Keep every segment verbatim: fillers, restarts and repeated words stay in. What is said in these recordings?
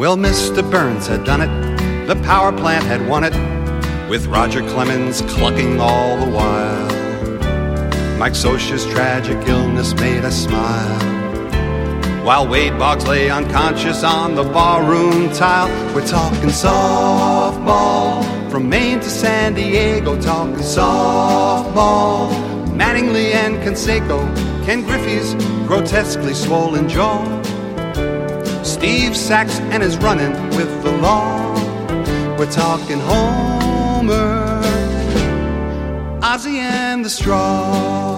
Well, Mister Burns had done it, the power plant had won it, with Roger Clemens clucking all the while. Mike Scioscia's tragic illness made us smile, while Wade Boggs lay unconscious on the barroom tile. We're talking softball, from Maine to San Diego, talking softball. Mattingly and Canseco, Ken Griffey's grotesquely swollen jaw, Steve Sachs and his running with the law. We're talking Homer, Ozzie and the Straw.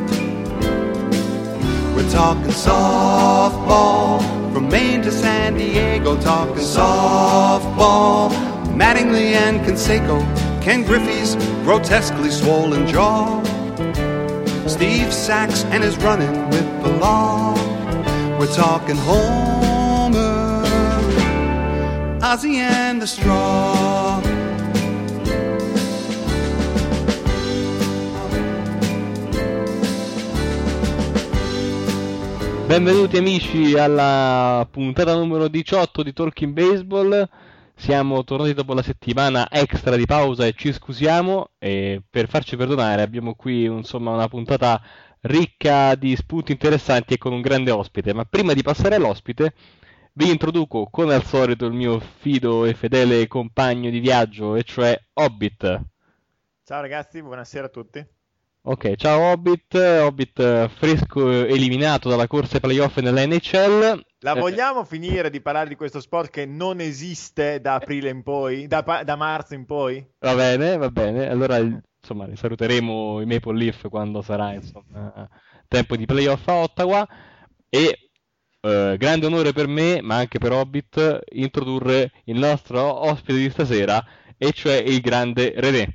We're talking softball, from Maine to San Diego, talking softball. Mattingly and Canseco, Ken Griffey's grotesquely swollen jaw, Steve Sachs and his running with the law. We're talking Homer, Ozzie and the Straw. Benvenuti amici alla puntata numero diciotto di Talking Baseball. Siamo tornati dopo la settimana extra di pausa e ci scusiamo, e per farci perdonare abbiamo qui insomma una puntata ricca di spunti interessanti e con un grande ospite. Ma prima di passare all'ospite vi introduco come al solito il mio fido e fedele compagno di viaggio, e cioè Hobbit. Ciao ragazzi, buonasera a tutti. Ok, ciao Hobbit, Hobbit fresco eliminato dalla corsa playoff nella N H L. La Eh, vogliamo finire di parlare di questo sport che non esiste da aprile in poi, da, pa- da marzo in poi? Va bene, va bene. Allora, il- insomma, saluteremo i Maple Leaf quando sarà, insomma, tempo di playoff a Ottawa. E eh, grande onore per me, ma anche per Hobbit, introdurre il nostro ospite di stasera, e cioè il grande René.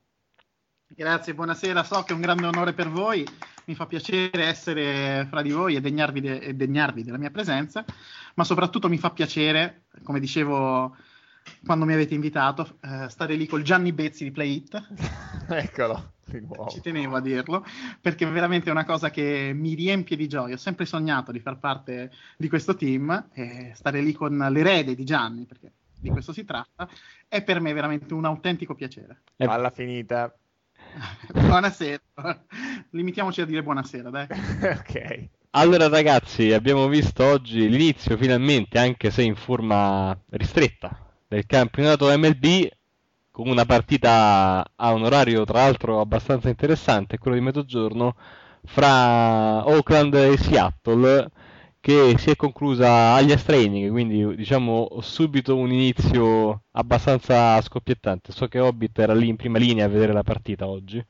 Grazie, buonasera, so che è un grande onore per voi, mi fa piacere essere fra di voi e degnarvi, de- e degnarvi della mia presenza, ma soprattutto mi fa piacere, come dicevo quando mi avete invitato, eh, stare lì col Gianni Bezzi di Play It. Eccolo, di nuovo. Ci tenevo a dirlo, perché veramente è una cosa che mi riempie di gioia. Ho sempre sognato di far parte di questo team, e stare lì con l'erede di Gianni, perché di questo si tratta, è per me veramente un autentico piacere. Eh, Alla finita. Buonasera, limitiamoci a dire buonasera, dai. Ok. Allora ragazzi, abbiamo visto oggi l'inizio finalmente, anche se in forma ristretta, del campionato M L B, con una partita a un orario tra l'altro abbastanza interessante, quello di mezzogiorno, fra Oakland e Seattle, che si è conclusa agli extra inning, quindi diciamo subito un inizio abbastanza scoppiettante. So che Hobbit era lì in prima linea a vedere la partita oggi.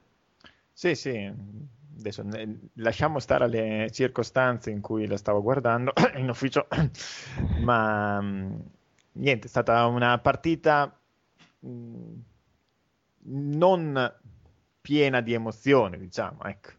Sì, sì. Adesso ne- lasciamo stare le circostanze in cui la stavo guardando in ufficio, ma mh, niente, è stata una partita mh, non piena di emozioni, diciamo, ecco.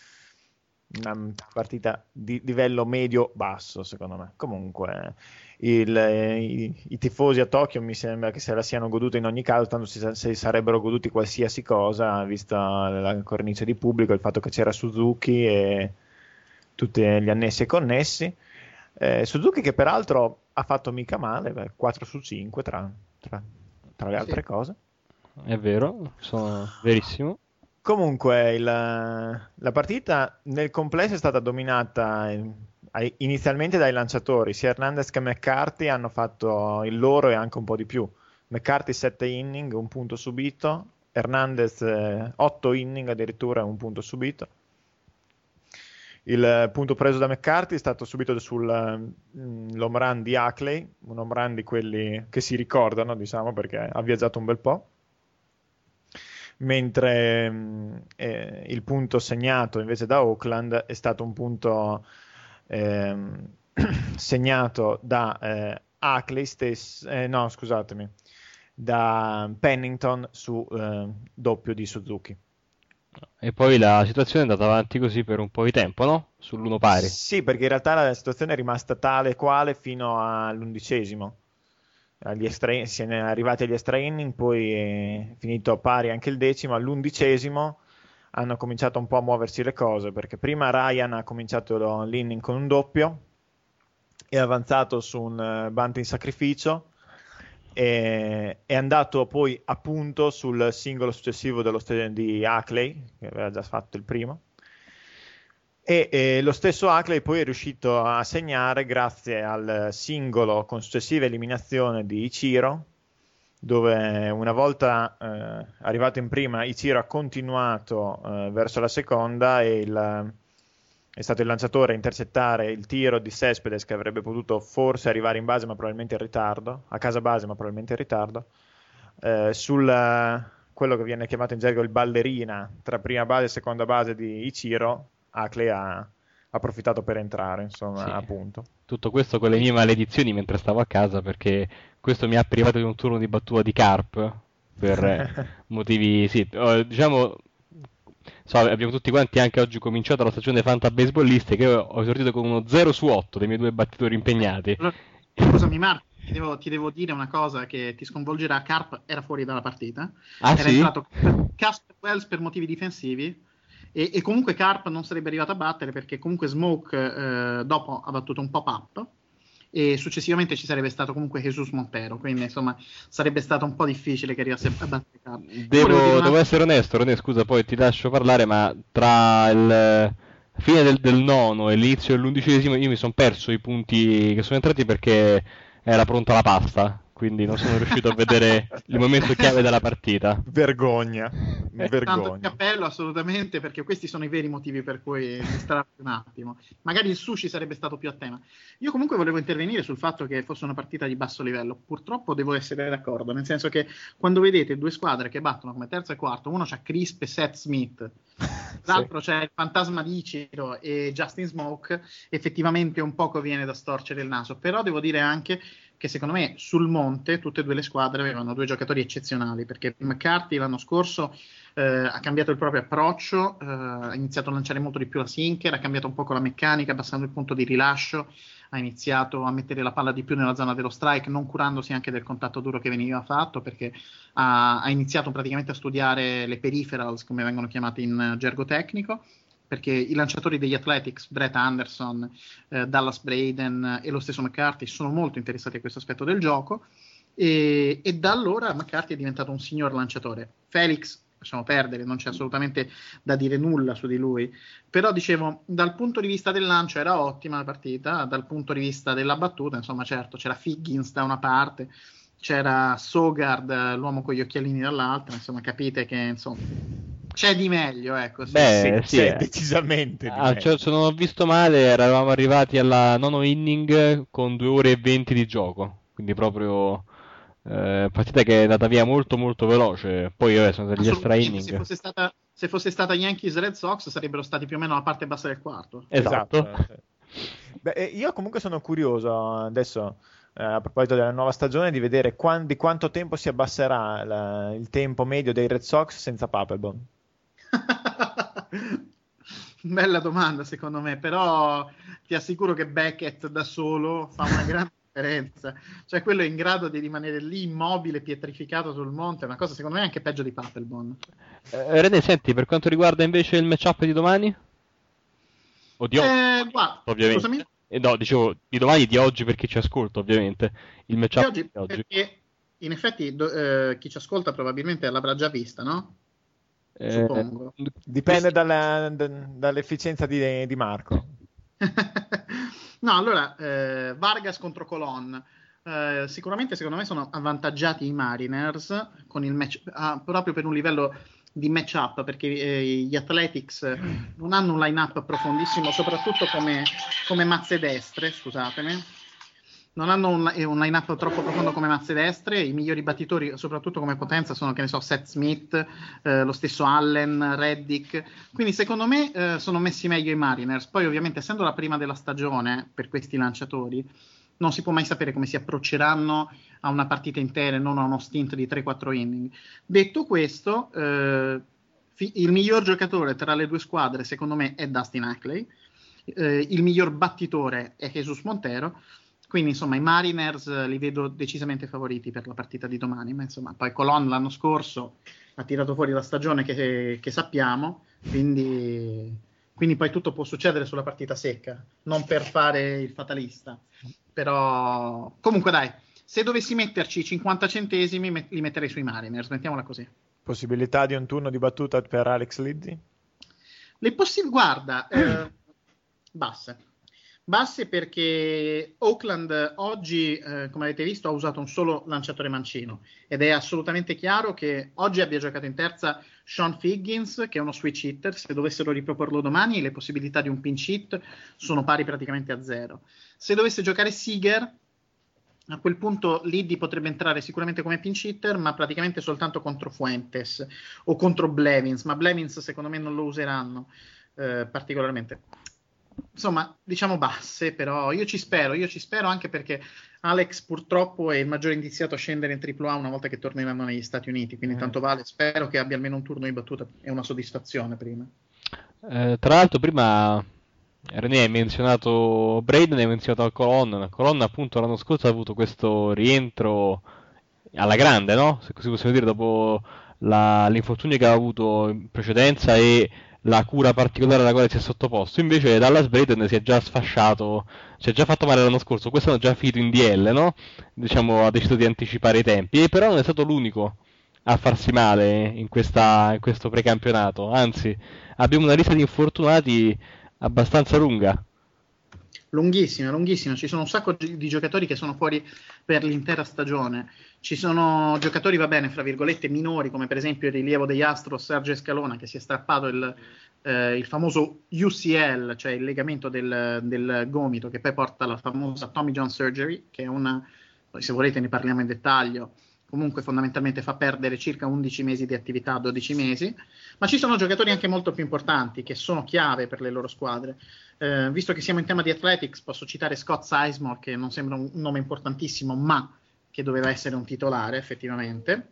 Una partita di livello medio-basso, secondo me. Comunque, il- i, i tifosi a Tokyo mi sembra che se la siano goduta in ogni caso, tanto si, si sarebbero goduti qualsiasi cosa, vista la cornice di pubblico, il fatto che c'era Suzuki e tutti gli annessi e connessi. Eh, Suzuki che peraltro ha fatto mica male, beh, quattro su cinque tra, tra- tra le altre Sì. cose. È vero, sono verissimo. Comunque, il- la partita nel complesso è stata dominata eh, ai- inizialmente dai lanciatori. Sia Hernandez che McCarthy hanno fatto il loro e anche un po' di più. McCarthy sette inning, un punto subito. Hernandez otto inning addirittura, un punto subito. Il punto preso da McCarthy è stato subito sull'home run di Ackley, un home run di quelli che si ricordano, diciamo, perché ha viaggiato un bel po'. Mentre mh, eh, il punto segnato invece da Oakland è stato un punto ehm, segnato da eh, Ackley stesso, eh, no scusatemi, da Pennington su eh, doppio di Suzuki. E poi la situazione è andata avanti così per un po' di tempo, no? Sull'uno pari. Sì, perché in realtà la situazione è rimasta tale e quale fino all'undicesimo. Agli extra, si è arrivati agli extra inning, poi è finito pari anche il decimo. All'undicesimo hanno cominciato un po' a muoversi le cose, perché prima Ryan ha cominciato lo- l'inning con un doppio, è avanzato su un uh, bunt in sacrificio e è andato poi appunto sul singolo successivo dello st- di Ackley, che aveva già fatto il primo. E, e lo stesso Ackley poi è riuscito a segnare grazie al singolo con successiva eliminazione di Ichiro, dove una volta eh, arrivato in prima Ichiro ha continuato eh, verso la seconda e il, è stato il lanciatore a intercettare il tiro di Cespedes, che avrebbe potuto forse arrivare in base ma probabilmente in ritardo, a casa base ma probabilmente in ritardo, eh, sul quello che viene chiamato in gergo il ballerina tra prima base e seconda base di Ichiro. Ackley ha approfittato per entrare, insomma, Sì. appunto. Tutto questo con le mie maledizioni mentre stavo a casa, perché questo mi ha privato di un turno di battuta di Carp per motivi, sì, eh, diciamo, so, abbiamo tutti quanti anche oggi cominciato la stagione Fanta Baseballistica, che io ho esordito con uno zero su otto dei miei due battitori impegnati. Allora, scusami Marco, ti devo, ti devo dire una cosa che ti sconvolgerà. Carp era fuori dalla partita, Ah, era sì? entrato Casper Wells per motivi difensivi. E, e comunque Carp non sarebbe arrivato a battere perché comunque Smoke eh, dopo ha battuto un pop-up e successivamente ci sarebbe stato comunque Jesus Montero, quindi insomma sarebbe stato un po' difficile che arrivasse a battere Carp. Devo, devo essere onesto, René, scusa, poi ti lascio parlare, ma tra il fine del, del nono e l'inizio dell'undicesimo io mi sono perso i punti che sono entrati perché era pronta la pasta, quindi non sono riuscito a vedere il momento chiave della partita. Vergogna, Tanto vergogna. il cappello assolutamente, perché questi sono i veri motivi per cui distrarre un attimo. Magari il sushi sarebbe stato più a tema. Io comunque volevo intervenire sul fatto che fosse una partita di basso livello. Purtroppo devo essere d'accordo, nel senso che quando vedete due squadre che battono come terzo e quarto, uno c'ha Crisp e Seth Smith, l'altro sì. C'è il fantasma di Ichiro e Justin Smoke, effettivamente un poco viene da storcere il naso. Però devo dire anche che secondo me sul monte tutte e due le squadre avevano due giocatori eccezionali, perché McCarthy l'anno scorso eh, ha cambiato il proprio approccio, eh, ha iniziato a lanciare molto di più la sinker, ha cambiato un po' la meccanica, abbassando il punto di rilascio, ha iniziato a mettere la palla di più nella zona dello strike, non curandosi anche del contatto duro che veniva fatto, perché ha, ha iniziato praticamente a studiare le peripherals, come vengono chiamate in gergo tecnico, perché i lanciatori degli Athletics, Brett Anderson, eh, Dallas Braden e lo stesso McCarthy sono molto interessati a questo aspetto del gioco e, e da allora McCarthy è diventato un signor lanciatore. Felix, lasciamo perdere, non c'è assolutamente da dire nulla su di lui, però dicevo, dal punto di vista del lancio era ottima la partita, dal punto di vista della battuta, insomma certo, c'era Figgins da una parte, c'era Sogard, l'uomo con gli occhialini dall'altra, insomma capite che insomma c'è di meglio, ecco. Sì. Beh, sì, sì, c'è eh. decisamente di Ah, meglio. cioè, se non ho visto male, eravamo arrivati alla nono inning con due ore e venti di gioco, quindi proprio eh, partita che è andata via molto molto veloce. Poi vabbè, sono stati gli extra inning. Se fosse stata, se fosse stata Yankees Red Sox sarebbero stati più o meno alla parte bassa del quarto. Esatto. Esatto. Beh, io comunque sono curioso adesso, eh, a proposito della nuova stagione, di vedere quan- di quanto tempo si abbasserà la- il tempo medio dei Red Sox senza Papelbon. Bella domanda secondo me, però ti assicuro che Beckett da solo fa una grande differenza, cioè quello è in grado di rimanere lì immobile, pietrificato sul monte, è una cosa secondo me anche peggio di Papelbon. Eh, René, senti, per quanto riguarda invece il matchup di domani? O di oggi, Eh, guarda, ovviamente. scusami? Eh, no, dicevo di domani, di oggi per chi ci ascolta, ovviamente. Il Di matchup oggi, di oggi. perché in effetti do- eh, chi ci ascolta probabilmente l'avrà già vista, no? Eh, Suppongo. Dipende dalla- d- dall'efficienza di, di Marco. No, allora, eh, Vargas contro Colon. Eh, sicuramente secondo me sono avvantaggiati i Mariners con il match, ah, proprio per un livello di match-up, perché eh, gli Athletics non hanno un line-up profondissimo, soprattutto come, come mazze destre, scusatemi. Non hanno un, un line-up troppo profondo come mazze destre. I migliori battitori, soprattutto come potenza, sono, che ne so, Seth Smith, eh, lo stesso Allen, Reddick. Quindi, secondo me, eh, sono messi meglio i Mariners. Poi, ovviamente, essendo la prima della stagione per questi lanciatori, non si può mai sapere come si approcceranno a una partita intera e non a uno stint di tre quattro inning. Detto questo, eh, fi- il miglior giocatore tra le due squadre, secondo me, è Dustin Ackley. Eh, il miglior battitore è Jesus Montero. Quindi insomma i Mariners li vedo decisamente favoriti per la partita di domani, ma insomma poi Colon l'anno scorso ha tirato fuori la stagione che, che sappiamo, quindi quindi poi tutto può succedere sulla partita secca, non per fare il fatalista. Però comunque dai, se dovessi metterci cinquanta centesimi met- li metterei sui Mariners, mettiamola così. Possibilità di un turno di battuta per Alex Liddy? Le possi- guarda, eh, basse. Basse perché Oakland oggi, eh, come avete visto, ha usato un solo lanciatore mancino ed è assolutamente chiaro che oggi abbia giocato in terza Sean Figgins, che è uno switch hitter. Se dovessero riproporlo domani, le possibilità di un pinch hit sono pari praticamente a zero. Se dovesse giocare Seager, a quel punto Liddy potrebbe entrare sicuramente come pinch hitter, ma praticamente soltanto contro Fuentes o contro Blevins, ma Blevins secondo me non lo useranno eh, particolarmente. Insomma, diciamo basse, però io ci spero, io ci spero anche perché Alex purtroppo è il maggiore indiziato a scendere in tripla A una volta che torneranno negli Stati Uniti, quindi mm. tanto vale, spero che abbia almeno un turno di battuta e una soddisfazione prima. Eh, tra l'altro prima René hai menzionato Braden, hai menzionato Colon. Colon appunto l'anno scorso ha avuto questo rientro alla grande, no? Se così possiamo dire, dopo la, l'infortunio che aveva avuto in precedenza e la cura particolare alla quale si è sottoposto. Invece Dallas Braden si è già sfasciato, si è già fatto male l'anno scorso, quest'anno è già finito in D L, no? Diciamo, ha deciso di anticipare i tempi, e però non è stato l'unico a farsi male in, questa, in questo precampionato, anzi abbiamo una lista di infortunati abbastanza lunga. Lunghissima, lunghissima, ci sono un sacco di giocatori che sono fuori per l'intera stagione, ci sono giocatori, va bene, fra virgolette minori, come per esempio il rilievo degli Astros Sergio Scalona, che si è strappato il, eh, il famoso U C L, cioè il legamento del, del gomito, che poi porta alla famosa Tommy John Surgery, che è una, se volete ne parliamo in dettaglio, comunque fondamentalmente fa perdere circa undici mesi di attività, dodici mesi, ma ci sono giocatori anche molto più importanti che sono chiave per le loro squadre. Eh, visto che siamo in tema di athletics, posso citare Scott Sizemore, che non sembra un nome importantissimo, ma che doveva essere un titolare effettivamente.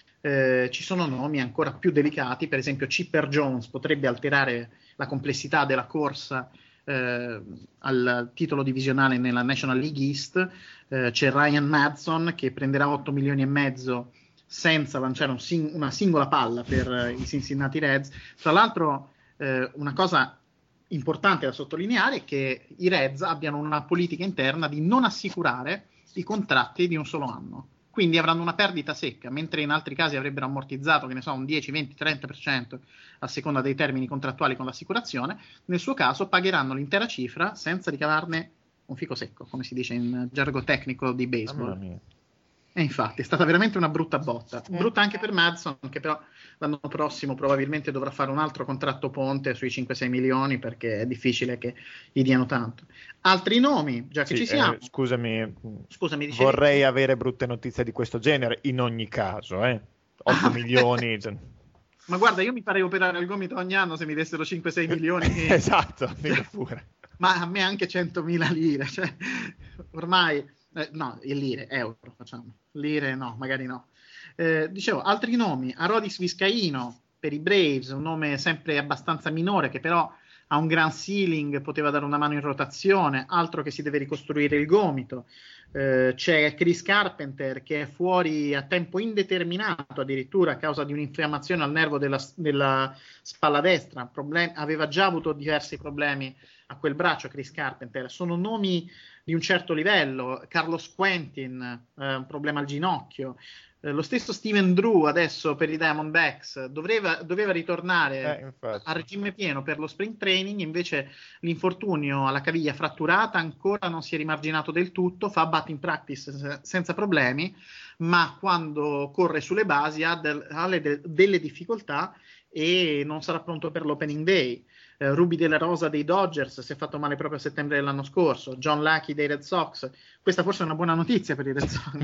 Eh, ci sono nomi ancora più delicati, per esempio Chipper Jones potrebbe alterare la complessità della corsa eh, al titolo divisionale nella National League East. Eh, c'è Ryan Madson che prenderà otto milioni e mezzo senza lanciare un sing- una singola palla per eh, i Cincinnati Reds. Tra l'altro eh, una cosa importante da sottolineare è che i Reds abbiano una politica interna di non assicurare i contratti di un solo anno, quindi avranno una perdita secca, mentre in altri casi avrebbero ammortizzato, che ne so, un dieci, venti, trenta per cento a seconda dei termini contrattuali con l'assicurazione. Nel suo caso pagheranno l'intera cifra senza ricavarne un fico secco, come si dice in gergo tecnico di baseball. E infatti è stata veramente una brutta botta, brutta anche per Madson, che però l'anno prossimo probabilmente dovrà fare un altro contratto ponte sui cinque sei milioni, perché è difficile che gli diano tanto. Altri nomi, già che sì, ci siamo. Eh, scusami, scusami dicevi... vorrei avere brutte notizie di questo genere, in ogni caso, eh. otto milioni... Ma guarda, io mi farei operare il gomito ogni anno se mi dessero cinque sei milioni. Esatto, dico pure. Ma a me anche centomila lire, cioè ormai... Eh, no, lire, euro facciamo. Lire no, magari no. Eh, dicevo, altri nomi, Arodis Vizcaino per i Braves, un nome sempre abbastanza minore che però ha un gran ceiling, poteva dare una mano in rotazione, altro che si deve ricostruire il gomito. Eh, c'è Chris Carpenter che è fuori a tempo indeterminato addirittura a causa di un'infiammazione al nervo della, della spalla destra, Problem- aveva già avuto diversi problemi a quel braccio Chris Carpenter. Sono nomi di un certo livello. Carlos Quentin, eh, un problema al ginocchio, eh, lo stesso Steven Drew adesso per i Diamondbacks doveva, doveva ritornare eh, a regime pieno per lo spring training, invece l'infortunio alla caviglia fratturata ancora non si è rimarginato del tutto, fa batting practice senza problemi, ma quando corre sulle basi ha, del, ha le, delle difficoltà e non sarà pronto per l'opening day. Uh, Ruby della Rosa dei Dodgers si è fatto male proprio a settembre dell'anno scorso, John Lucky dei Red Sox, questa forse è una buona notizia per i Red Sox.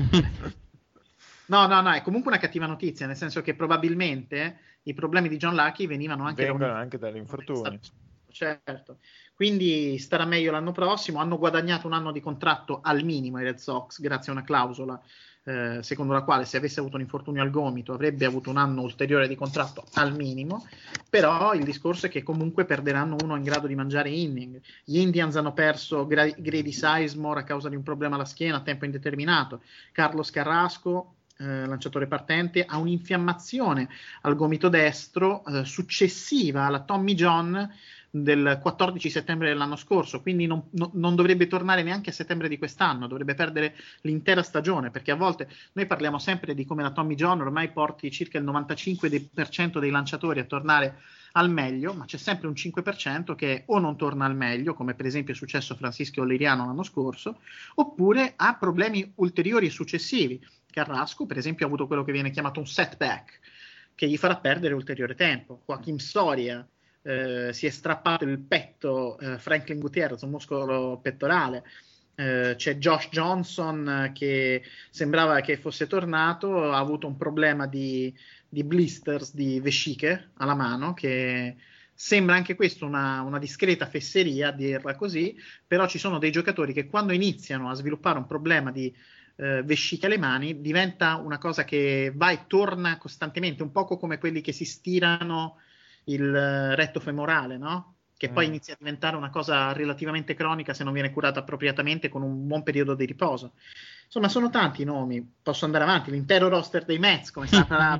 no no no è comunque una cattiva notizia, nel senso che probabilmente i problemi di John Lucky venivano anche, vengono da un... anche dall'infortunio, certo, quindi starà meglio l'anno prossimo. Hanno guadagnato un anno di contratto al minimo i Red Sox grazie a una clausola Eh, secondo la quale se avesse avuto un infortunio al gomito avrebbe avuto un anno ulteriore di contratto al minimo, però il discorso è che comunque perderanno uno in grado di mangiare inning. Gli Indians hanno perso Gra- Grady Sizemore a causa di un problema alla schiena a tempo indeterminato, Carlos Carrasco eh, lanciatore partente, ha un'infiammazione al gomito destro eh, successiva alla Tommy John del quattordici settembre dell'anno scorso, quindi non, no, non dovrebbe tornare neanche a settembre di quest'anno, dovrebbe perdere l'intera stagione, perché a volte noi parliamo sempre di come la Tommy John ormai porti circa il novantacinque per cento dei lanciatori a tornare al meglio, ma c'è sempre un cinque per cento che o non torna al meglio, come per esempio è successo a Francisco Liriano l'anno scorso, oppure ha problemi ulteriori e successivi. Carrasco, per esempio, ha avuto quello che viene chiamato un setback, che gli farà perdere ulteriore tempo. Joaquim Soria eh, si è strappato il petto, eh, Franklin Gutierrez, un muscolo pettorale. Uh, c'è Josh Johnson uh, che sembrava che fosse tornato, ha avuto un problema di, di blisters di vesciche alla mano, che sembra anche questo una, una discreta fesseria a dirla così, però ci sono dei giocatori che quando iniziano a sviluppare un problema di uh, vesciche alle mani diventa una cosa che va e torna costantemente, un poco come quelli che si stirano il uh, retto femorale, no? Che poi inizia a diventare una cosa relativamente cronica se non viene curata appropriatamente con un buon periodo di riposo. Insomma, sono tanti i nomi, posso andare avanti, l'intero roster dei Mets, come sarà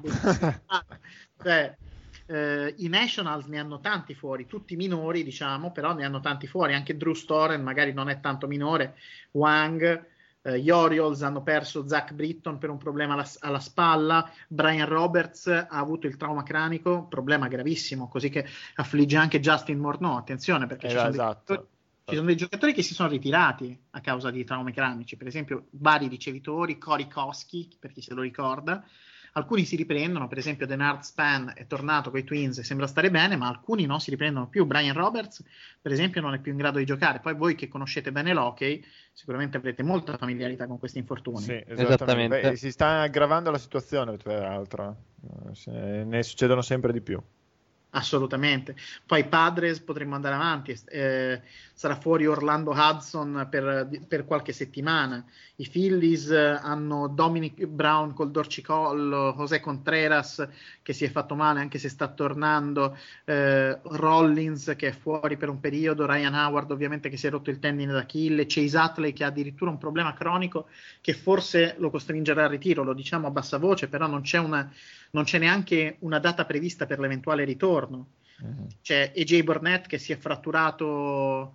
cioè, eh, i Nationals ne hanno tanti fuori, tutti minori, diciamo, però ne hanno tanti fuori, anche Drew Storen magari non è tanto minore, Wang, eh, gli Orioles hanno perso Zach Britton per un problema alla, alla spalla, Brian Roberts ha avuto il trauma cranico, problema gravissimo, così che affligge anche Justin Morneau, attenzione, perché eh, ci, sono esatto. dei, ci sono dei giocatori che si sono ritirati a causa di traumi cranici, per esempio vari ricevitori, Corey Koski, per chi se lo ricorda, alcuni si riprendono, per esempio Denard Span è tornato con i Twins e sembra stare bene, ma alcuni non si riprendono più. Brian Roberts, per esempio, non è più in grado di giocare. Poi voi che conoscete bene l'hockey, sicuramente avrete molta familiarità con questi infortuni. Sì, esattamente. esattamente. Beh, si sta aggravando la situazione, peraltro. Ne succedono sempre di più. Assolutamente. Poi Padres potremmo andare avanti, eh, sarà fuori Orlando Hudson per, per qualche settimana. I Phillies hanno Dominic Brown col dorcicollo, José Contreras che si è fatto male anche se sta tornando, eh, Rollins che è fuori per un periodo, Ryan Howard ovviamente che si è rotto il tendine d'Achille, Chase Utley che ha addirittura un problema cronico che forse lo costringerà al ritiro, lo diciamo a bassa voce, però non c'è una non c'è neanche una data prevista per l'eventuale ritorno. Uh-huh. C'è A J Burnett che si è fratturato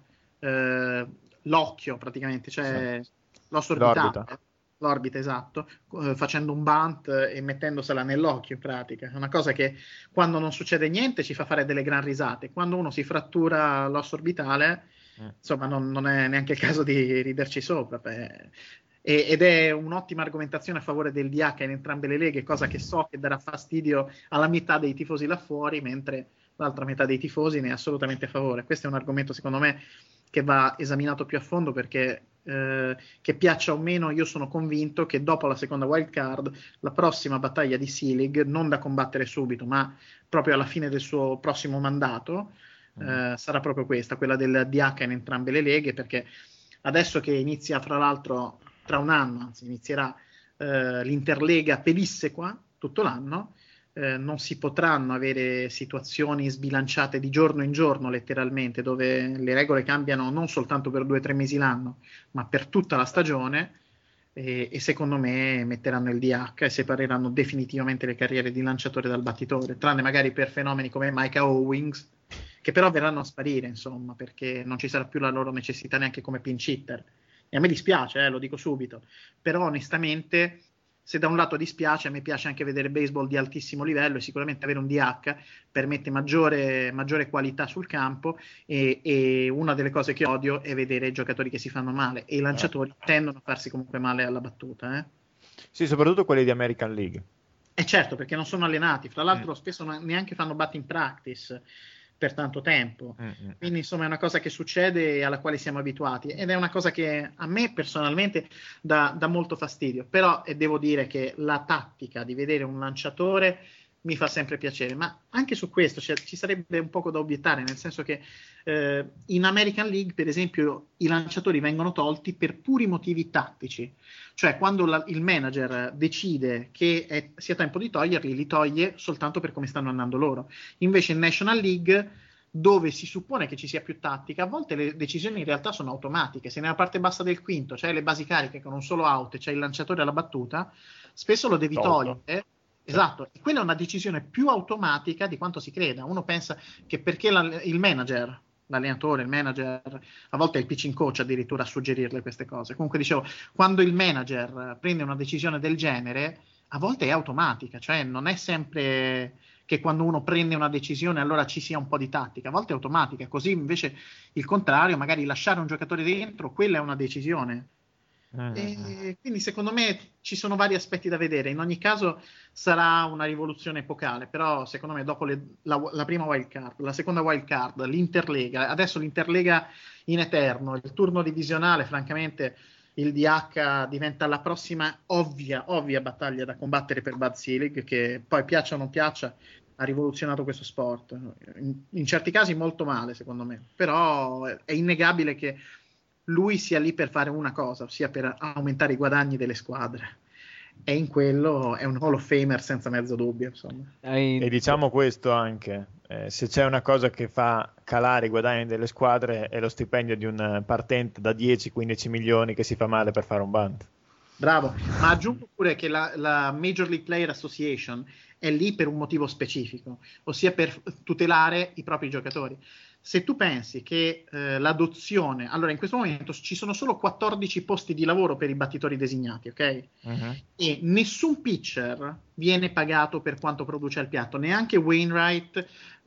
eh, l'occhio praticamente, cioè sì. l'osso orbitale, l'orbita, l'orbita esatto, eh, facendo un bunt e mettendosela nell'occhio in pratica. È una cosa che quando non succede niente ci fa fare delle gran risate, quando uno si frattura l'osso orbitale, uh-huh. insomma non, non è neanche il caso di riderci sopra. Beh, ed è un'ottima argomentazione a favore del D H in entrambe le leghe, cosa che so che darà fastidio alla metà dei tifosi là fuori, mentre l'altra metà dei tifosi ne è assolutamente a favore. Questo è un argomento secondo me che va esaminato più a fondo, perché eh, che piaccia o meno io sono convinto che dopo la seconda wild card la prossima battaglia di Selig, non da combattere subito ma proprio alla fine del suo prossimo mandato, mm. eh, sarà proprio questa, quella del D H in entrambe le leghe, perché adesso che inizia fra l'altro tra un anno, anzi inizierà eh, l'Interlega pedissequa tutto l'anno, eh, non si potranno avere situazioni sbilanciate di giorno in giorno letteralmente, dove le regole cambiano non soltanto per due o tre mesi l'anno, ma per tutta la stagione, e, e secondo me metteranno il D H e separeranno definitivamente le carriere di lanciatore dal battitore, tranne magari per fenomeni come Micah Owings, che però verranno a sparire, insomma, perché non ci sarà più la loro necessità neanche come pinch hitter. E a me dispiace, eh, lo dico subito, però onestamente se da un lato dispiace, a me piace anche vedere baseball di altissimo livello, e sicuramente avere un D H permette maggiore, maggiore qualità sul campo, e, e una delle cose che odio è vedere giocatori che si fanno male, e i lanciatori eh. tendono a farsi comunque male alla battuta. Eh. Sì, soprattutto quelli di American League. E certo, perché non sono allenati, fra l'altro mm. spesso neanche fanno batting practice per tanto tempo, mm-hmm. quindi insomma è una cosa che succede e alla quale siamo abituati, ed è una cosa che a me personalmente dà, dà molto fastidio, però e devo dire che la tattica di vedere un lanciatore mi fa sempre piacere, ma anche su questo cioè, ci sarebbe un poco da obiettare, nel senso che eh, in American League per esempio i lanciatori vengono tolti per puri motivi tattici, cioè quando la, il manager decide che è, sia tempo di toglierli, li toglie soltanto per come stanno andando loro. Invece in National League dove si suppone che ci sia più tattica, a volte le decisioni in realtà sono automatiche. Se nella parte bassa del quinto c'hai le basi cariche con un solo out e c'hai il lanciatore alla battuta, spesso lo devi Tolto. togliere. Esatto, e quella è una decisione più automatica di quanto si creda. Uno pensa che perché la, il manager, l'allenatore, il manager, a volte è il pitching coach addirittura a suggerirle queste cose. Comunque dicevo, quando il manager prende una decisione del genere, a volte è automatica, cioè non è sempre che quando uno prende una decisione allora ci sia un po' di tattica, a volte è automatica, così invece il contrario, magari lasciare un giocatore dentro, quella è una decisione. Mm. E quindi secondo me ci sono vari aspetti da vedere. In ogni caso sarà una rivoluzione epocale, però secondo me dopo le, la, la prima wild card, la seconda wild card, l'Interlega, adesso l'Interlega in eterno, il turno divisionale, francamente il D H diventa la prossima ovvia, ovvia battaglia da combattere per Bud Selig, che poi piaccia o non piaccia ha rivoluzionato questo sport in, in certi casi molto male secondo me, però è innegabile che lui sia lì per fare una cosa, ossia per aumentare i guadagni delle squadre, e in quello è un Hall of Famer senza mezzo dubbio, insomma. E diciamo questo anche, eh, se c'è una cosa che fa calare i guadagni delle squadre è lo stipendio di un partente da dieci quindici milioni che si fa male per fare un bunt. Bravo, ma aggiungo pure che la, la Major League Player Association è lì per un motivo specifico, ossia per tutelare i propri giocatori. Se tu pensi che eh, l'adozione, allora in questo momento ci sono solo quattordici posti di lavoro per i battitori designati, ok? Uh-huh. E nessun pitcher viene pagato per quanto produce al piatto, neanche Wainwright,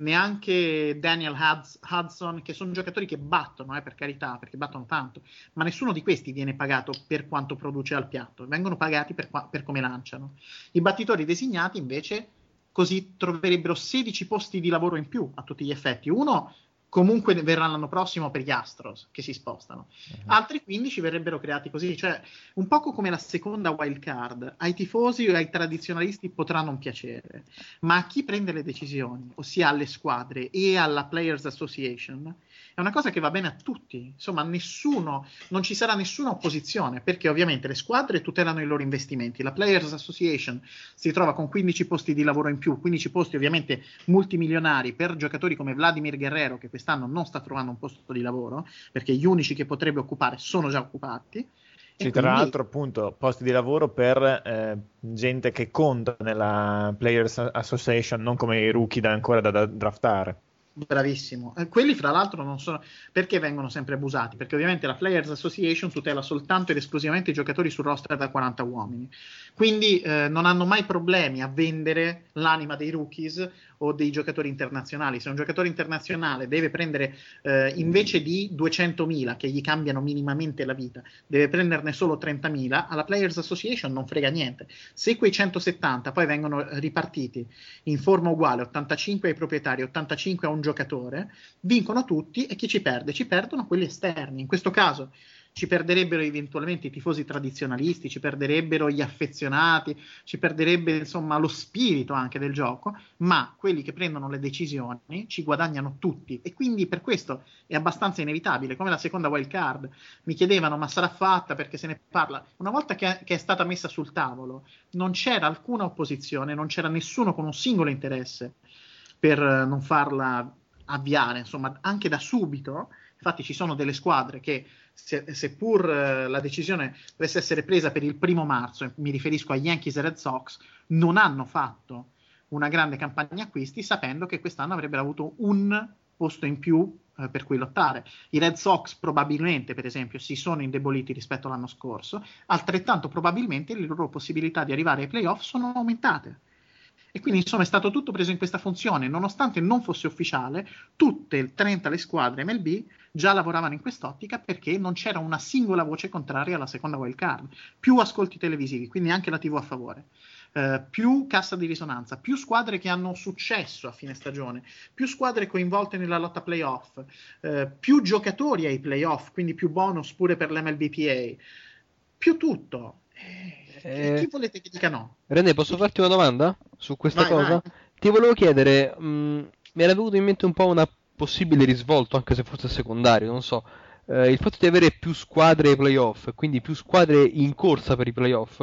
neanche Daniel Hudz- Hudson, che sono giocatori che battono, eh, per carità, perché battono tanto, ma nessuno di questi viene pagato per quanto produce al piatto, vengono pagati per, qua- per come lanciano. I battitori designati invece così troverebbero sedici posti di lavoro in più a tutti gli effetti. Uno comunque verrà l'anno prossimo per gli Astros che si spostano, uh-huh. Altri quindici verrebbero creati così, cioè un poco come la seconda wild card. Ai tifosi o ai tradizionalisti potrà non piacere, ma a chi prende le decisioni, ossia alle squadre e alla Players Association, è una cosa che va bene a tutti. Insomma, nessuno, non ci sarà nessuna opposizione, perché ovviamente le squadre tutelano i loro investimenti, la Players Association si trova con quindici posti di lavoro in più, quindici posti ovviamente multimilionari per giocatori come Vladimir Guerrero, che quest'anno non sta trovando un posto di lavoro perché gli unici che potrebbe occupare sono già occupati. Sì, e tra quindi... l'altro appunto posti di lavoro per eh, gente che conta nella Players Association, non come i rookie da ancora da, da draftare. Bravissimo. Eh, quelli fra l'altro non sono, perché vengono sempre abusati? Perché ovviamente la Players Association tutela soltanto ed esclusivamente i giocatori sul roster da quaranta uomini, quindi eh, non hanno mai problemi a vendere l'anima dei rookies o dei giocatori internazionali. Se un giocatore internazionale deve prendere eh, invece di duecentomila che gli cambiano minimamente la vita, deve prenderne solo trentamila, alla Players Association non frega niente. Se quei centosettanta poi vengono ripartiti in forma uguale, ottantacinque ai proprietari, ottantacinque a un giocatore, vincono tutti, e chi ci perde? Ci perdono quelli esterni. In questo caso ci perderebbero eventualmente i tifosi tradizionalisti, ci perderebbero gli affezionati, ci perderebbe insomma lo spirito anche del gioco, ma quelli che prendono le decisioni ci guadagnano tutti, e quindi per questo è abbastanza inevitabile. Come la seconda wild card, mi chiedevano ma sarà fatta perché se ne parla. Una volta che, che è stata messa sul tavolo non c'era alcuna opposizione, non c'era nessuno con un singolo interesse per non farla avviare, insomma, anche da subito. Infatti ci sono delle squadre che, se, seppur eh, la decisione dovesse essere presa per il primo marzo, mi riferisco a Yankees e Red Sox, non hanno fatto una grande campagna acquisti sapendo che quest'anno avrebbero avuto un posto in più eh, per cui lottare. I Red Sox probabilmente, per esempio, si sono indeboliti rispetto all'anno scorso, altrettanto probabilmente le loro possibilità di arrivare ai playoff sono aumentate. E quindi insomma è stato tutto preso in questa funzione, nonostante non fosse ufficiale. Tutte le trenta le squadre M L B già lavoravano in quest'ottica, perché non c'era una singola voce contraria alla seconda wild card. Più ascolti televisivi, quindi anche la tivù a favore, eh, più cassa di risonanza, più squadre che hanno successo a fine stagione, più squadre coinvolte nella lotta playoff, eh, più giocatori ai playoff, quindi più bonus pure per l'M L B P A, più tutto. Eh, Eh, chi volete che dica no? René, posso farti una domanda su questa Vai, cosa? vai. Ti volevo chiedere, mh, mi era venuto in mente un po' una possibile risvolto, anche se fosse secondario, non so, eh, il fatto di avere più squadre ai playoff, quindi più squadre in corsa per i playoff,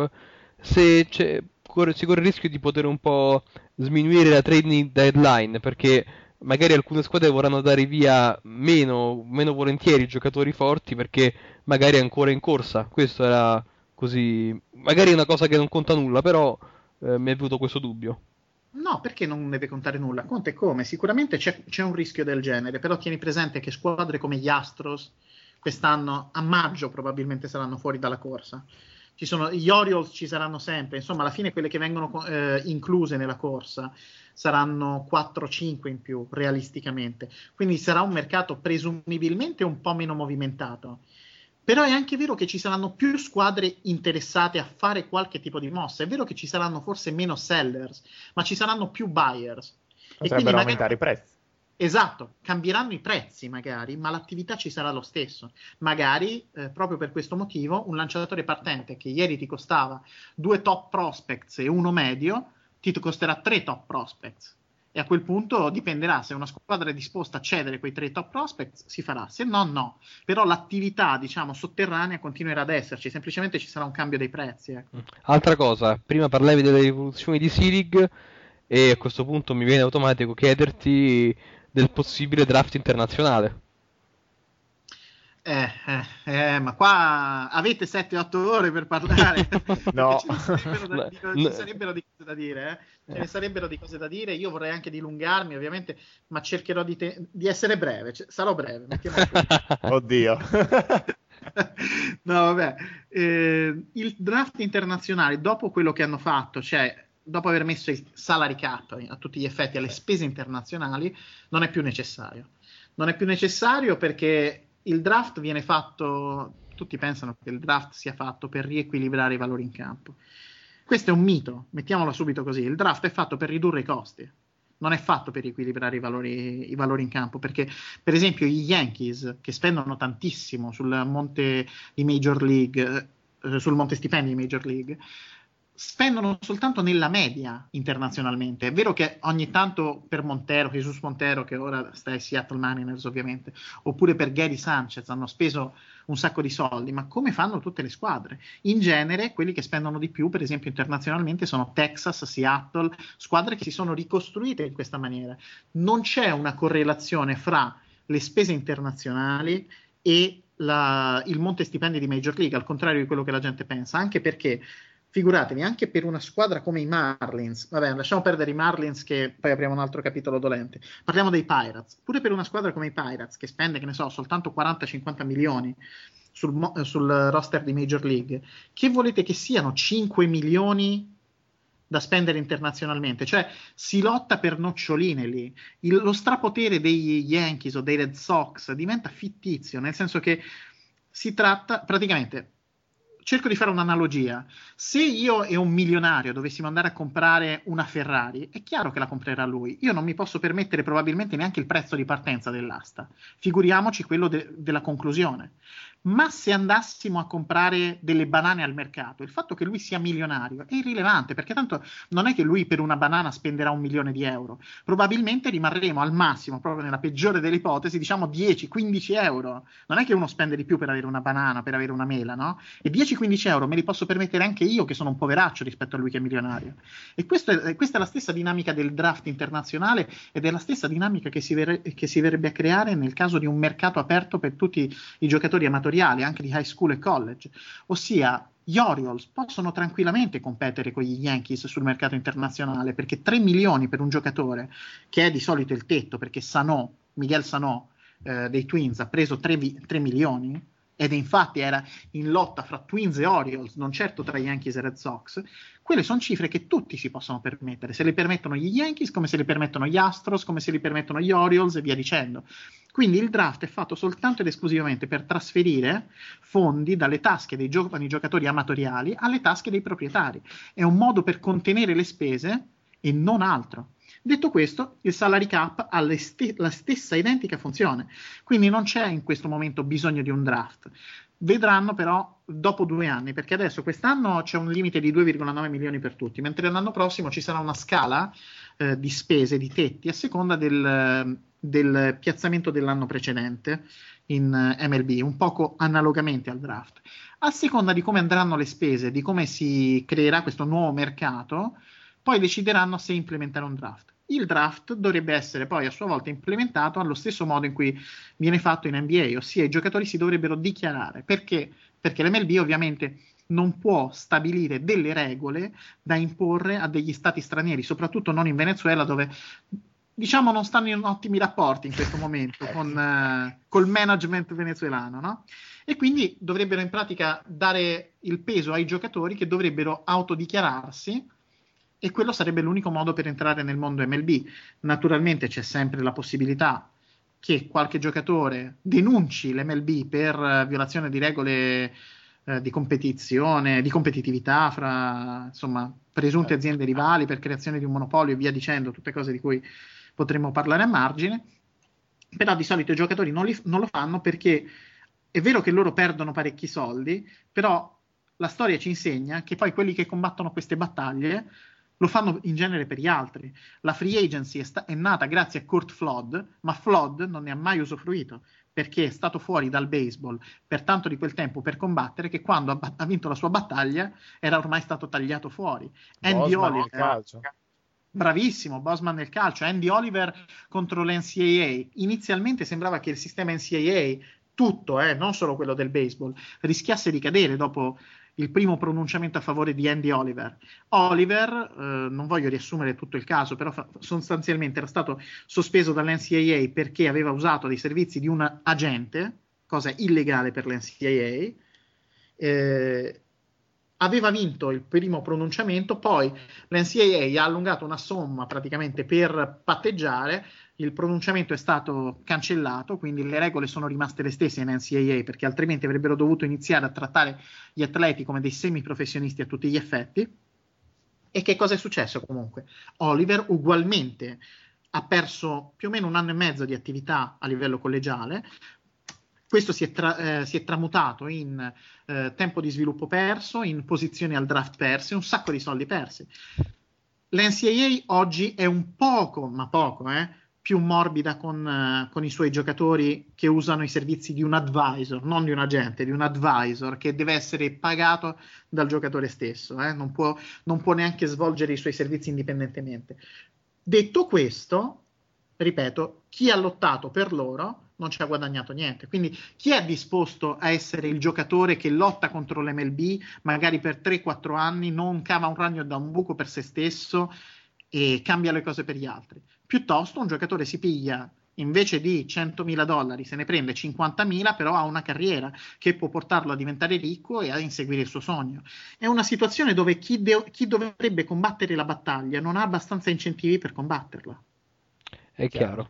se c'è, corre, si corre il rischio di poter un po' sminuire la trading deadline, perché magari alcune squadre vorranno dare via meno, meno volentieri i giocatori forti perché magari è ancora in corsa. Questo era così, magari è una cosa che non conta nulla, però eh, mi è venuto questo dubbio. No, perché non deve contare nulla? Conta e come? Sicuramente c'è, c'è un rischio del genere, però tieni presente che squadre come gli Astros quest'anno a maggio probabilmente saranno fuori dalla corsa. Ci sono, gli Orioles ci saranno sempre, insomma alla fine quelle che vengono eh, incluse nella corsa saranno quattro cinque in più realisticamente, quindi sarà un mercato presumibilmente un po' meno movimentato. Però è anche vero che ci saranno più squadre interessate a fare qualche tipo di mossa. È vero che ci saranno forse meno sellers, ma ci saranno più buyers. Potrebbero magari aumentare i prezzi. Esatto, cambieranno i prezzi magari, ma l'attività ci sarà lo stesso. Magari, eh, proprio per questo motivo, un lanciatore partente che ieri ti costava due top prospects e uno medio, ti costerà tre top prospects. E a quel punto dipenderà, se una squadra è disposta a cedere quei tre top prospects, si farà, se no no. Però l'attività, diciamo, sotterranea continuerà ad esserci, semplicemente ci sarà un cambio dei prezzi. Ecco. Altra cosa, prima parlavi delle rivoluzioni di Selig e a questo punto mi viene automatico chiederti del possibile draft internazionale. Eh, eh, eh, ma qua avete sette otto ore per parlare. No. Ce ne sarebbero, da, di, No. ci sarebbero di cose da dire, eh? Ce ne sarebbero di cose da dire. Io vorrei anche dilungarmi, ovviamente, ma cercherò di, te- di essere breve. C- sarò breve. mettiamola così. Oddio. No, vabbè. Eh, il draft internazionale, dopo quello che hanno fatto, cioè dopo aver messo il salary cap a tutti gli effetti alle spese internazionali, non è più necessario. Non è più necessario perché il draft viene fatto, tutti pensano che il draft sia fatto per riequilibrare i valori in campo. Questo è un mito, mettiamolo subito così. Il draft è fatto per ridurre i costi, non è fatto per riequilibrare i valori, i valori in campo, perché per esempio gli Yankees, che spendono tantissimo sul monte di Major League, eh, sul monte stipendi di Major League, spendono soltanto nella media internazionalmente. È vero che ogni tanto per Montero, Jesus Montero, che ora sta ai Seattle Mariners ovviamente, oppure per Gary Sanchez hanno speso un sacco di soldi, ma come fanno tutte le squadre? In genere quelli che spendono di più, per esempio internazionalmente, sono Texas, Seattle, squadre che si sono ricostruite in questa maniera. Non c'è una correlazione fra le spese internazionali e la, il monte stipendi di Major League, al contrario di quello che la gente pensa, anche perché figuratevi, anche per una squadra come i Marlins, vabbè, lasciamo perdere i Marlins che poi apriamo un altro capitolo dolente, parliamo dei Pirates, pure per una squadra come i Pirates che spende, che ne so, soltanto quaranta cinquanta milioni sul, sul roster di Major League, che volete che siano cinque milioni da spendere internazionalmente? Cioè si lotta per noccioline lì. Il, lo strapotere degli Yankees o dei Red Sox diventa fittizio, nel senso che si tratta praticamente, cerco di fare un'analogia. Se io e un milionario dovessimo andare a comprare una Ferrari, è chiaro che la comprerà lui. Io non mi posso permettere probabilmente neanche il prezzo di partenza dell'asta. Figuriamoci quello de- della conclusione. Ma se andassimo a comprare delle banane al mercato, il fatto che lui sia milionario è irrilevante, perché tanto non è che lui per una banana spenderà un milione di euro. Probabilmente rimarremo al massimo, proprio nella peggiore delle ipotesi, diciamo dieci quindici euro. Non è che uno spende di più per avere una banana, per avere una mela, no? E dieci quindici euro me li posso permettere anche io, che sono un poveraccio rispetto a lui che è milionario. E questo è, questa è la stessa dinamica del draft internazionale ed è la stessa dinamica che si, ver- che si verrebbe a creare nel caso di un mercato aperto per tutti i giocatori amatoriali, anche di high school e college. Ossia, gli Orioles possono tranquillamente competere con gli Yankees sul mercato internazionale, perché tre milioni per un giocatore, che è di solito il tetto, perché Sano, Miguel Sano eh, dei Twins ha preso tre milioni, ed infatti era in lotta fra Twins e Orioles, non certo tra Yankees e Red Sox. Quelle sono cifre che tutti si possono permettere, se le permettono gli Yankees, come se le permettono gli Astros, come se le permettono gli Orioles e via dicendo. Quindi il draft è fatto soltanto ed esclusivamente per trasferire fondi dalle tasche dei giovani giocatori amatoriali alle tasche dei proprietari. È un modo per contenere le spese e non altro. Detto questo, il salary cap ha le st- la stessa identica funzione, quindi non c'è in questo momento bisogno di un draft. Vedranno però dopo due anni, perché adesso quest'anno c'è un limite di due virgola nove milioni per tutti, mentre l'anno prossimo ci sarà una scala eh, di spese, di tetti, a seconda del, del piazzamento dell'anno precedente in M L B, un poco analogamente al draft. A seconda di come andranno le spese, di come si creerà questo nuovo mercato, poi decideranno se implementare un draft. il draft dovrebbe essere poi a sua volta implementato allo stesso modo in cui viene fatto in N B A, ossia i giocatori si dovrebbero dichiarare. Perché? Perché l'M L B ovviamente non può stabilire delle regole da imporre a degli stati stranieri, soprattutto non in Venezuela, dove diciamo non stanno in ottimi rapporti in questo momento con uh, col management venezuelano, no? E quindi dovrebbero in pratica dare il peso ai giocatori che dovrebbero autodichiararsi, e quello sarebbe l'unico modo per entrare nel mondo M L B. Naturalmente c'è sempre la possibilità che qualche giocatore denunci l'M L B per uh, violazione di regole uh, di competizione, di competitività fra insomma presunte aziende rivali, per creazione di un monopolio e via dicendo, tutte cose di cui potremmo parlare a margine. Però di solito i giocatori non, li, non lo fanno, perché è vero che loro perdono parecchi soldi, però la storia ci insegna che poi quelli che combattono queste battaglie lo fanno in genere per gli altri. La free agency è, sta- è nata grazie a Curt Flood, ma Flood non ne ha mai usufruito, perché è stato fuori dal baseball per tanto di quel tempo per combattere, che quando ha, ha vinto la sua battaglia era ormai stato tagliato fuori. Andy Bosman Oliver, nel calcio. bravissimo, Bosman nel calcio. Andy Oliver contro l'N C A A. Inizialmente sembrava che il sistema N C A A, tutto, eh, non solo quello del baseball, rischiasse di cadere dopo il primo pronunciamento a favore di Andy Oliver. Oliver, eh, non voglio riassumere tutto il caso, però fa- sostanzialmente era stato sospeso dall'N C A A perché aveva usato dei servizi di un agente, cosa illegale per l'N C A A. Eh, aveva vinto il primo pronunciamento, poi l'N C A A ha allungato una somma praticamente per patteggiare, il pronunciamento è stato cancellato, quindi le regole sono rimaste le stesse in N C A A, perché altrimenti avrebbero dovuto iniziare a trattare gli atleti come dei semiprofessionisti a tutti gli effetti. E che cosa è successo comunque? Oliver ugualmente ha perso più o meno un anno e mezzo di attività a livello collegiale. Questo si è, tra, eh, si è tramutato in eh, tempo di sviluppo perso, in posizioni al draft perse, un sacco di soldi persi. L'N C A A oggi è un poco, ma poco, eh, più morbida con, uh, con i suoi giocatori che usano i servizi di un advisor, non di un agente, di un advisor che deve essere pagato dal giocatore stesso, eh? non può, non può neanche svolgere i suoi servizi indipendentemente. Detto questo, ripeto, chi ha lottato per loro non ci ha guadagnato niente. Quindi chi è disposto a essere il giocatore che lotta contro l'M L B, magari per tre quattro anni, non cava un ragno da un buco per se stesso e cambia le cose per gli altri? Piuttosto un giocatore si piglia, invece di centomila dollari, se ne prende cinquantamila, però ha una carriera che può portarlo a diventare ricco e a inseguire il suo sogno. È una situazione dove chi, de- chi dovrebbe combattere la battaglia non ha abbastanza incentivi per combatterla. È chiaro.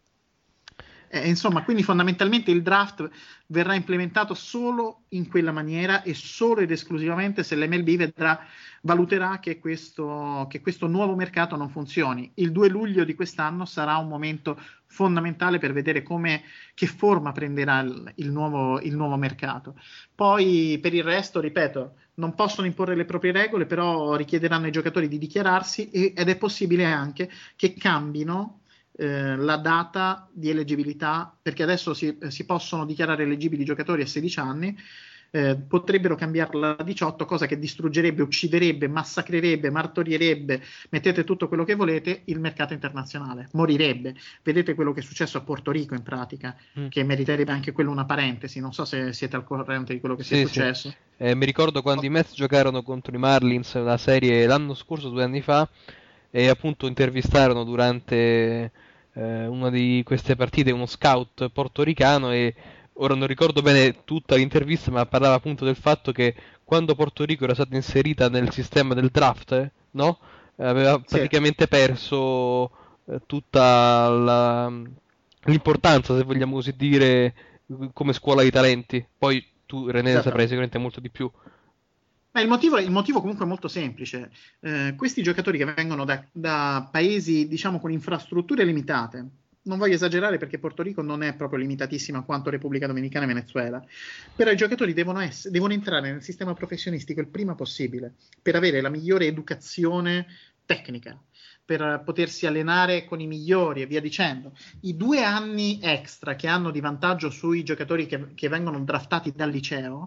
Eh, insomma, quindi fondamentalmente il draft verrà implementato solo in quella maniera e solo ed esclusivamente se l'M L B vedrà, valuterà che questo, che questo nuovo mercato non funzioni. Il due luglio di quest'anno sarà un momento fondamentale per vedere come, che forma prenderà il, il, nuovo, il nuovo mercato. Poi per il resto, ripeto, non possono imporre le proprie regole, però richiederanno ai giocatori di dichiararsi e, ed è possibile anche che cambino Eh, la data di eleggibilità, perché adesso si, eh, si possono dichiarare eleggibili i giocatori a sedici anni, eh, potrebbero cambiarla a diciotto, cosa che distruggerebbe, ucciderebbe, massacrerebbe, martorirebbe, mettete tutto quello che volete, il mercato internazionale, morirebbe. Vedete quello che è successo a Porto Rico in pratica, mm. che meriterebbe anche quello una parentesi, non so se siete al corrente di quello che sì, sia successo. Sì. Eh, mi ricordo quando oh. i Mets giocarono contro i Marlins una serie l'anno scorso, due anni fa, e appunto intervistarono durante eh, una di queste partite uno scout portoricano, e ora non ricordo bene tutta l'intervista, ma parlava appunto del fatto che quando Porto Rico era stata inserita nel sistema del draft, eh, no? aveva praticamente sì. perso eh, tutta la, l'importanza, se vogliamo così dire, come scuola di talenti. Poi tu, René, ne saprai sicuramente molto di più. Ma il motivo, il motivo comunque è molto semplice. Eh, questi giocatori che vengono da, da paesi, diciamo, con infrastrutture limitate, non voglio esagerare perché Porto Rico non è proprio limitatissima quanto Repubblica Dominicana e Venezuela, però i giocatori devono, essere, devono entrare nel sistema professionistico il prima possibile per avere la migliore educazione tecnica, per potersi allenare con i migliori e via dicendo. I due anni extra che hanno di vantaggio sui giocatori che, che vengono draftati dal liceo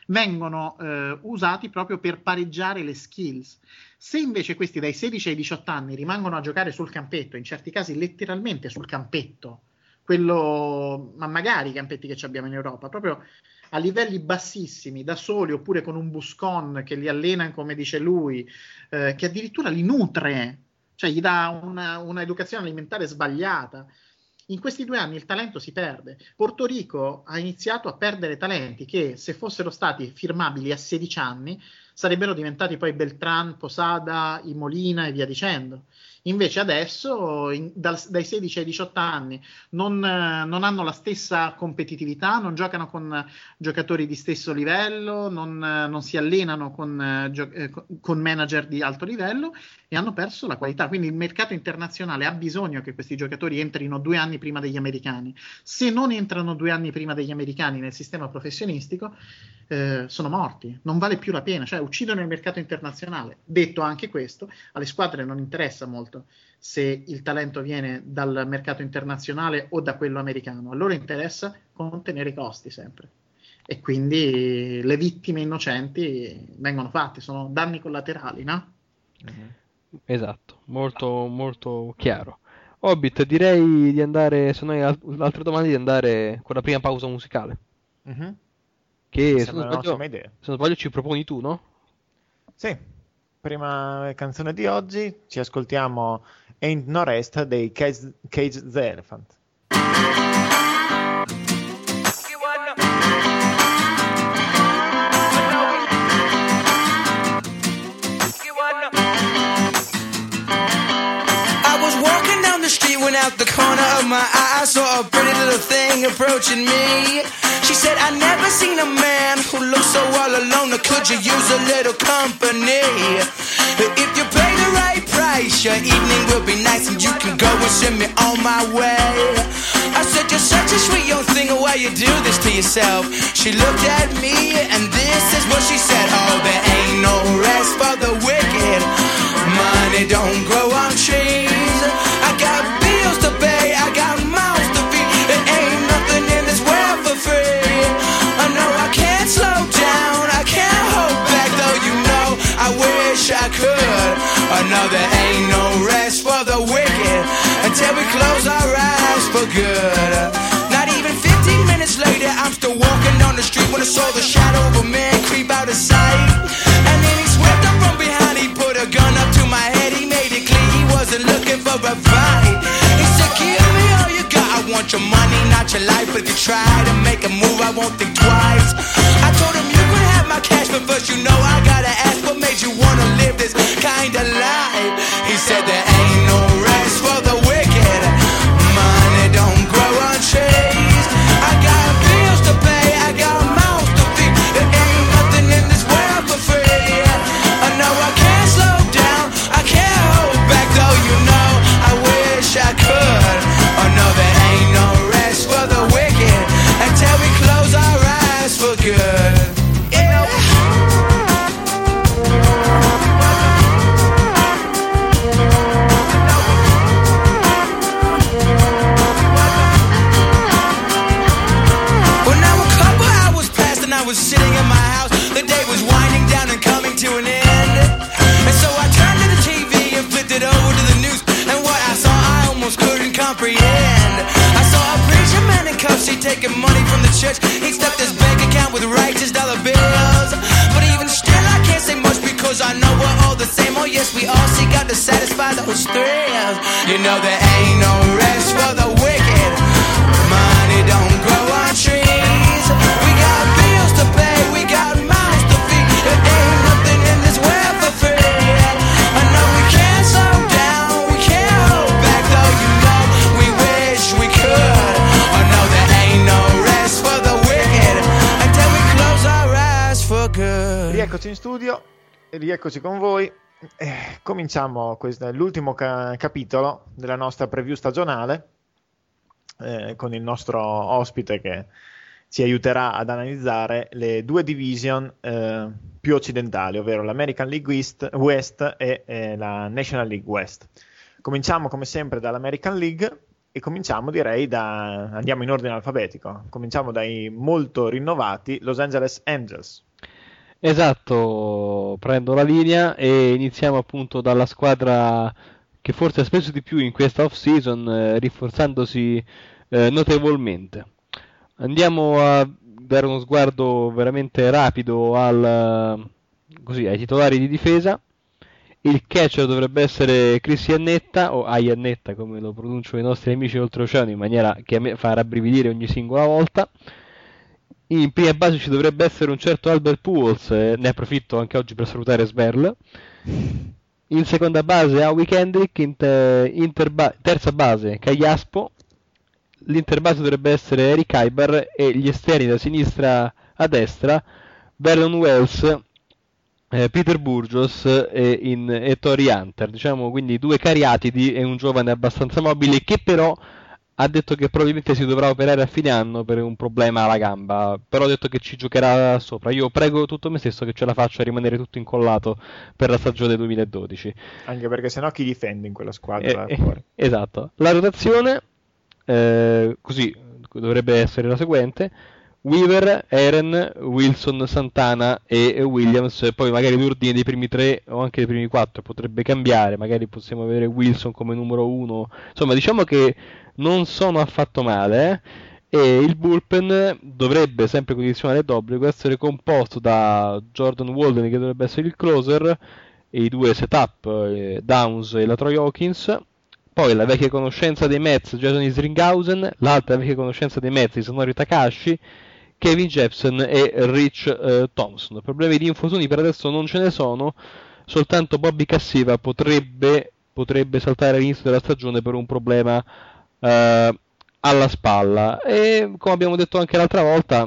vengono eh, usati proprio per pareggiare le skills. Se invece questi dai sedici ai diciotto anni rimangono a giocare sul campetto, in certi casi letteralmente sul campetto, quello, ma magari i campetti che abbiamo in Europa, proprio a livelli bassissimi, da soli, oppure con un buscon che li allena, come dice lui, eh, che addirittura li nutre, cioè gli dà una, una educazione alimentare sbagliata. In questi due anni il talento si perde. Porto Rico ha iniziato a perdere talenti che, se fossero stati firmabili a sedici anni, sarebbero diventati poi Beltrán, Posada, i Molina e via dicendo. Invece adesso, in, dal, dai sedici ai diciotto anni, non, eh, non hanno la stessa competitività, non giocano con giocatori di stesso livello, non, eh, non si allenano con, eh, gio- eh, con manager di alto livello e hanno perso la qualità. Quindi il mercato internazionale ha bisogno che questi giocatori entrino due anni prima degli americani. Se non entrano due anni prima degli americani nel sistema professionistico, eh, sono morti. Non vale più la pena, cioè uccidono il mercato internazionale. Detto anche questo, alle squadre non interessa molto se il talento viene dal mercato internazionale o da quello americano. A loro interessa contenere i costi sempre. E quindi le vittime innocenti vengono fatte, sono danni collaterali, no? Mm-hmm. Esatto, molto molto chiaro. Hobbit, direi di andare, se non hai al- altre domande, di andare con la prima pausa musicale. Mm-hmm. Che se Sembra non, sbaglio, un'ottima idea. se non sbaglio ci proponi tu, no? Sì, prima canzone di oggi ci ascoltiamo Ain't No Rest dei Cage, Cage the Elephant. Went out the corner of my eye, I saw a pretty little thing approaching me. She said, I never seen a man who looks so all alone. Or could you use a little company? If you pay the right price, your evening will be nice, and you can go and send me on my way. I said, you're such a sweet young thing, why you do this to yourself? She looked at me, and this is what she said. Oh, there ain't no rest for the wicked. Money don't grow on trees. I got bills to pay, I got mouths to feed. There ain't nothing in this world for free. I know I can't slow down, I can't hold back, though you know I wish I could. I know there ain't no rest for the wicked until we close our eyes for good. Not even fifteen minutes later, I'm still walking down the street when I saw the shadow of a man creep out of sight. And then he swept up from behind, he put a gun up to my head, he made it clear he wasn't looking for a fight. He said, give me all you got, I want your money, not your life. But if you try to make a move, I won't think twice. I told him you could have my cash, but first you know I gotta ask, what made you wanna live this kind of life? He said there ain't no rest for the wicked. Money don't grow on trees. I got bills to pay, I got mouths to feed. There ain't nothing in this world for free. I know I can't slow down, I can't hold back, though you know I wish I could. Oh no, there ain't no rest for the wicked until we close our eyes for good. Yeah. Well, now a couple hours passed and I was sitting in my house. The day was winding down and coming to an end. And so I turned to the T V and flipped it over to the news. And what I saw I almost couldn't comprehend. I saw a preacher man in cuffs, he taking money from the church. He stuffed his bank account with righteous dollar bills. But even still I can't say much because I know we're all the same. Oh yes, we all seek out to satisfy those thrills. You know there ain't no rest for the wicked. Money don't grow on trees. We got bills to pay, we got mouths to feed. There ain't nothing in this world for free. I know we can't slow down, we can't hold back, though you know we wish we could. I know there ain't no rest for the wicked until we close our eyes for good. Rieccoci in studio, rieccoci con voi. Eh, cominciamo questo, l'ultimo ca- capitolo della nostra preview stagionale eh, con il nostro ospite che ci aiuterà ad analizzare le due division eh, più occidentali, ovvero l'American League East, West e eh, la National League West. Cominciamo come sempre dall'American League e cominciamo direi da, andiamo in ordine alfabetico, cominciamo dai molto rinnovati Los Angeles Angels, Esatto, prendo la linea e iniziamo appunto dalla squadra che forse ha speso di più in questa off-season, eh, rinforzandosi eh, notevolmente. Andiamo a dare uno sguardo veramente rapido al, così, ai titolari di difesa. Il catcher dovrebbe essere Chris Iannetta, o Iannetta come lo pronunciano i nostri amici oltreoceano, in maniera che a me fa rabbrividire ogni singola volta. In prima base ci dovrebbe essere un certo Albert Pujols, eh, ne approfitto anche oggi per salutare Sverl. In seconda base Howie Kendrick, in te- interba- terza base Cagliaspo, l'interbase dovrebbe essere Eric Aibar e gli esterni da sinistra a destra Vernon Wells, eh, Peter Burgos e, in, e Tory Hunter, diciamo quindi due cariatidi e un giovane abbastanza mobile che però ha detto che probabilmente si dovrà operare a fine anno per un problema alla gamba, però ha detto che ci giocherà sopra. Io prego tutto me stesso che ce la faccia a rimanere tutto incollato per la stagione duemiladodici. Anche perché sennò chi difende in quella squadra? Eh, eh, esatto. La rotazione, eh, così, dovrebbe essere la seguente: Weaver, Aaron, Wilson, Santana e Williams. Poi magari l'ordine dei primi tre o anche dei primi quattro potrebbe cambiare, magari possiamo avere Wilson come numero uno. Insomma, diciamo che non sono affatto male, eh? E il bullpen dovrebbe, sempre condizionale d'obbligo, essere composto da Jordan Walden, che dovrebbe essere il closer, e i due setup, eh, Downs e la Troy Hawkins. Poi la vecchia conoscenza dei Mets, Jason Isringhausen, l'altra vecchia conoscenza dei Mets, Isanori Takahashi, Kevin Jepsen e Rich eh, Thompson. Problemi di infortuni per adesso non ce ne sono, soltanto Bobby Cassiva potrebbe, potrebbe saltare all'inizio della stagione per un problema eh, alla spalla. E come abbiamo detto anche l'altra volta,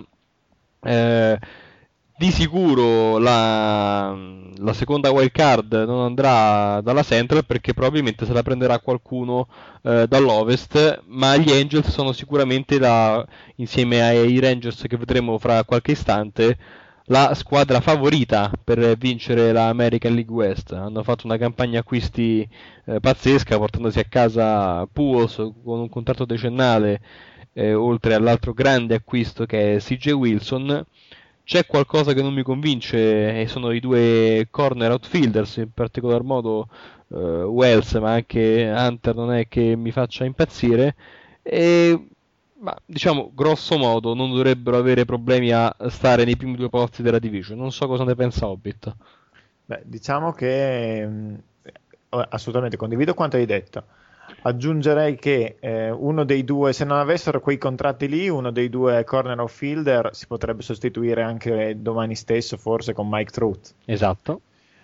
eh, di sicuro la, la seconda wild card non andrà dalla Central perché probabilmente se la prenderà qualcuno eh, dall'Ovest, ma gli Angels sono sicuramente la, insieme ai Rangers che vedremo fra qualche istante, la squadra favorita per vincere la American League West. Hanno fatto una campagna acquisti eh, pazzesca, portandosi a casa Pujols con un contratto decennale, eh, oltre all'altro grande acquisto che è C J Wilson. C'è qualcosa che non mi convince e sono i due corner outfielders, in particolar modo uh, Wells, ma anche Hunter non è che mi faccia impazzire. E, ma, diciamo, grosso modo non dovrebbero avere problemi a stare nei primi due posti della division. Non so cosa ne pensa Hobbit. Beh, diciamo che mh, assolutamente condivido quanto hai detto. Aggiungerei che eh, uno dei due, se non avessero quei contratti lì, uno dei due corner outfielder si potrebbe sostituire anche domani stesso, forse con Mike Trout. Esatto.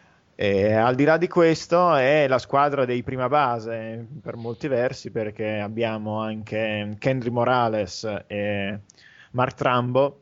E al di là di questo è la squadra dei prima base per molti versi, perché abbiamo anche Kendry Morales e Mark Trumbo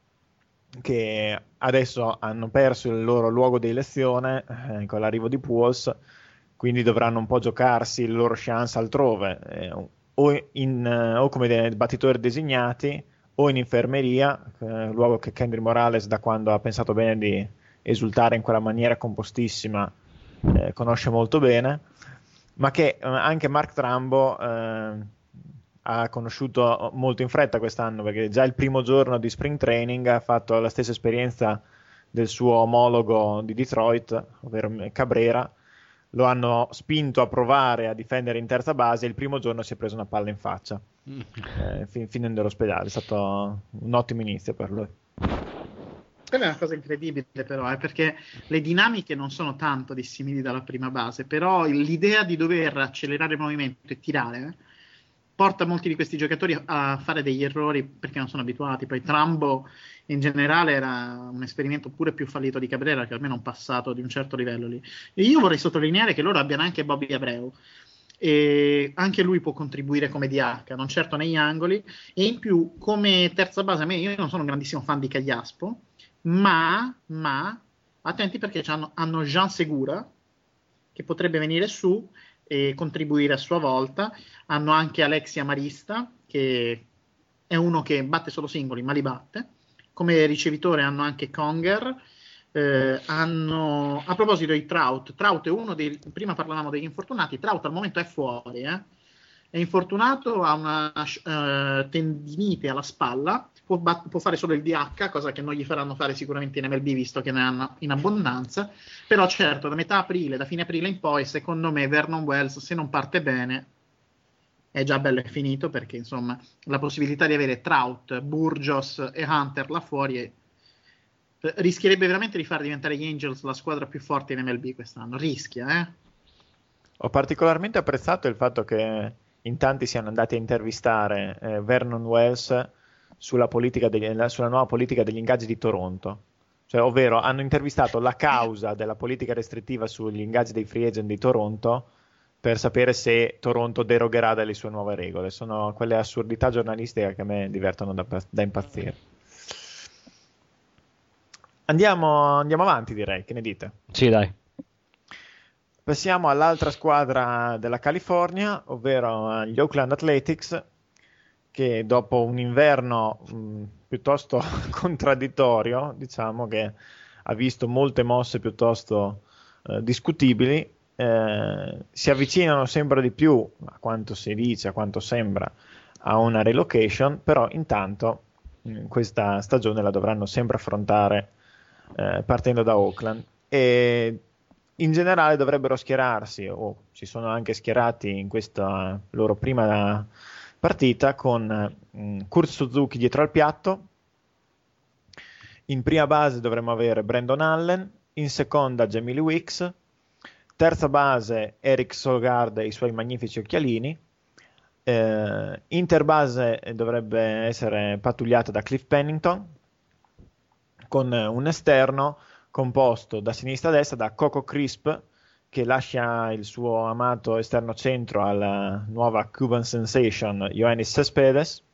che adesso hanno perso il loro luogo di elezione eh, con l'arrivo di Pujols, quindi dovranno un po' giocarsi le loro chance altrove, eh, o, in, eh, o come dei battitori designati o in infermeria, eh, luogo che Kendry Morales, da quando ha pensato bene di esultare in quella maniera compostissima, eh, conosce molto bene, ma che eh, anche Mark Trumbo eh, ha conosciuto molto in fretta quest'anno, perché già il primo giorno di spring training ha fatto la stessa esperienza del suo omologo di Detroit, ovvero Cabrera. Lo hanno spinto a provare a difendere in terza base e il primo giorno si è preso una palla in faccia, mm. eh, fin- finendo all'ospedale. È stato un ottimo inizio per lui. Quella è una cosa incredibile però, eh, perché le dinamiche non sono tanto dissimili dalla prima base, però l'idea di dover accelerare il movimento e tirare eh, porta molti di questi giocatori a fare degli errori perché non sono abituati. Poi Trumbo in generale era un esperimento pure più fallito di Cabrera, che almeno un passato di un certo livello lì. E io vorrei sottolineare che loro abbiano anche Bobby Abreu, e anche lui può contribuire come D H, non certo negli angoli, e in più come terza base. A me, io non sono un grandissimo fan di Cagliaspo, ma, ma attenti perché hanno, hanno Jean Segura che potrebbe venire su e contribuire a sua volta. Hanno anche Alexia Marista, che è uno che batte solo singoli ma li batte. Come ricevitore hanno anche Conger. Eh, hanno, a proposito di Trout, Trout è uno dei, prima parlavamo degli infortunati, Trout al momento è fuori, eh? è infortunato, ha una uh, tendinite alla spalla, può, bat- può fare solo il D H, cosa che non gli faranno fare sicuramente in M L B visto che ne hanno in abbondanza, però certo da metà aprile, da fine aprile in poi, secondo me Vernon Wells, se non parte bene, è già bello e finito, perché insomma la possibilità di avere Trout, Burgos e Hunter là fuori è... rischierebbe veramente di far diventare gli Angels la squadra più forte in M L B quest'anno, rischia, eh? Ho particolarmente apprezzato il fatto che in tanti siano andati a intervistare eh, Vernon Wells sulla, politica degli, sulla nuova politica degli ingaggi di Toronto, cioè, ovvero hanno intervistato la causa della politica restrittiva sugli ingaggi dei free agent di Toronto per sapere se Toronto derogherà dalle sue nuove regole. Sono quelle assurdità giornalistiche che a me divertono da, da impazzire. Andiamo, andiamo avanti, direi, che ne dite? Sì, dai. Passiamo all'altra squadra della California, ovvero gli Oakland Athletics, che dopo un inverno mh, piuttosto contraddittorio, diciamo che ha visto molte mosse piuttosto eh, discutibili, eh, si avvicinano sempre di più, a quanto si dice, a quanto sembra, a una relocation, però intanto mh, questa stagione la dovranno sempre affrontare eh, partendo da Oakland, e in generale dovrebbero schierarsi, o si sono anche schierati in questa loro prima partita, con mh, Kurt Suzuki dietro al piatto. In prima base dovremmo avere Brandon Allen, in seconda Jamie Wicks, terza base Eric Sogard e i suoi magnifici occhialini, eh, interbase dovrebbe essere pattugliata da Cliff Pennington, con un esterno composto da sinistra a destra da Coco Crisp, che lascia il suo amato esterno centro alla nuova Cuban Sensation Yoenis Cespedes,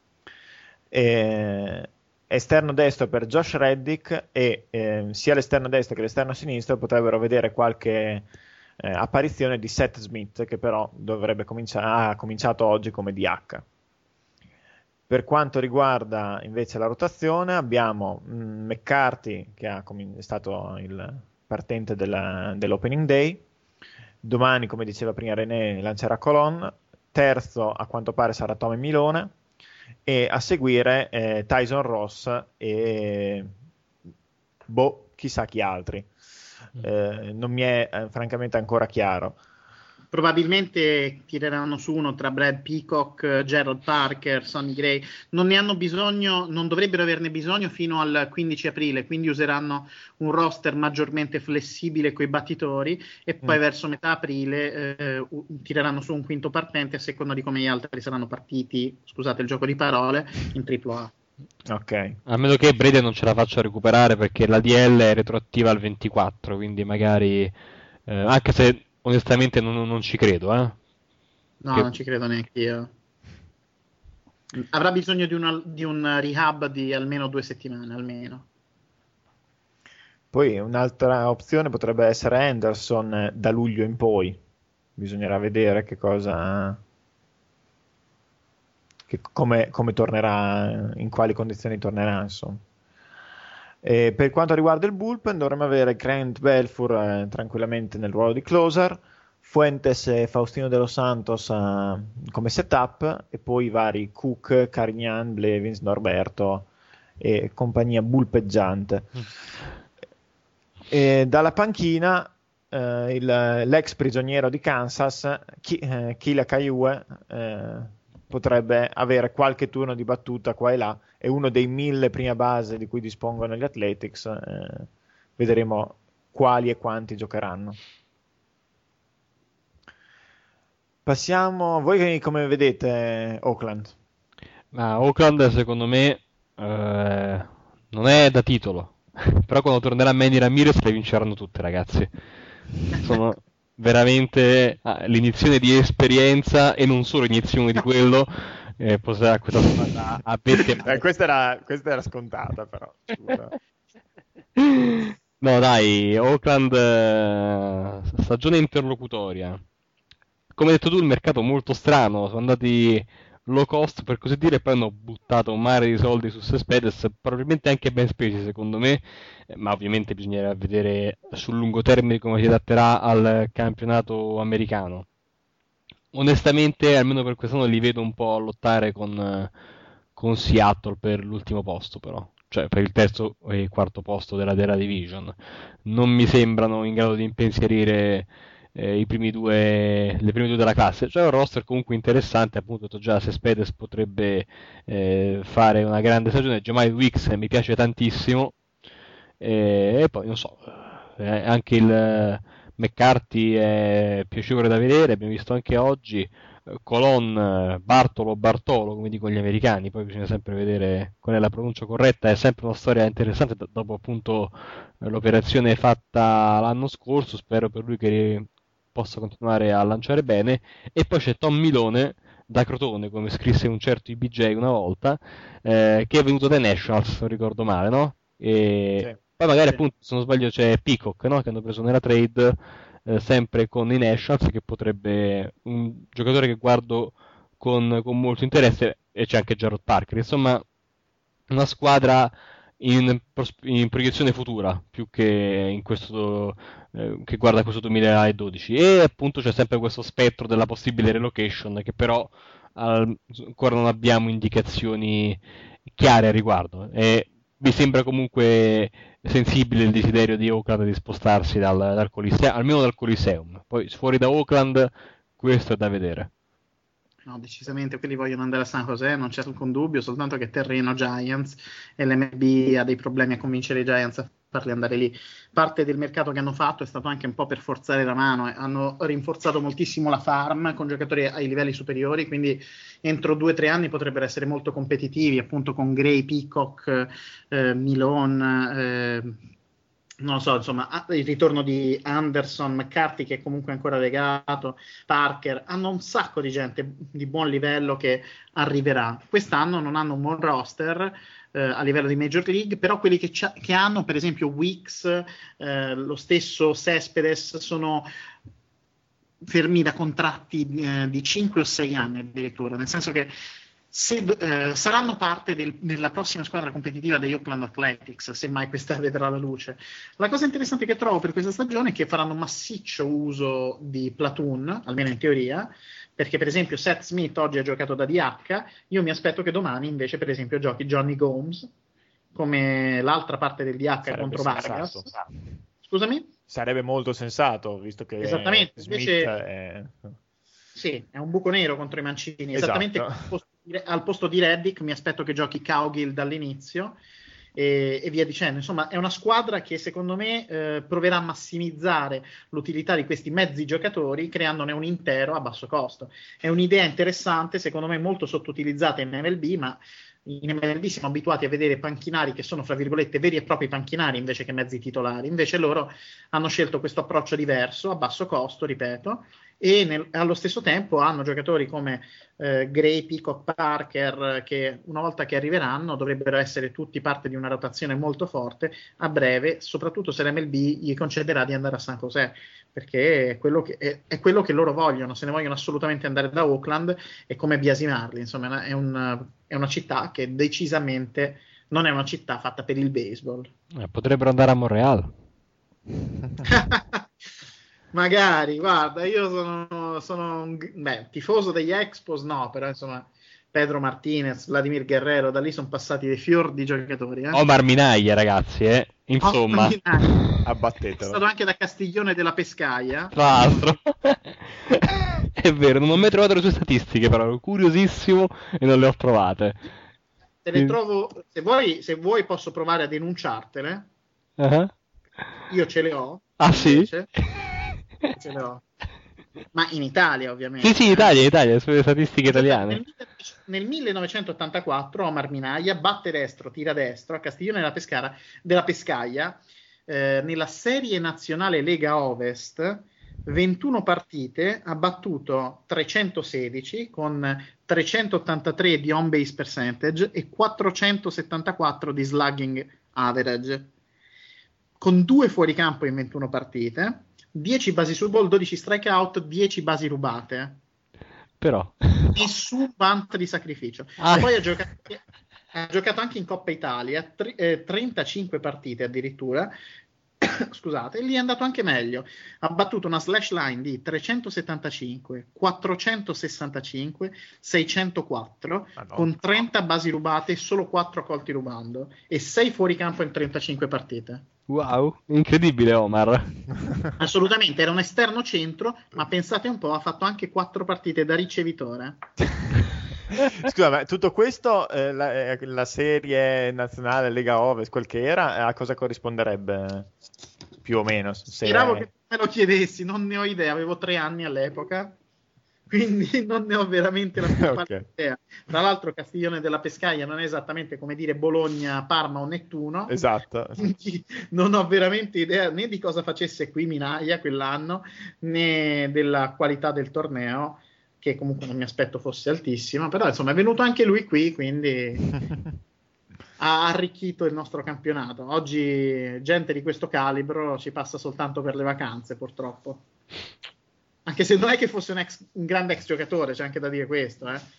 e esterno destro per Josh Reddick, e eh, sia l'esterno destro che l'esterno sinistro potrebbero vedere qualche eh, apparizione di Seth Smith, che però dovrebbe cominciare, ha cominciato oggi come D H. Per quanto riguarda invece la rotazione, abbiamo mh, McCarthy, che ha com- è stato il partente della, dell'opening day. Domani, come diceva prima René, lancerà Colon. Terzo, a quanto pare, sarà Tommy Milone. E a seguire eh, Tyson Ross e boh, chissà chi altri. Eh, non mi è eh, francamente ancora chiaro. Probabilmente tireranno su uno tra Brad Peacock, Gerald Parker, Sonny Gray. Non ne hanno bisogno, non dovrebbero averne bisogno fino al quindici aprile, quindi useranno un roster maggiormente flessibile coi battitori, e poi mm. verso metà aprile eh, tireranno su un quinto partente a seconda di come gli altri saranno partiti, scusate il gioco di parole, in tripla A. Ok. A meno che Brady non ce la faccia recuperare, perché la D L è retroattiva al ventiquattro, quindi magari eh, anche se onestamente non, non ci credo, eh. No, che... non ci credo neanche io. Avrà bisogno di, una, di un rehab di almeno due settimane, almeno. Poi un'altra opzione potrebbe essere Anderson da luglio in poi. Bisognerà vedere che cosa... Che come, come tornerà, in quali condizioni tornerà, insomma. E per quanto riguarda il bullpen, dovremmo avere Grant Belfour eh, tranquillamente nel ruolo di closer, Fuentes e Faustino De Los Santos eh, come setup, e poi i vari Cook, Carignan, Blevins, Norberto e compagnia bullpeggiante. Mm. E dalla panchina eh, il, l'ex prigioniero di Kansas, Ki, eh, Kila Kaiue, eh, potrebbe avere qualche turno di battuta qua e là. È uno dei mille prima base di cui dispongono gli Athletics. Eh, vedremo quali e quanti giocheranno. Passiamo, voi come vedete Oakland? Ma Oakland secondo me eh, non è da titolo, però quando tornerà Manny Ramirez le vinceranno tutte, ragazzi. Sono veramente ah, l'iniezione di esperienza, e non solo iniezione di quello, eh, potrà questa squadra a eh, questa, era, questa era scontata, però scusa. No dai, Oakland eh, stagione interlocutoria. Come hai detto tu, il mercato molto strano, sono andati low cost per così dire, e poi hanno buttato un mare di soldi su Cespedes, probabilmente anche ben spesi secondo me, eh, ma ovviamente bisognerà vedere sul lungo termine come si adatterà al campionato americano. onestamente, almeno per quest'anno, li vedo un po' lottare con, con Seattle per l'ultimo posto, però. Cioè per il terzo e quarto posto della, della division. Non mi sembrano in grado di impensierire eh, i primi due, le prime due della classe. Cioè un roster comunque interessante, appunto, ho detto già Cespedes potrebbe eh, fare una grande stagione, Jamal Wicks mi piace tantissimo, e, e poi non so, eh, anche il eh, McCarthy è piacevole da vedere, abbiamo visto anche oggi. Colon, Bartolo, Bartolo, come dicono gli americani, poi bisogna sempre vedere qual è la pronuncia corretta, è sempre una storia interessante d- dopo appunto eh, l'operazione fatta l'anno scorso, spero per lui che possa continuare a lanciare bene, e poi c'è Tom Milone da Crotone, come scrisse un certo I B J una volta, eh, che è venuto dai Nationals, se non ricordo male, no? E Sì. poi magari Sì. appunto, se non sbaglio, c'è Peacock, no? Che hanno preso nella trade eh, sempre con i Nationals, che potrebbe un giocatore che guardo con, con molto interesse, e c'è anche Jarrod Parker, insomma una squadra in, pros- in proiezione futura più che in questo eh, che guarda questo duemiladodici, e appunto c'è sempre questo spettro della possibile relocation che però al- ancora non abbiamo indicazioni chiare a riguardo, e mi sembra comunque sensibile il desiderio di Oakland di spostarsi dal, dal Coliseum, almeno dal Coliseum. Poi fuori da Oakland questo è da vedere. No, decisamente quelli vogliono andare a San José, non c'è alcun dubbio, soltanto che terreno Giants e l'M L B ha dei problemi a convincere i Giants a farli andare lì. Parte del mercato che hanno fatto è stato anche un po' per forzare la mano, eh. Hanno rinforzato moltissimo la farm con giocatori ai livelli superiori, quindi entro due o tre anni potrebbero essere molto competitivi, appunto con Gray, Peacock, eh, Milon, eh, non lo so, insomma, il ritorno di Anderson, McCarthy che è comunque ancora legato, Parker, hanno un sacco di gente di buon livello che arriverà. Quest'anno non hanno un buon roster eh, a livello di Major League, però quelli che, che hanno, per esempio Wicks, eh, lo stesso Cespedes, sono fermi da contratti eh, di cinque o sei anni addirittura, nel senso che Se, eh, saranno parte del, della prossima squadra competitiva degli Oakland Athletics, se mai questa vedrà la luce. La cosa interessante che trovo per questa stagione è che faranno massiccio uso di platoon, almeno in teoria, perché per esempio Seth Smith oggi ha giocato da D H, io mi aspetto che domani invece per esempio giochi Johnny Gomes come l'altra parte del D H Sarebbe contro sensato. Vargas. Scusami? Sarebbe molto sensato, visto che Esattamente, Smith invece- è... Sì, è un buco nero contro i Mancini. Esatto. Esattamente al posto di, al posto di Reddick mi aspetto che giochi Cowgill dall'inizio e, e via dicendo. Insomma, è una squadra che secondo me eh, proverà a massimizzare l'utilità di questi mezzi giocatori creandone un intero a basso costo. È un'idea interessante, secondo me molto sottoutilizzata in M L B, ma in M L B siamo abituati a vedere panchinari che sono, fra virgolette, veri e propri panchinari invece che mezzi titolari. Invece loro hanno scelto questo approccio diverso, a basso costo, ripeto, e nel, allo stesso tempo hanno giocatori come eh, Gray, Peacock, Parker, che una volta che arriveranno dovrebbero essere tutti parte di una rotazione molto forte a breve, soprattutto se l'M L B gli concederà di andare a San José, perché è quello che, è, è quello che loro vogliono. Se ne vogliono assolutamente andare da Oakland, è come biasimarli, insomma è, un, è una città che decisamente non è una città fatta per il baseball. Eh, potrebbero andare a Montreal. Magari, guarda, io sono, sono un beh, tifoso degli Expos, no, però insomma Pedro Martinez, Vladimir Guerrero, da lì sono passati dei fior di giocatori. Eh? Omar Minaya, ragazzi, eh. Insomma, Oh, è Abbattetelo. stato anche da Castiglione della Pescaia. tra l'altro, è vero, non ho mai trovato le sue statistiche, però ero curiosissimo e non le ho trovate. Te le trovo, se vuoi, se vuoi posso provare a denunciartele. Uh-huh. Io ce le ho. Ah, sì? invece. Ce le ho. Ma in Italia, ovviamente. Sì, sì, in Italia, in Italia, le sue statistiche Nel, italiane. nel millenovecentottantaquattro Omar Minaya batte destro, tira destro a Castiglione della, Pescara, della Pescaia eh, nella serie nazionale Lega Ovest, ventuno partite, ha battuto trecentosedici con trecentottantatré di on base percentage e quattrocentosettantaquattro di slugging average, con due fuoricampo in ventuno partite, dieci basi sul ball, dodici strikeout, dieci basi rubate. Però. Nessun bunt di sacrificio. Ah. Poi ha giocato, ha giocato anche in Coppa Italia, tri- eh, trentacinque partite addirittura, scusate, e lì è andato anche meglio. Ha battuto una slash line di trecentosettantacinque, quattrocentosessantacinque, seicentoquattro, Madonna. con trenta basi rubate e solo quattro colti rubando, e sei fuori campo in trentacinque partite. Wow, incredibile Omar. Assolutamente, era un esterno centro, ma pensate un po', ha fatto anche quattro partite da ricevitore. Scusa, ma tutto questo, eh, la, la serie nazionale Lega Ovest, quel che era, a cosa corrisponderebbe più o meno? Se... Speravo che me lo chiedessi, non ne ho idea, avevo tre anni all'epoca, quindi non ne ho veramente la più Okay. pallida idea. Tra l'altro Castiglione della Pescaia non è esattamente come dire Bologna, Parma o Nettuno, Esatto. quindi non ho veramente idea né di cosa facesse qui Minaglia quell'anno, né della qualità del torneo, che comunque non mi aspetto fosse altissima, però insomma è venuto anche lui qui, quindi ha arricchito il nostro campionato. Oggi gente di questo calibro ci passa soltanto per le vacanze, purtroppo. Anche se non è che fosse un, ex, un grande ex giocatore, c'è anche da dire questo. Eh.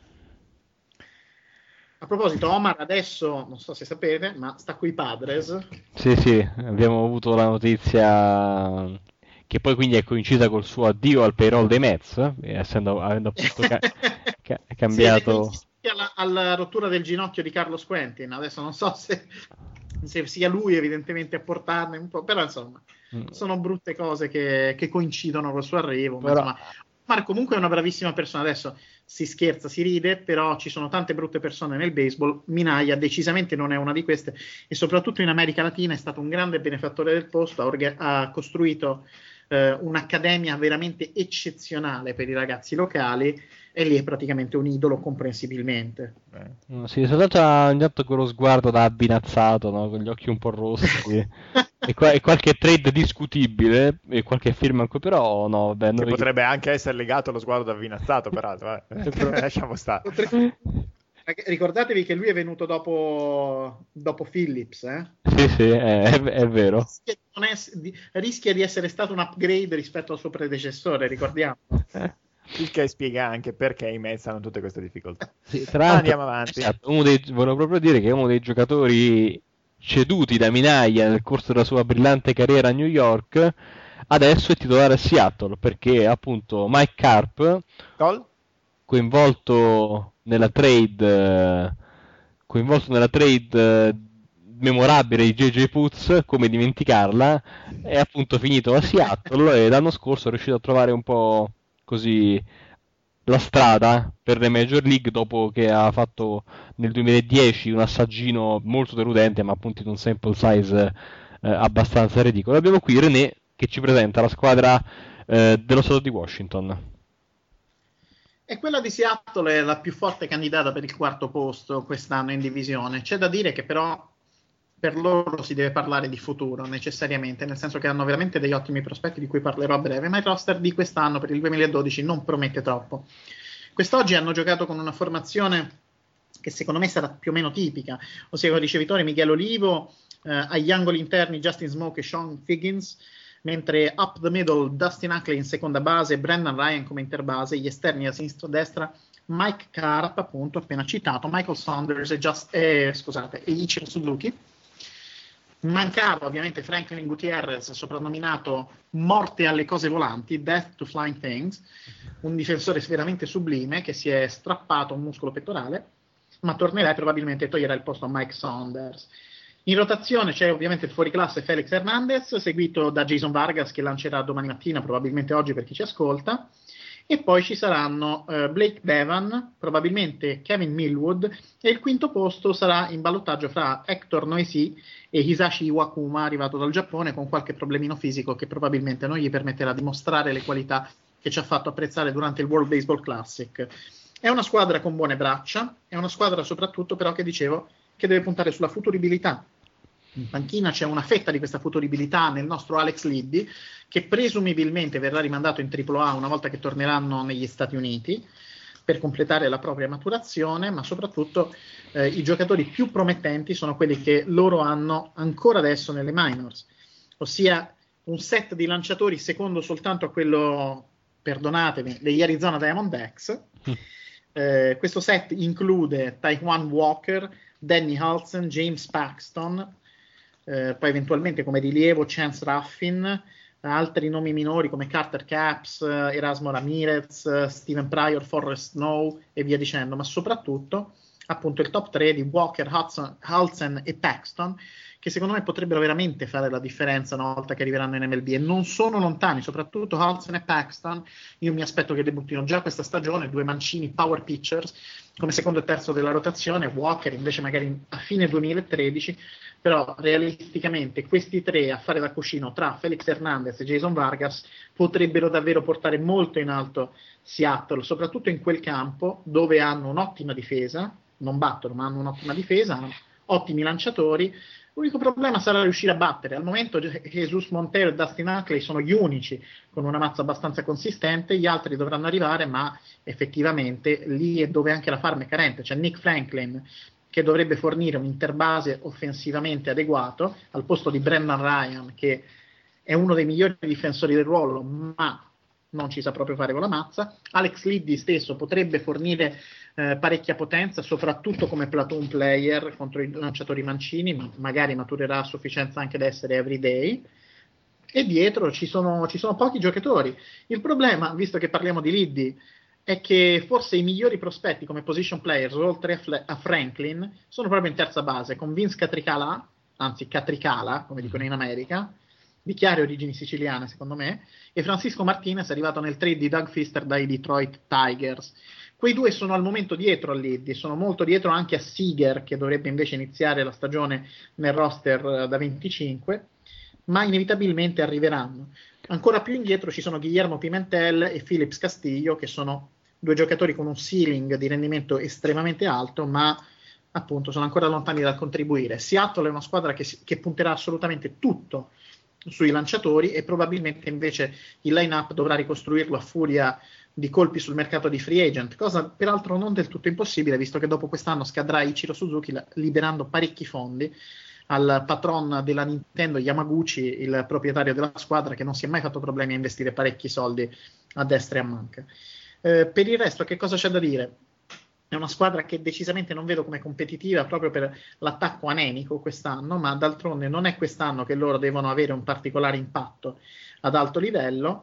A proposito, Omar adesso, non so se sapete, ma sta coi Padres. Sì, sì, abbiamo avuto la notizia che poi quindi è coincisa col suo addio al payroll dei Mets, eh, essendo, avendo appunto ca- ca- cambiato... Sì, alla, alla rottura del ginocchio di Carlos Quentin, adesso non so se, se sia lui evidentemente a portarne un po', però insomma mm. sono brutte cose che, che coincidono col suo arrivo, ma però... insomma Omar comunque è una bravissima persona, adesso si scherza, si ride, però ci sono tante brutte persone nel baseball, Minaya decisamente non è una di queste, e soprattutto in America Latina è stato un grande benefattore del posto, ha, orga- ha costruito eh, un'accademia veramente eccezionale per i ragazzi locali, e lì è praticamente un idolo comprensibilmente. No, sì, soltanto ogni tanto quello sguardo da abbinazzato, no? Con gli occhi un po' rossi e, qua- e qualche trade discutibile e qualche firma anche, però no, vabbè, Che noi... potrebbe anche essere legato allo sguardo da avvinazzato, peraltro. Eh. Lasciamo stare. Ricordatevi che lui è venuto dopo, dopo Phillips, eh? Sì, sì, è, è vero. Rischia di, non ess- di, rischia di essere stato un upgrade rispetto al suo predecessore, ricordiamo. Il che spiega anche perché i Mets hanno tutte queste difficoltà. Sì, tra l'altro, andiamo avanti. Esatto, uno dei, volevo proprio dire che è uno dei giocatori ceduti da Minaya nel corso della sua brillante carriera a New York, adesso è titolare a Seattle, perché appunto Mike Carp, Gol? coinvolto nella trade coinvolto nella trade memorabile di J J Putz, come dimenticarla, è appunto finito a Seattle e l'anno scorso è riuscito a trovare un po' così la strada per le Major League, dopo che ha fatto nel duemiladieci un assaggino molto deludente, ma appunto in un sample size eh, abbastanza ridicolo. Abbiamo qui René che ci presenta la squadra eh, dello stato di Washington. E quella di Seattle è la più forte candidata per il quarto posto quest'anno in divisione. C'è da dire che però per loro si deve parlare di futuro necessariamente, nel senso che hanno veramente degli ottimi prospetti di cui parlerò a breve, ma il roster di quest'anno per il duemiladodici non promette troppo. Quest'oggi hanno giocato con una formazione che secondo me sarà più o meno tipica, ossia con ricevitori Miguel Olivo, eh, agli angoli interni Justin Smoke e Sean Figgins, mentre up the middle Dustin Ackley in seconda base, Brendan Ryan come interbase, gli esterni a sinistra e a destra Mike Carp, appunto appena citato, Michael Saunders e, Just, eh, scusate, e Ichiro Suzuki. Mancava ovviamente Franklin Gutierrez, soprannominato Morte alle cose volanti, Death to Flying Things, un difensore veramente sublime che si è strappato un muscolo pettorale, ma tornerà e probabilmente toglierà il posto a Mike Saunders. In rotazione c'è ovviamente il fuoriclasse Felix Hernandez, seguito da Jason Vargas che lancerà domani mattina, probabilmente oggi per chi ci ascolta, e poi ci saranno uh, Blake Bevan, probabilmente Kevin Millwood, e il quinto posto sarà in ballottaggio fra Hector Noisy e Hisashi Iwakuma, arrivato dal Giappone con qualche problemino fisico che probabilmente non gli permetterà di mostrare le qualità che ci ha fatto apprezzare durante il World Baseball Classic. È una squadra con buone braccia, è una squadra soprattutto però che dicevo che deve puntare sulla futuribilità. In panchina c'è una fetta di questa futuribilità nel nostro Alex Liddy, che presumibilmente verrà rimandato in tripla A una volta che torneranno negli Stati Uniti per completare la propria maturazione, ma soprattutto eh, i giocatori più promettenti sono quelli che loro hanno ancora adesso nelle minors, ossia un set di lanciatori secondo soltanto a quello, perdonatemi, degli Arizona Diamondbacks. Mm. Eh, questo set include Taijuan Walker, Danny Hultzen, James Paxton, eh, poi eventualmente come rilievo Chance Ruffin, altri nomi minori come Carter Capps, Erasmo Ramirez, Steven Pryor, Forrest Snow e via dicendo, ma soprattutto appunto il top tre di Walker, Hudson, Halsen e Paxton, che secondo me potrebbero veramente fare la differenza una volta che arriveranno in M L B, e non sono lontani, soprattutto Halsen e Paxton. Io mi aspetto che debuttino già questa stagione, due mancini power pitchers come secondo e terzo della rotazione, Walker invece magari a fine duemilatredici, però realisticamente questi tre a fare da cuscino tra Felix Hernandez e Jason Vargas potrebbero davvero portare molto in alto Seattle, soprattutto in quel campo dove hanno un'ottima difesa, non battono ma hanno un'ottima difesa, hanno ottimi lanciatori. L'unico problema sarà riuscire a battere. Al momento Jesus Montero e Dustin Ackley sono gli unici con una mazza abbastanza consistente, gli altri dovranno arrivare, ma effettivamente lì è dove anche la farm è carente. C'è Nick Franklin che dovrebbe fornire un interbase offensivamente adeguato al posto di Brendan Ryan, che è uno dei migliori difensori del ruolo, ma non ci sa proprio fare con la mazza. Alex Liddy stesso potrebbe fornire eh, parecchia potenza, soprattutto come platoon player contro i lanciatori mancini, ma magari maturerà a sufficienza anche da essere everyday. E dietro ci sono, ci sono pochi giocatori. Il problema, visto che parliamo di Liddy, è che forse i migliori prospetti come position players, oltre a, Fle- a Franklin, sono proprio in terza base, con Vince Catricala, anzi Catricala, come dicono in America, di chiare origini siciliane secondo me, e Francisco Martinez è arrivato nel trade di Doug Fister dai Detroit Tigers. Quei due sono al momento dietro a Liddy, sono molto dietro anche a Seager, che dovrebbe invece iniziare la stagione nel roster da venticinque, ma inevitabilmente arriveranno. Ancora più indietro ci sono Guillermo Pimentel e Phillips Castillo, che sono due giocatori con un ceiling di rendimento estremamente alto, ma appunto sono ancora lontani dal contribuire. Seattle è una squadra che, che punterà assolutamente tutto sui lanciatori, e probabilmente invece il line-up dovrà ricostruirlo a furia di colpi sul mercato di free agent, cosa peraltro non del tutto impossibile, visto che dopo quest'anno scadrà Ichiro Suzuki, liberando parecchi fondi al patron della Nintendo, Yamaguchi, il proprietario della squadra, che non si è mai fatto problemi a investire parecchi soldi a destra e a manca. Eh, per il resto, che cosa c'è da dire? È una squadra che decisamente non vedo come competitiva proprio per l'attacco anemico quest'anno, ma d'altronde non è quest'anno che loro devono avere un particolare impatto ad alto livello.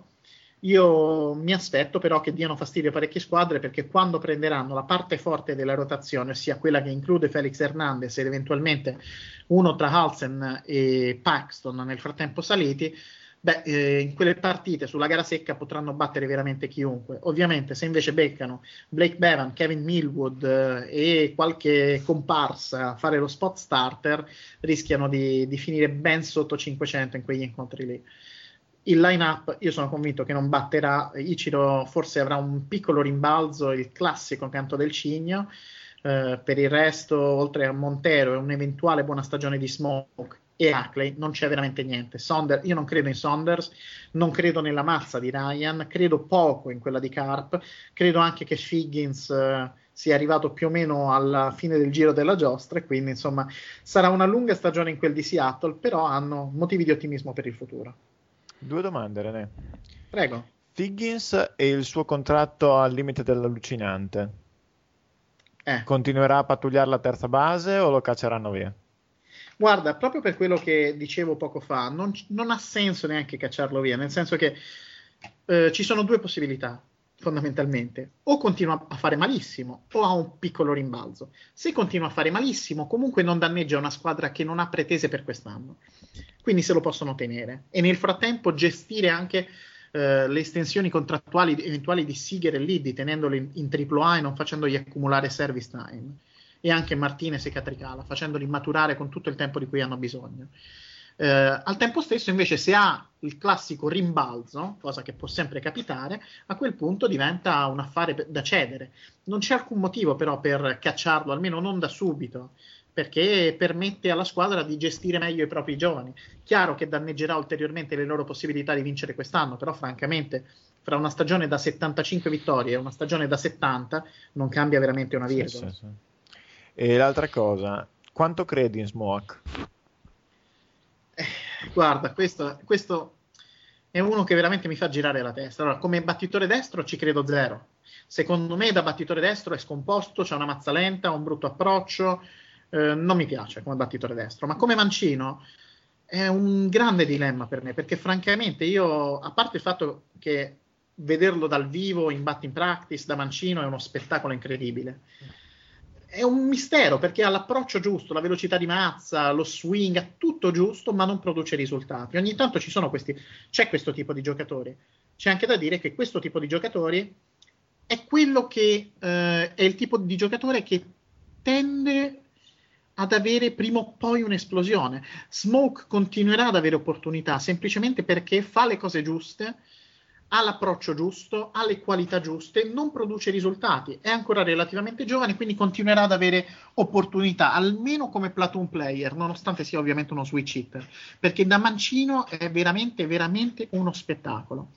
Io mi aspetto però che diano fastidio a parecchie squadre, perché quando prenderanno la parte forte della rotazione, ossia quella che include Felix Hernandez ed eventualmente uno tra Halsen e Paxton nel frattempo saliti, beh, eh, in quelle partite sulla gara secca potranno battere veramente chiunque. Ovviamente se invece beccano Blake Bevan, Kevin Millwood eh, e qualche comparsa a fare lo spot starter, rischiano di, di finire ben sotto cinquecento in quegli incontri lì. Il line-up io sono convinto che non batterà. Ichiro forse avrà un piccolo rimbalzo, il classico canto del cigno. Uh, per il resto, oltre a Montero e un'eventuale buona stagione di Smoke e Ackley, non c'è veramente niente. Saunders, io non credo in Saunders, non credo nella mazza di Ryan, credo poco in quella di Carp, credo anche che Figgins uh, sia arrivato più o meno alla fine del giro della giostra, e quindi insomma sarà una lunga stagione in quel di Seattle, però hanno motivi di ottimismo per il futuro. Due domande, René. Prego. Figgins e il suo contratto al limite dell'allucinante. Eh. Continuerà a pattugliare la terza base o lo cacceranno via? Guarda, proprio per quello che dicevo poco fa, non, non ha senso neanche cacciarlo via, nel senso che eh, ci sono due possibilità, fondamentalmente. O continua a fare malissimo o ha un piccolo rimbalzo. Se continua a fare malissimo, comunque non danneggia una squadra che non ha pretese per quest'anno, quindi se lo possono tenere, e nel frattempo gestire anche eh, le estensioni contrattuali eventuali di Seager e Liddy, tenendoli in, in tripla A e non facendogli accumulare service time, e anche Martinez e Catricala, facendoli maturare con tutto il tempo di cui hanno bisogno. Eh, al tempo stesso invece, se ha il classico rimbalzo, cosa che può sempre capitare, a quel punto diventa un affare da cedere. Non c'è alcun motivo però per cacciarlo, almeno non da subito, perché permette alla squadra di gestire meglio i propri giovani. Chiaro che danneggerà ulteriormente le loro possibilità di vincere quest'anno, però francamente fra una stagione da settantacinque vittorie e una stagione da settanta non cambia veramente una virgola. Sì, sì, sì. E l'altra cosa, quanto credi in Smoke? Eh, guarda, questo, questo è uno che veramente mi fa girare la testa. Allora, come battitore destro ci credo zero. Secondo me da battitore destro è scomposto, c'ha una mazza lenta, un brutto approccio, eh, non mi piace come battitore destro. Ma come mancino è un grande dilemma per me, perché francamente io, a parte il fatto che vederlo dal vivo in batting practice da mancino è uno spettacolo incredibile, è un mistero perché ha l'approccio giusto, la velocità di mazza, lo swing, ha tutto giusto, ma non produce risultati. Ogni tanto ci sono questi, c'è questo tipo di giocatori. C'è anche da dire che questo tipo di giocatori è quello che eh, è il tipo di giocatore che tende ad avere prima o poi un'esplosione. Smoke continuerà ad avere opportunità semplicemente perché fa le cose giuste, ha l'approccio giusto, ha le qualità giuste, non produce risultati, è ancora relativamente giovane, quindi continuerà ad avere opportunità, almeno come platoon player, nonostante sia ovviamente uno switch hitter, perché da mancino è veramente, veramente uno spettacolo.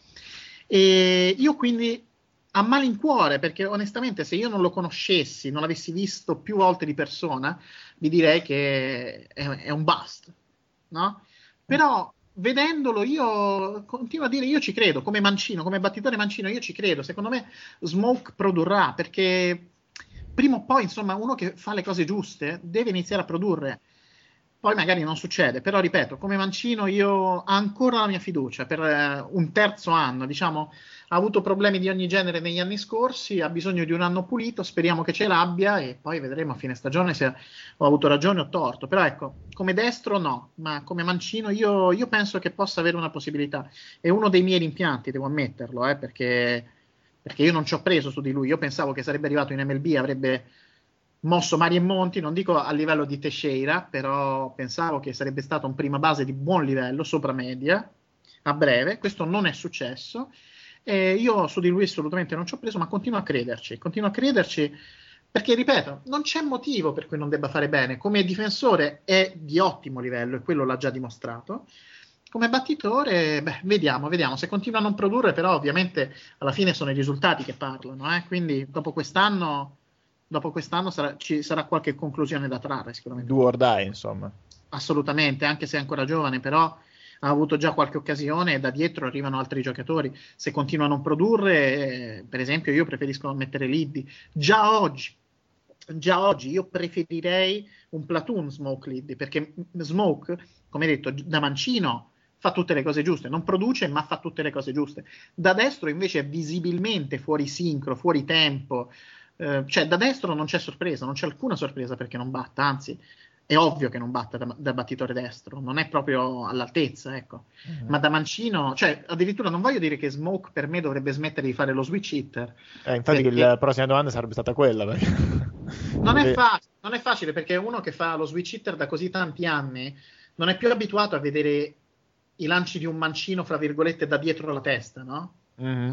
E io quindi a malincuore, perché onestamente se io non lo conoscessi, non l'avessi visto più volte di persona, vi direi che è, è un bust, no? Però vedendolo io continuo a dire io ci credo, come mancino, come battitore mancino io ci credo, secondo me Smoke produrrà, perché prima o poi insomma uno che fa le cose giuste deve iniziare a produrre, poi magari non succede, però ripeto, come mancino io ho ancora la mia fiducia per eh, un terzo anno, diciamo ha avuto problemi di ogni genere negli anni scorsi, ha bisogno di un anno pulito, speriamo che ce l'abbia e poi vedremo a fine stagione se ho avuto ragione o torto. Però ecco, come destro no, ma come mancino io, io penso che possa avere una possibilità. È uno dei miei rimpianti, devo ammetterlo, eh, perché, perché io non ci ho preso su di lui. Io pensavo che sarebbe arrivato in M L B, avrebbe mosso mari e monti, non dico a livello di Teixeira, però pensavo che sarebbe stato un prima base di buon livello, sopra media, a breve. Questo non è successo. E io su di lui assolutamente non ci ho preso, ma continuo a crederci, continuo a crederci perché, ripeto, non c'è motivo per cui non debba fare bene. Come difensore è di ottimo livello e quello l'ha già dimostrato. Come battitore, beh, vediamo, vediamo. Se continua a non produrre, però ovviamente alla fine sono i risultati che parlano, eh? Quindi dopo quest'anno, dopo quest'anno sarà, ci sarà qualche conclusione da trarre sicuramente. Do or die, insomma. Assolutamente, anche se è ancora giovane, però ha avuto già qualche occasione e da dietro arrivano altri giocatori. Se continua a non produrre, eh, per esempio io preferisco mettere Liddy. Già oggi, già oggi io preferirei un platoon Smoke Liddy, perché Smoke, come detto, da mancino fa tutte le cose giuste, non produce ma fa tutte le cose giuste. Da destro invece è visibilmente fuori sincro, fuori tempo, eh, cioè da destro non c'è sorpresa, non c'è alcuna sorpresa perché non batta, anzi è ovvio che non batta da, da battitore destro, non è proprio all'altezza, ecco. Uh-huh. Ma da mancino, cioè addirittura non voglio dire che Smoke per me dovrebbe smettere di fare lo switch hitter. Eh, infatti perché la prossima domanda sarebbe stata quella. Perché... non, è fa- non è facile perché uno che fa lo switch hitter da così tanti anni non è più abituato a vedere i lanci di un mancino, fra virgolette, da dietro la testa, no? Uh-huh.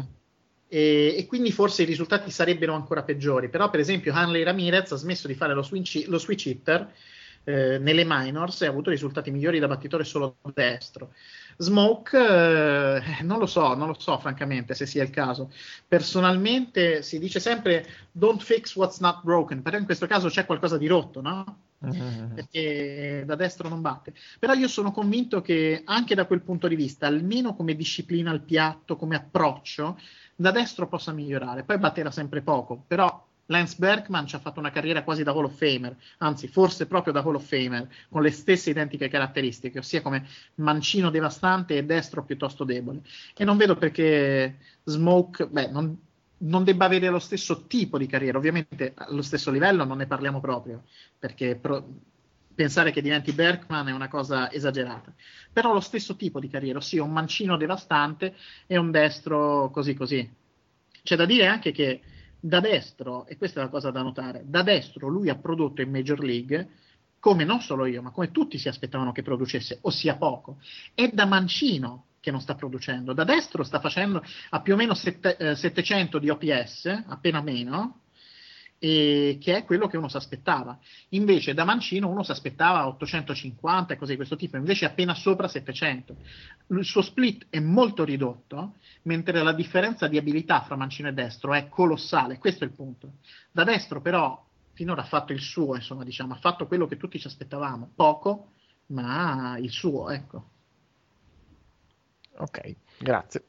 E, e quindi forse i risultati sarebbero ancora peggiori. Però per esempio Hanley Ramirez ha smesso di fare lo switch, lo switch hitter Eh, nelle minors e ha avuto risultati migliori da battitore solo destro. Smoke eh, non lo so, non lo so francamente se sia il caso. Personalmente si dice sempre don't fix what's not broken, però in questo caso c'è qualcosa di rotto, no? Mm-hmm. Perché da destro non batte. Però io sono convinto che anche da quel punto di vista, almeno come disciplina al piatto, come approccio, da destro possa migliorare. Poi batterà sempre poco, però Lance Berkman ci ha fatto una carriera quasi da Hall of Famer, anzi forse proprio da Hall of Famer, con le stesse identiche caratteristiche, ossia come mancino devastante e destro piuttosto debole. E non vedo perché Smoke, beh, non, non debba avere lo stesso tipo di carriera. Ovviamente allo stesso livello non ne parliamo proprio, perché pro- pensare che diventi Berkman è una cosa esagerata. Però lo stesso tipo di carriera, ossia un mancino devastante e un destro così così. C'è da dire anche che da destro, e questa è la cosa da notare, da destro lui ha prodotto in Major League come non solo io, ma come tutti si aspettavano che producesse, ossia poco. È da mancino che non sta producendo, da destro sta facendo a più o meno sette, eh, settecento di O P S, appena meno, e che è quello che uno si aspettava. Invece da mancino uno si aspettava ottocentocinquanta e cose di questo tipo, invece è appena sopra settecento. Il suo split è molto ridotto, mentre la differenza di abilità fra mancino e destro è colossale. Questo è il punto. Da destro però finora ha fatto il suo, insomma, diciamo, ha fatto quello che tutti ci aspettavamo, poco, ma il suo, ecco. Ok, grazie.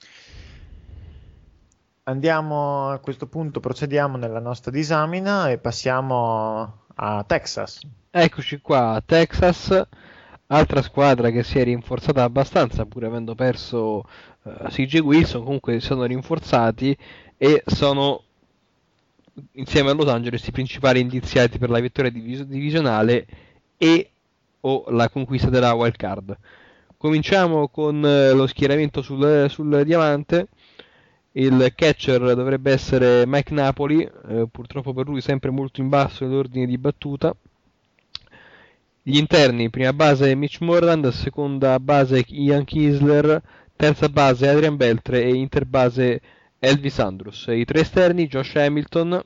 Andiamo a questo punto, procediamo nella nostra disamina e passiamo a Texas. Eccoci qua, Texas. Altra squadra che si è rinforzata abbastanza, pur avendo perso uh, C J Wilson, comunque si sono rinforzati e sono insieme a Los Angeles i principali indiziati per la vittoria divis- divisionale e o la conquista della wild card. Cominciamo con uh, lo schieramento sul, sul diamante. Il catcher dovrebbe essere Mike Napoli, eh, purtroppo per lui sempre molto in basso nell'ordine di battuta. Gli interni, prima base Mitch Moreland, seconda base Ian Kinsler, terza base Adrian Beltre e interbase Elvis Andrus. I tre esterni Josh Hamilton,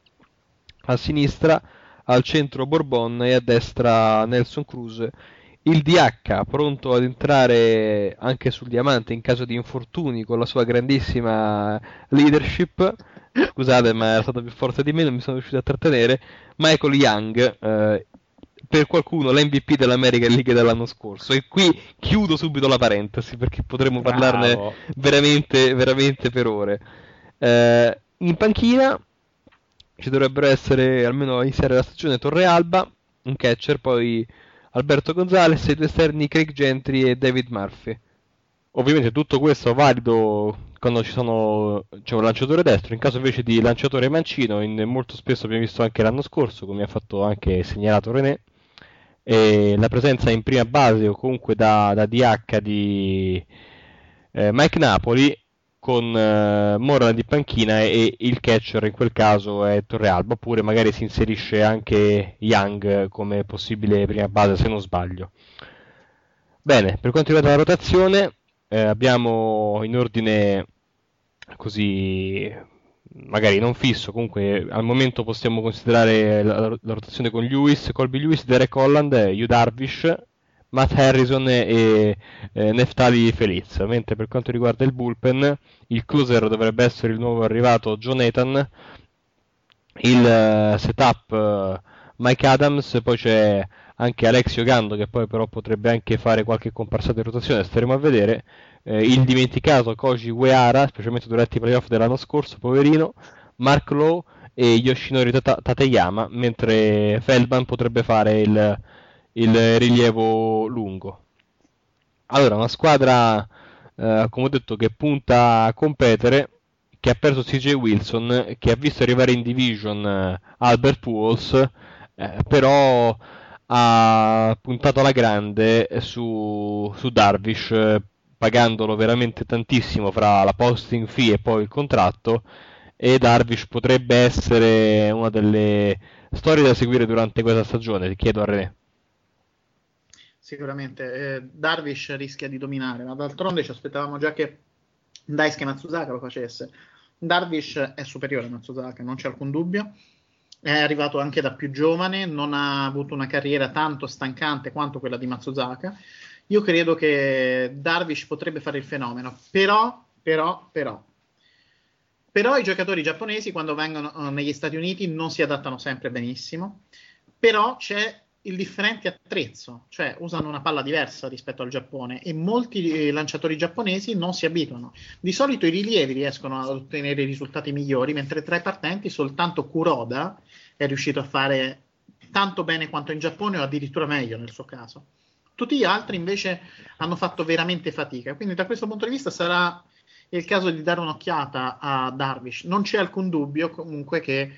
a sinistra, al centro Bourbon e a destra Nelson Cruz. Il D H pronto ad entrare anche sul diamante in caso di infortuni con la sua grandissima leadership. Scusate, ma era stato più forte di me, non mi sono riuscito a trattenere. Michael Young, eh, per qualcuno l'M V P dell'American League dell'anno scorso. E qui chiudo subito la parentesi perché potremmo Bravo. parlarne veramente, veramente per ore. Eh, in panchina ci dovrebbero essere, almeno a iniziare la stagione, Torrealba, un catcher, poi Alberto Gonzalez e i due esterni Craig Gentry e David Murphy. Ovviamente tutto questo valido quando ci sono, c'è un lanciatore destro, in caso invece di lanciatore mancino, in, molto spesso abbiamo visto anche l'anno scorso, come ha fatto anche segnalato René, e la presenza in prima base o comunque da, da D H di eh, Mike Napoli, con uh, Moreland di panchina e il catcher in quel caso è Torrealba, oppure magari si inserisce anche Young come possibile prima base se non sbaglio. Bene, per quanto riguarda la rotazione, eh, abbiamo in ordine così magari non fisso, comunque al momento possiamo considerare la, la rotazione con Lewis, Colby Lewis, Derek Holland, Yu Darvish, Matt Harrison e eh, Neftali Feliz. Mentre per quanto riguarda il bullpen, il closer dovrebbe essere il nuovo arrivato Joe Nathan, il uh, setup uh, Mike Adams, poi c'è anche Alexio Gando che poi però potrebbe anche fare qualche comparsata in rotazione, staremo a vedere. Eh, il dimenticato Koji Uehara, specialmente durante i playoff dell'anno scorso, poverino, Mark Lowe e Yoshinori Tata- Tateyama, mentre Feldman potrebbe fare il il rilievo lungo. Allora, una squadra, eh, come ho detto, che punta a competere, che ha perso C J Wilson, che ha visto arrivare in division eh, Albert Pujols, eh, però ha puntato alla grande su, su Darvish, eh, pagandolo veramente tantissimo fra la posting fee e poi il contratto, e Darvish potrebbe essere una delle storie da seguire durante questa stagione. Ti chiedo a René. Sicuramente eh, Darvish rischia di dominare, ma d'altronde ci aspettavamo già che Daisuke Matsuzaka lo facesse. Darvish è superiore a Matsuzaka, non c'è alcun dubbio, è arrivato anche da più giovane, non ha avuto una carriera tanto stancante quanto quella di Matsuzaka. Io credo che Darvish potrebbe fare il fenomeno, però, però, però però i giocatori giapponesi quando vengono uh, negli Stati Uniti non si adattano sempre benissimo, però c'è il differente attrezzo, cioè usano una palla diversa rispetto al Giappone e molti eh, lanciatori giapponesi non si abituano. Di solito i rilievi riescono ad ottenere risultati migliori, mentre tra i partenti soltanto Kuroda è riuscito a fare tanto bene quanto in Giappone o addirittura meglio nel suo caso. Tutti gli altri invece hanno fatto veramente fatica, quindi da questo punto di vista sarà il caso di dare un'occhiata a Darvish. Non c'è alcun dubbio comunque che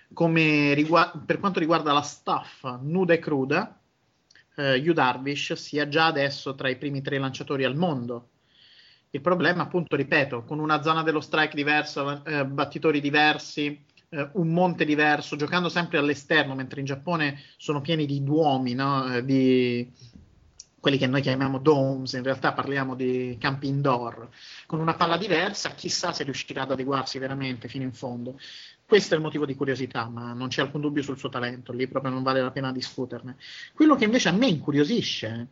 come rigu- per quanto riguarda la staff nuda e cruda, eh, Yu Darvish sia già adesso tra i primi tre lanciatori al mondo. Il problema, appunto, ripeto, con una zona dello strike diversa, eh, battitori diversi, eh, un monte diverso, giocando sempre all'esterno, mentre in Giappone sono pieni di duomi, no? eh, di quelli che noi chiamiamo domes, in realtà parliamo di campi indoor, con una palla diversa, chissà se riuscirà ad adeguarsi veramente fino in fondo. Questo è il motivo di curiosità, ma non c'è alcun dubbio sul suo talento, lì proprio non vale la pena discuterne. Quello che invece a me incuriosisce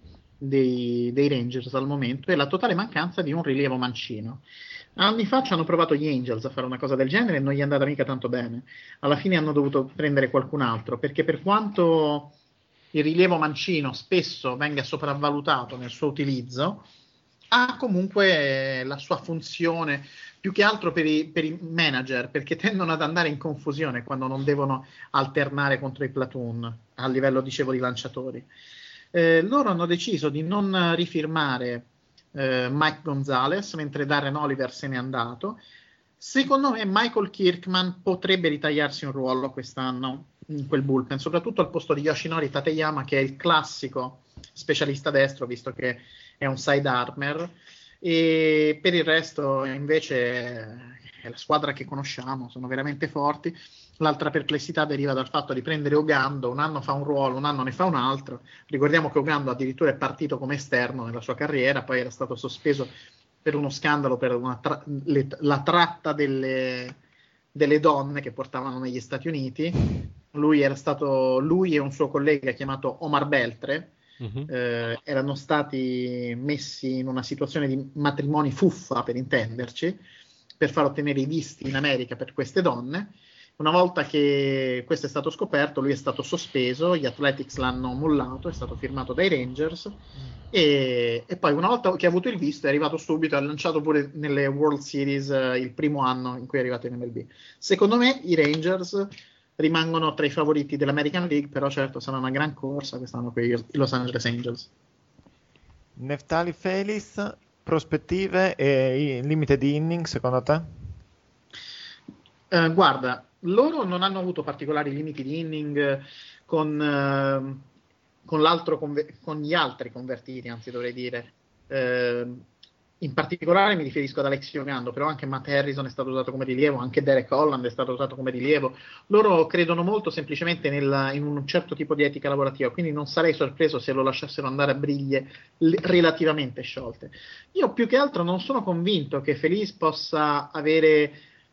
dei, dei Rangers al momento è la totale mancanza di un rilievo mancino. Anni fa ci hanno provato gli Angels a fare una cosa del genere e non gli è andata mica tanto bene. Alla fine hanno dovuto prendere qualcun altro, perché per quanto il rilievo mancino spesso venga sopravvalutato nel suo utilizzo, ha comunque la sua funzione più che altro per i, per i manager, perché tendono ad andare in confusione quando non devono alternare contro i platoon a livello, dicevo, di lanciatori. Eh, loro hanno deciso di non rifirmare eh, Mike Gonzalez, mentre Darren Oliver se n'è andato. Secondo me Michael Kirkman potrebbe ritagliarsi un ruolo quest'anno in quel bullpen, soprattutto al posto di Yoshinori Tateyama, che è il classico specialista destro, visto che è un sidearmer, e per il resto invece è la squadra che conosciamo, sono veramente forti. L'altra perplessità deriva dal fatto di prendere Ogando, un anno fa un ruolo, un anno ne fa un altro. Ricordiamo che Ogando addirittura è partito come esterno nella sua carriera, poi era stato sospeso per uno scandalo, per una tra- le, la tratta delle, delle donne che portavano negli Stati Uniti. Lui era stato, lui e un suo collega chiamato Omar Beltre, uh-huh. eh, erano stati messi in una situazione di matrimoni fuffa, per intenderci, per far ottenere i visti in America per queste donne. Una volta che questo è stato scoperto, lui è stato sospeso, gli Athletics l'hanno mollato, è stato firmato dai Rangers, e, e poi una volta che ha avuto il visto è arrivato subito, ha lanciato pure nelle World Series eh, il primo anno in cui è arrivato in M L B. Secondo me i Rangers rimangono tra i favoriti dell'American League, però certo sarà una gran corsa quest'anno con i Los Angeles Angels. Neftali Feliz, prospettive e limite di inning secondo te? Uh, guarda, loro non hanno avuto particolari limiti di inning con, uh, con, l'altro conver- con gli altri convertiti, anzi dovrei dire. Uh, in particolare mi riferisco ad Alex Ogando, però anche Matt Harrison è stato usato come rilievo, anche Derek Holland è stato usato come rilievo. Loro credono molto semplicemente nel, in un certo tipo di etica lavorativa, quindi non sarei sorpreso se lo lasciassero andare a briglie l- relativamente sciolte. Io più che altro non sono convinto che Feliz possa avere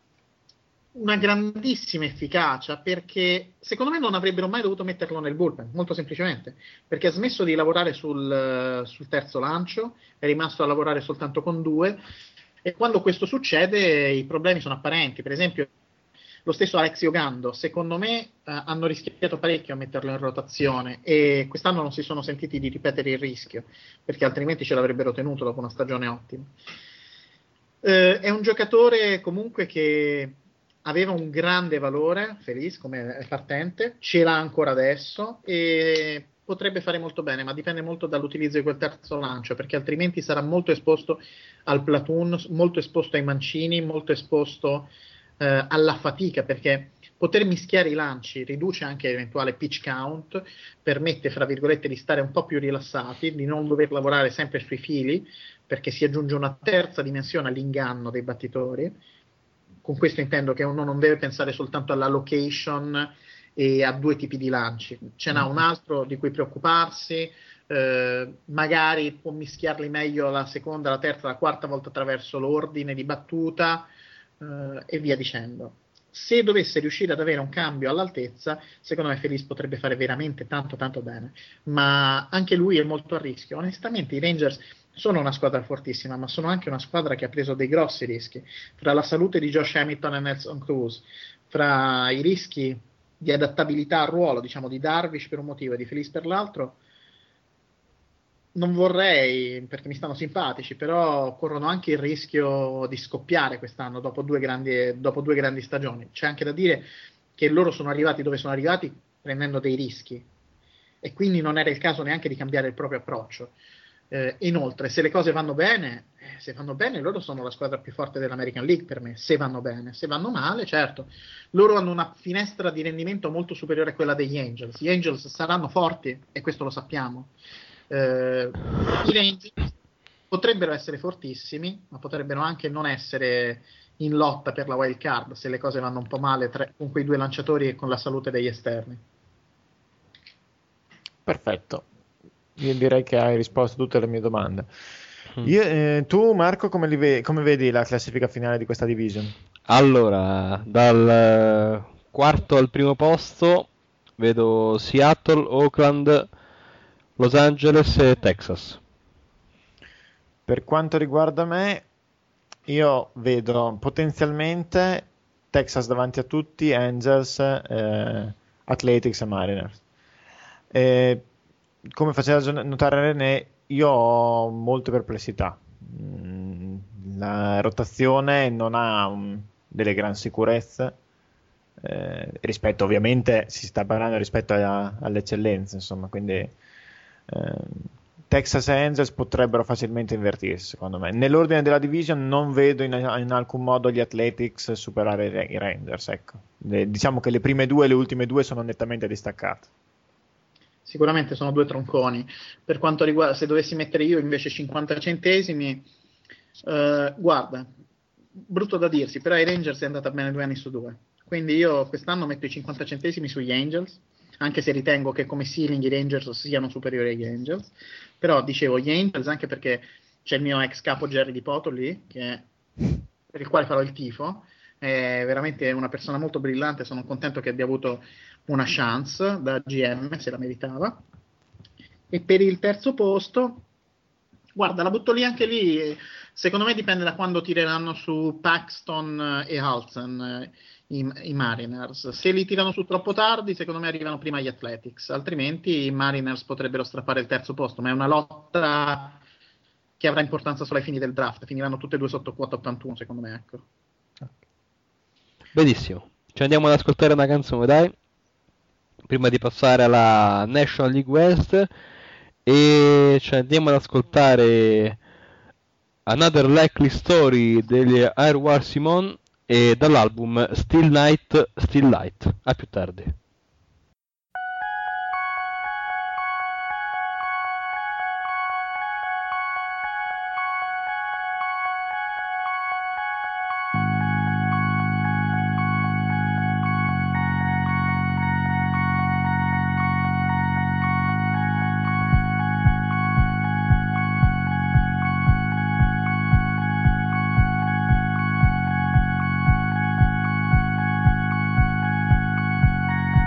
una grandissima efficacia, perché secondo me non avrebbero mai dovuto metterlo nel bullpen, molto semplicemente perché ha smesso di lavorare sul, sul terzo lancio, è rimasto a lavorare soltanto con due, e quando questo succede i problemi sono apparenti. Per esempio lo stesso Alex Ogando, secondo me eh, hanno rischiato parecchio a metterlo in rotazione, e quest'anno non si sono sentiti di ripetere il rischio, perché altrimenti ce l'avrebbero tenuto dopo una stagione ottima. Eh, è un giocatore comunque che aveva un grande valore, Feliz come partente, ce l'ha ancora adesso e potrebbe fare molto bene, ma dipende molto dall'utilizzo di quel terzo lancio, perché altrimenti sarà molto esposto al platoon, molto esposto ai mancini, molto esposto eh, alla fatica, perché poter mischiare i lanci riduce anche l'eventuale pitch count, permette fra virgolette di stare un po' più rilassati, di non dover lavorare sempre sui fili, perché si aggiunge una terza dimensione all'inganno dei battitori. Con questo intendo che uno non deve pensare soltanto alla location e a due tipi di lanci, ce n'ha un altro di cui preoccuparsi, eh, magari può mischiarli meglio la seconda, la terza, la quarta volta attraverso l'ordine di battuta eh, e via dicendo. Se dovesse riuscire ad avere un cambio all'altezza, secondo me Feliz potrebbe fare veramente tanto tanto bene, ma anche lui è molto a rischio. Onestamente i Rangers sono una squadra fortissima, ma sono anche una squadra che ha preso dei grossi rischi, fra la salute di Josh Hamilton e Nelson Cruz, fra i rischi di adattabilità al ruolo, diciamo, di Darvish per un motivo e di Feliz per l'altro. Non vorrei, perché mi stanno simpatici, però corrono anche il rischio di scoppiare quest'anno dopo due grandi, dopo due grandi stagioni. C'è anche da dire che loro sono arrivati dove sono arrivati prendendo dei rischi, e quindi non era il caso neanche di cambiare il proprio approccio. Eh, inoltre, se le cose vanno bene, eh, se vanno bene, loro sono la squadra più forte dell'American League per me. Se vanno bene, se vanno male, certo, loro hanno una finestra di rendimento molto superiore a quella degli Angels. Gli Angels saranno forti, e questo lo sappiamo. Eh, i Rangers potrebbero essere fortissimi, ma potrebbero anche non essere in lotta per la wild card se le cose vanno un po' male tra, con quei due lanciatori e con la salute degli esterni. Perfetto. Io direi che hai risposto a tutte le mie domande. Io, eh, tu Marco come, li ve- come vedi la classifica finale di questa division? Allora, dal quarto al primo posto vedo Seattle, Oakland, Los Angeles e Texas. Per quanto riguarda me, io vedo potenzialmente Texas davanti a tutti, Angels, eh, Athletics e Mariners. E come faceva notare René, io ho molte perplessità. La rotazione non ha um, delle gran sicurezze, eh, rispetto, ovviamente si sta parlando rispetto a, alle eccellenze, insomma, quindi eh, Texas e Angels potrebbero facilmente invertirsi, secondo me. Nell'ordine della division non vedo in, in alcun modo gli Athletics superare i, i Rangers, ecco. Le, diciamo che le prime due e le ultime due sono nettamente distaccate. Sicuramente sono due tronconi. Per quanto riguarda, se dovessi mettere io invece cinquanta centesimi, eh, guarda, brutto da dirsi, però ai Rangers è andata bene due anni su due. Quindi io quest'anno metto i cinquanta centesimi sugli Angels, anche se ritengo che come ceiling i Rangers siano superiori agli Angels, però dicevo gli Angels anche perché c'è il mio ex capo Jerry Di Poto lì, che, per il quale farò il tifo, è veramente una persona molto brillante, sono contento che abbia avuto una chance da G M, se la meritava. E per il terzo posto, guarda, la butto lì anche lì, secondo me dipende da quando tireranno su Paxton e Halsen, I, i Mariners. Se li tirano su troppo tardi, secondo me arrivano prima gli Athletics, altrimenti i Mariners potrebbero strappare il terzo posto, ma è una lotta che avrà importanza solo ai fini del draft, finiranno tutte e due sotto quota ottantuno, secondo me, ecco. Benissimo, ci andiamo ad ascoltare una canzone, dai, prima di passare alla National League West, e ci andiamo ad ascoltare Another Likely Story degli Airwar Simon e dall'album Still Night, Still Light. A più tardi. Thank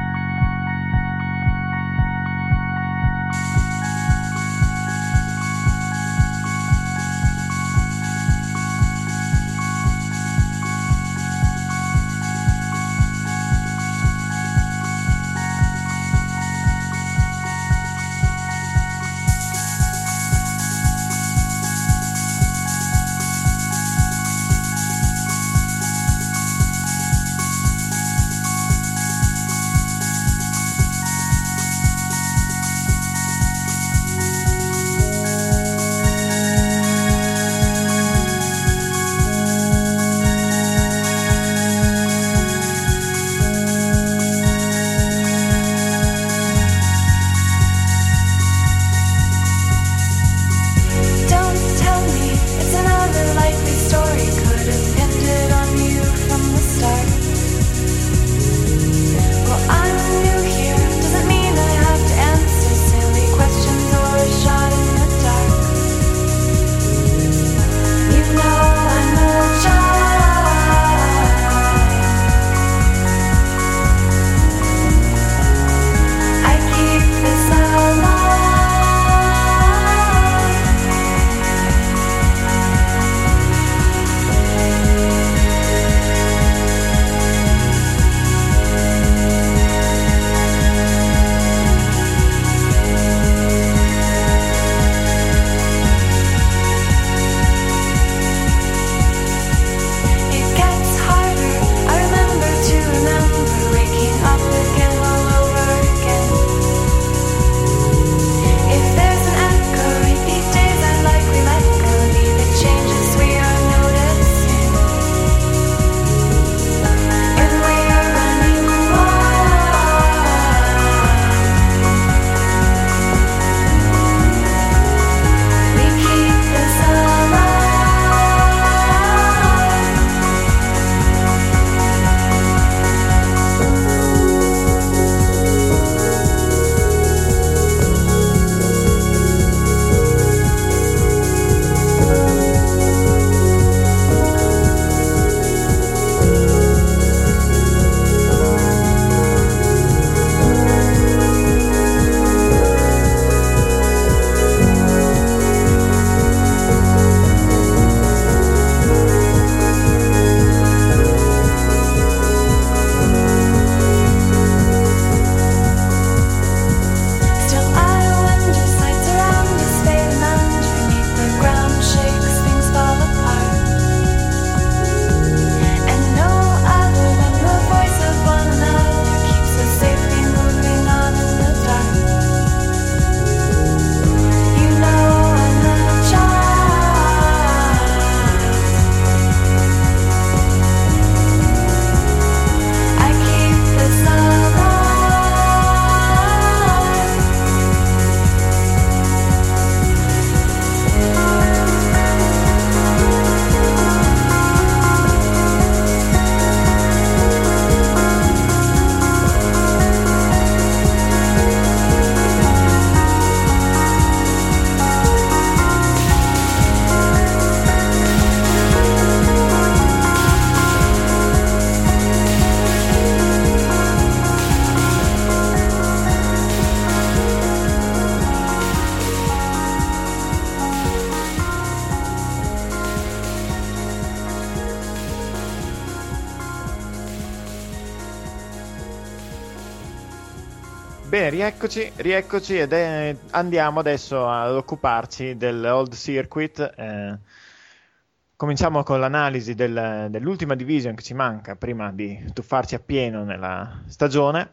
Bene, rieccoci, rieccoci ed è, andiamo adesso ad occuparci dell'Old Circuit. Eh, cominciamo con l'analisi del, dell'ultima division che ci manca prima di tuffarci appieno nella stagione.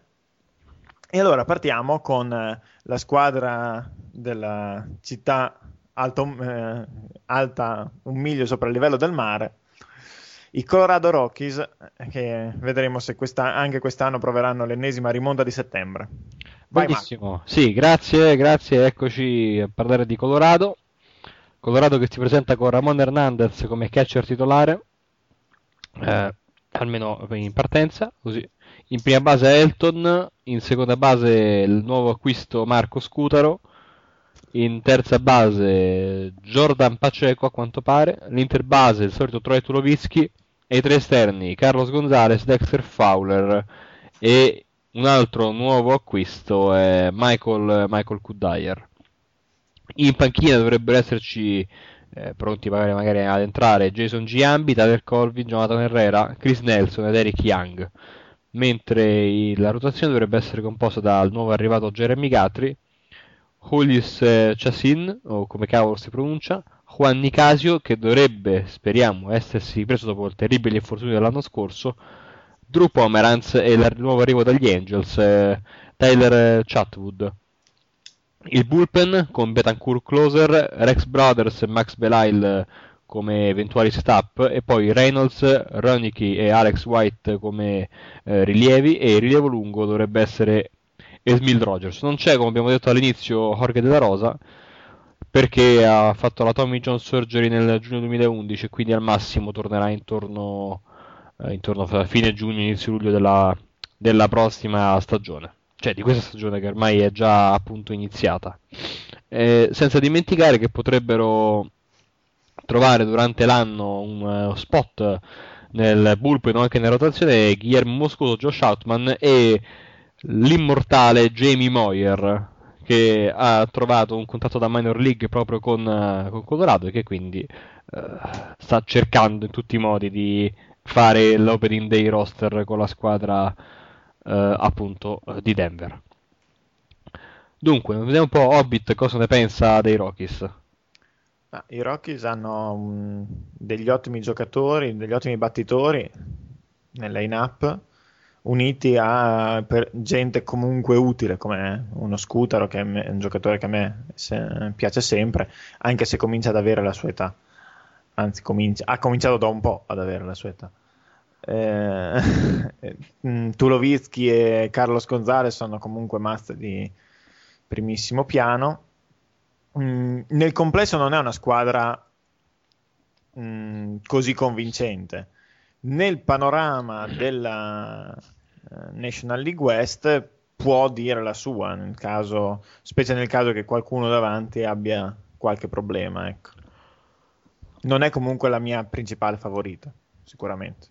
E allora partiamo con eh, la squadra della città alto, eh, alta un miglio sopra il livello del mare, i Colorado Rockies, che vedremo se questa, anche quest'anno proveranno l'ennesima rimonta di settembre. Vai, benissimo, sì, grazie, grazie, eccoci a parlare di Colorado. Colorado che si presenta con Ramon Hernandez come catcher titolare, eh, almeno in partenza, così. In prima base Elton, in seconda base il nuovo acquisto Marco Scutaro, in terza base Jordan Pacheco a quanto pare, l'interbase il solito Troy Tulowitzki e i tre esterni Carlos Gonzalez, Dexter Fowler e un altro nuovo acquisto è Michael, Michael Kudayer. In panchina dovrebbero esserci eh, pronti magari, magari ad entrare Jason Giambi, Tyler Colvin, Jonathan Herrera, Chris Nelson ed Eric Young, mentre il, la rotazione dovrebbe essere composta dal nuovo arrivato Jeremy Guthrie, Julius eh, Chassin, o come cavolo si pronuncia, Juan Nicasio, che dovrebbe, speriamo, essersi ripreso dopo il terribile infortunio dell'anno scorso, Drew Pomeranz e il nuovo arrivo dagli Angels, eh, Tyler Chatwood. Il bullpen con Betancourt closer, Rex Brothers e Max Belail come eventuali setup, e poi Reynolds, Roenick e Alex White come eh, rilievi, e il rilievo lungo dovrebbe essere Esmil Rogers. Non c'è, come abbiamo detto all'inizio, Jorge De La Rosa, perché ha fatto la Tommy John Surgery nel giugno duemilaundici e quindi al massimo tornerà intorno, eh, intorno a fine giugno, inizio luglio della, della prossima stagione, cioè di questa stagione che ormai è già appunto iniziata. Eh, senza dimenticare che potrebbero trovare durante l'anno un uh, spot nel bullpen o anche nella rotazione Guillermo Moscoso, Josh Outman e l'immortale Jamie Moyer, che ha trovato un contratto da minor league proprio con, uh, con Colorado e che quindi uh, sta cercando in tutti i modi di fare l'opening day roster con la squadra uh, appunto uh, di Denver. Dunque, vediamo un po' Hobbit cosa ne pensa dei Rockies. Ah, i Rockies hanno um, degli ottimi giocatori, degli ottimi battitori nel line-up, uniti a per gente comunque utile come uno Scutaro, che è un giocatore che a me se, piace sempre, anche se comincia ad avere la sua età, anzi comincia, ha cominciato da un po' ad avere la sua età. Eh, Tulowitzki e Carlos Gonzalez sono comunque master di primissimo piano. Mm, nel complesso non è una squadra mm, così convincente. Nel panorama della uh, National League West può dire la sua, nel caso, specie nel caso che qualcuno davanti abbia qualche problema, ecco. Non è comunque la mia principale favorita, sicuramente.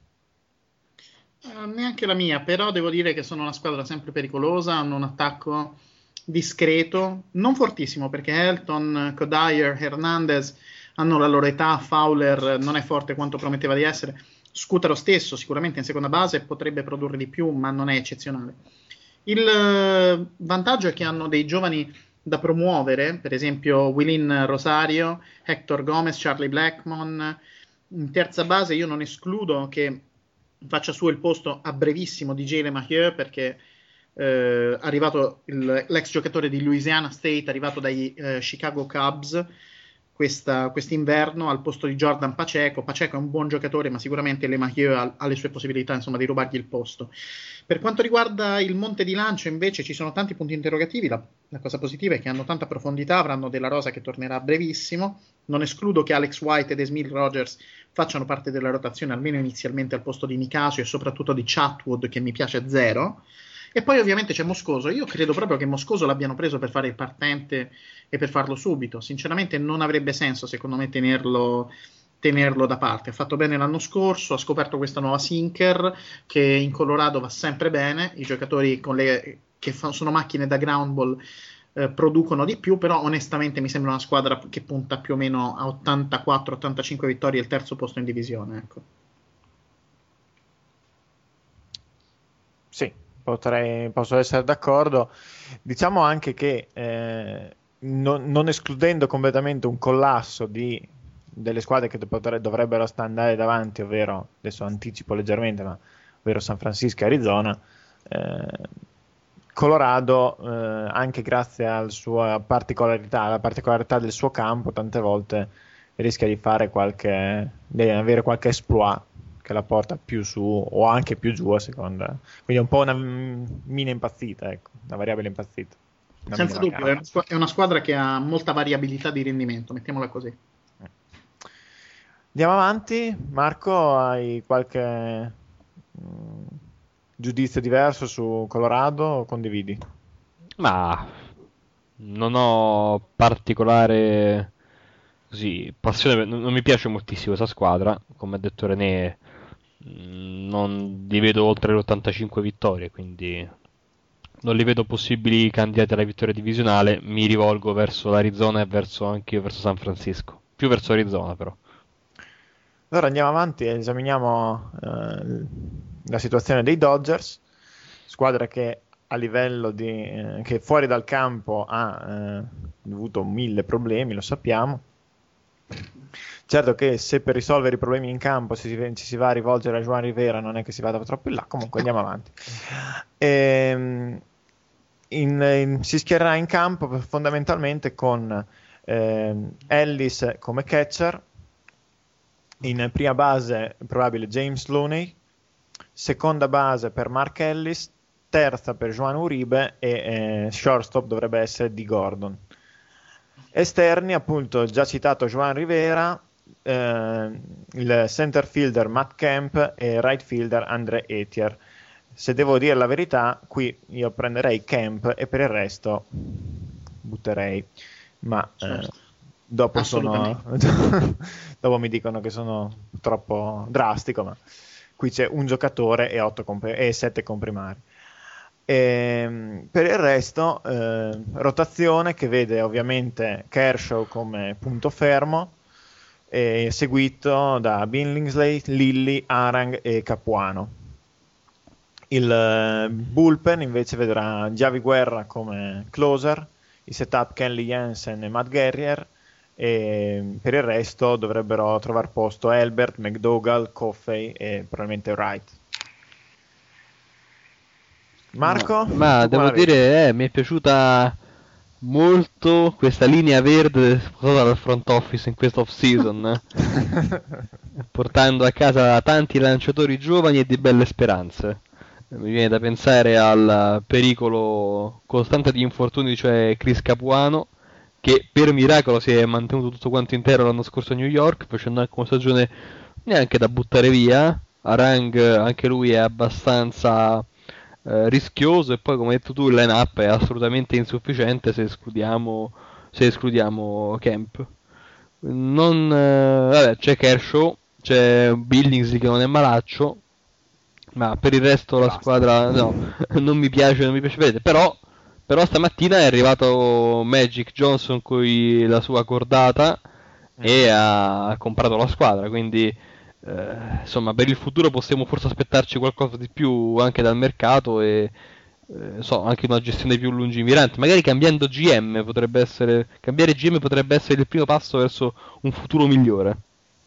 Uh, neanche la mia, però devo dire che sono una squadra sempre pericolosa, hanno un attacco discreto, non fortissimo, perché Elton, Kudayer, Hernandez hanno la loro età, Fowler non è forte quanto prometteva di essere, Scutaro stesso sicuramente in seconda base potrebbe produrre di più, ma non è eccezionale. Il uh, vantaggio è che hanno dei giovani da promuovere, per esempio Willin Rosario, Hector Gomez, Charlie Blackmon. In terza base io non escludo che faccia su il posto a brevissimo di Jay LeMahieu, perché eh, arrivato il, l'ex giocatore di Louisiana State, arrivato dai eh, Chicago Cubs questa, quest'inverno al posto di Jordan Pacheco. Pacheco è un buon giocatore, ma sicuramente LeMahieu ha, ha le sue possibilità, insomma, di rubargli il posto. Per quanto riguarda il monte di lancio, invece, ci sono tanti punti interrogativi. La, la cosa positiva è che hanno tanta profondità, avranno della rosa che tornerà a brevissimo. Non escludo che Alex White ed Esmil Rogers facciano parte della rotazione, almeno inizialmente, al posto di Nicasio e soprattutto di Chatwood, che mi piace zero. E poi ovviamente c'è Moscoso. Io credo proprio che Moscoso l'abbiano preso per fare il partente e per farlo subito. Sinceramente non avrebbe senso, secondo me, tenerlo, tenerlo da parte. Ha fatto bene l'anno scorso, ha scoperto questa nuova sinker che in Colorado va sempre bene. I giocatori con le, che fa, sono macchine da ground ball eh, producono di più, però onestamente mi sembra una squadra che punta più o meno a ottantaquattro ottantacinque vittorie e il terzo posto in divisione, ecco. Sì, potrei, posso essere d'accordo. Diciamo anche che eh, non, non escludendo completamente un collasso di, delle squadre che potre, dovrebbero andare davanti, ovvero, adesso anticipo leggermente, ma ovvero San Francisco e Arizona, eh, Colorado, eh, anche grazie alla sua particolarità, alla particolarità del suo campo, tante volte rischia di fare qualche, di avere qualche exploit che la porta più su o anche più giù a seconda. Quindi è un po' una mina impazzita, ecco, una variabile impazzita. Una Senza dubbio, è una, squ- è una squadra che ha molta variabilità di rendimento, mettiamola così. Andiamo avanti. Marco, hai qualche mh, giudizio diverso su Colorado o condividi? Ma non ho particolare così passione, per- non, non mi piace moltissimo questa squadra, come ha detto René, mh, non li vedo oltre le ottantacinque vittorie, quindi non li vedo possibili candidati alla vittoria divisionale. Mi rivolgo verso l'Arizona e verso anche io verso San Francisco, più verso Arizona però. Allora andiamo avanti e esaminiamo eh, la situazione dei Dodgers, squadra che a livello di eh, che fuori dal campo ha eh, avuto mille problemi, lo sappiamo. Certo che se per risolvere i problemi in campo ci si, ci si va a rivolgere a Juan Rivera non è che si vada troppo in là, comunque andiamo avanti. Ehm, in, in, si schiererà in campo fondamentalmente con ehm, Ellis come catcher, in prima base probabile James Looney, seconda base per Mark Ellis, terza per Juan Uribe e eh, shortstop dovrebbe essere Dee Gordon. Esterni, appunto, già citato Juan Rivera, eh, il center fielder Matt Kemp e right fielder André Etier. Se devo dire la verità, qui io prenderei Kemp e per il resto butterei, ma eh, dopo sono dopo mi dicono che sono troppo drastico, ma qui c'è un giocatore e, otto comp- e sette comprimari. E, per il resto eh, rotazione che vede ovviamente Kershaw come punto fermo, e seguito da Billingsley, Lilly, Arang e Capuano. Il eh, bullpen invece vedrà Javi Guerra come closer, il setup Kenley Jansen e Matt Guerrier, e per il resto dovrebbero trovare posto Elbert, McDougall, Coffey e probabilmente Wright. Marco? Ma devo dire, eh, mi è piaciuta molto questa linea verde sposata dal front office in questa off season, eh. portando a casa tanti lanciatori giovani e di belle speranze. Mi viene da pensare al pericolo costante di infortuni, cioè Chris Capuano, che per miracolo si è mantenuto tutto quanto intero l'anno scorso a New York, facendo anche una stagione neanche da buttare via. Arang anche lui è abbastanza eh, rischioso, e poi come hai detto tu il line-up è assolutamente insufficiente se escludiamo, se escludiamo Kemp. Non, eh, vabbè, c'è Kershaw, c'è Billingsley che non è malaccio, ma per il resto la squadra no, non mi piace, non mi piace vedere, però però stamattina è arrivato Magic Johnson con la sua cordata e ha comprato la squadra, quindi eh, insomma per il futuro possiamo forse aspettarci qualcosa di più anche dal mercato e eh, so, anche una gestione più lungimirante, magari cambiando G M potrebbe essere cambiare G M potrebbe essere il primo passo verso un futuro migliore.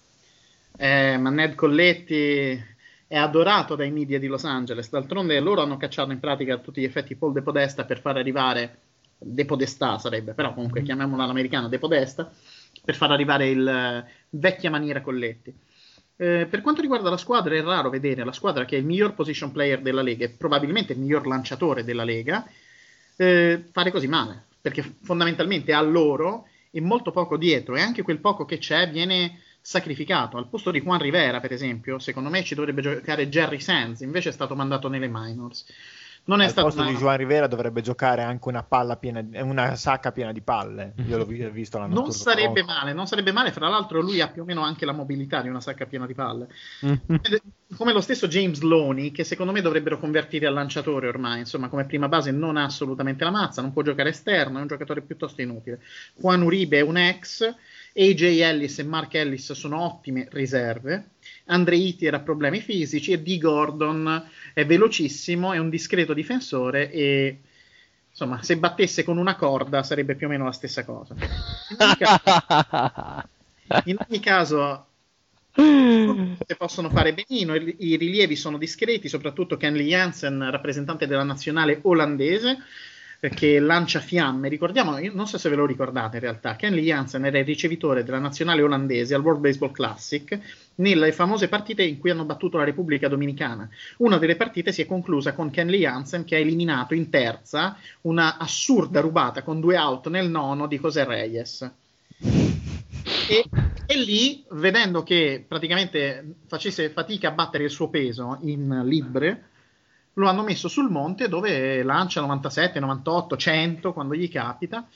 Eh, ma Ned Colletti è adorato dai media di Los Angeles, d'altronde loro hanno cacciato in pratica a tutti gli effetti Paul De Podesta per far arrivare De Podesta sarebbe, però comunque chiamiamola all'americana De Podesta, per far arrivare il uh, vecchia maniera Colletti. Eh, per quanto riguarda la squadra, è raro vedere la squadra che è il miglior position player della Lega e probabilmente il miglior lanciatore della Lega eh, fare così male, perché fondamentalmente a loro e molto poco dietro, e anche quel poco che c'è viene sacrificato. Al posto di Juan Rivera, per esempio, secondo me ci dovrebbe giocare Jerry Sands, invece è stato mandato nelle minors. Non è Al stato posto una... di Juan Rivera dovrebbe giocare anche una palla piena di... una sacca piena di palle. Io l'ho visto l'anno non scorso. sarebbe male, non sarebbe male, fra l'altro lui ha più o meno anche la mobilità di una sacca piena di palle. Come lo stesso James Loney, che secondo me dovrebbero convertire al lanciatore ormai, insomma, come prima base non ha assolutamente la mazza, non può giocare esterno, è un giocatore piuttosto inutile. Juan Uribe è un ex A J Ellis e Mark Ellis sono ottime riserve, Andretti ha problemi fisici e D. Gordon è velocissimo, è un discreto difensore e insomma se battesse con una corda sarebbe più o meno la stessa cosa. In ogni caso, in ogni caso se possono fare benino, i, i rilievi sono discreti, soprattutto Kenley Jansen, rappresentante della nazionale olandese, che lancia fiamme. Ricordiamo, io non so se ve lo ricordate in realtà, Kenley Jansen era il ricevitore della nazionale olandese al World Baseball Classic nelle famose partite in cui hanno battuto la Repubblica Dominicana. Una delle partite si è conclusa con Kenley Jansen che ha eliminato in terza una assurda rubata con due out nel nono di José Reyes. E, e lì, vedendo che praticamente facesse fatica a battere il suo peso in libbre, lo hanno messo sul monte dove lancia novantasette, novantotto, cento quando gli capita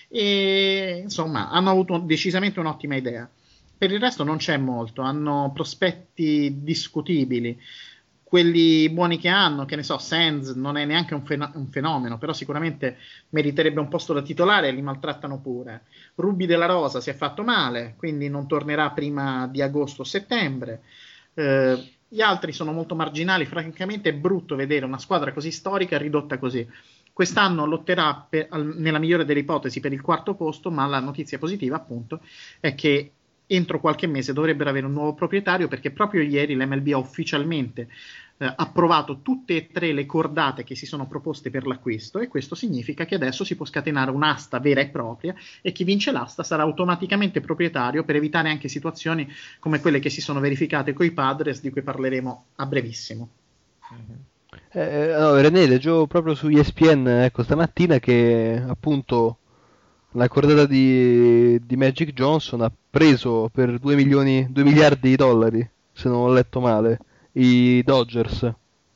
e insomma hanno avuto decisamente un'ottima idea. Per il resto non c'è molto, hanno prospetti discutibili. Quelli buoni che hanno, che ne so, Sands non è neanche un, fen- un fenomeno, però sicuramente meriterebbe un posto da titolare e li maltrattano pure. Ruby della Rosa si è fatto male, quindi non tornerà prima di agosto o settembre. Eh, gli altri sono molto marginali, francamente è brutto vedere una squadra così storica ridotta così. Quest'anno lotterà per, al, nella migliore delle ipotesi per il quarto posto, ma la notizia positiva appunto è che entro qualche mese dovrebbero avere un nuovo proprietario, perché proprio ieri l'M L B ha ufficialmente eh, approvato tutte e tre le cordate che si sono proposte per l'acquisto e questo significa che adesso si può scatenare un'asta vera e propria e chi vince l'asta sarà automaticamente proprietario, per evitare anche situazioni come quelle che si sono verificate coi Padres, di cui parleremo a brevissimo. Eh, no, René, leggevo proprio su E S P N ecco, stamattina che appunto la cordata di, di Magic Johnson ha preso per due milioni, due miliardi di dollari, se non ho letto male, i Dodgers.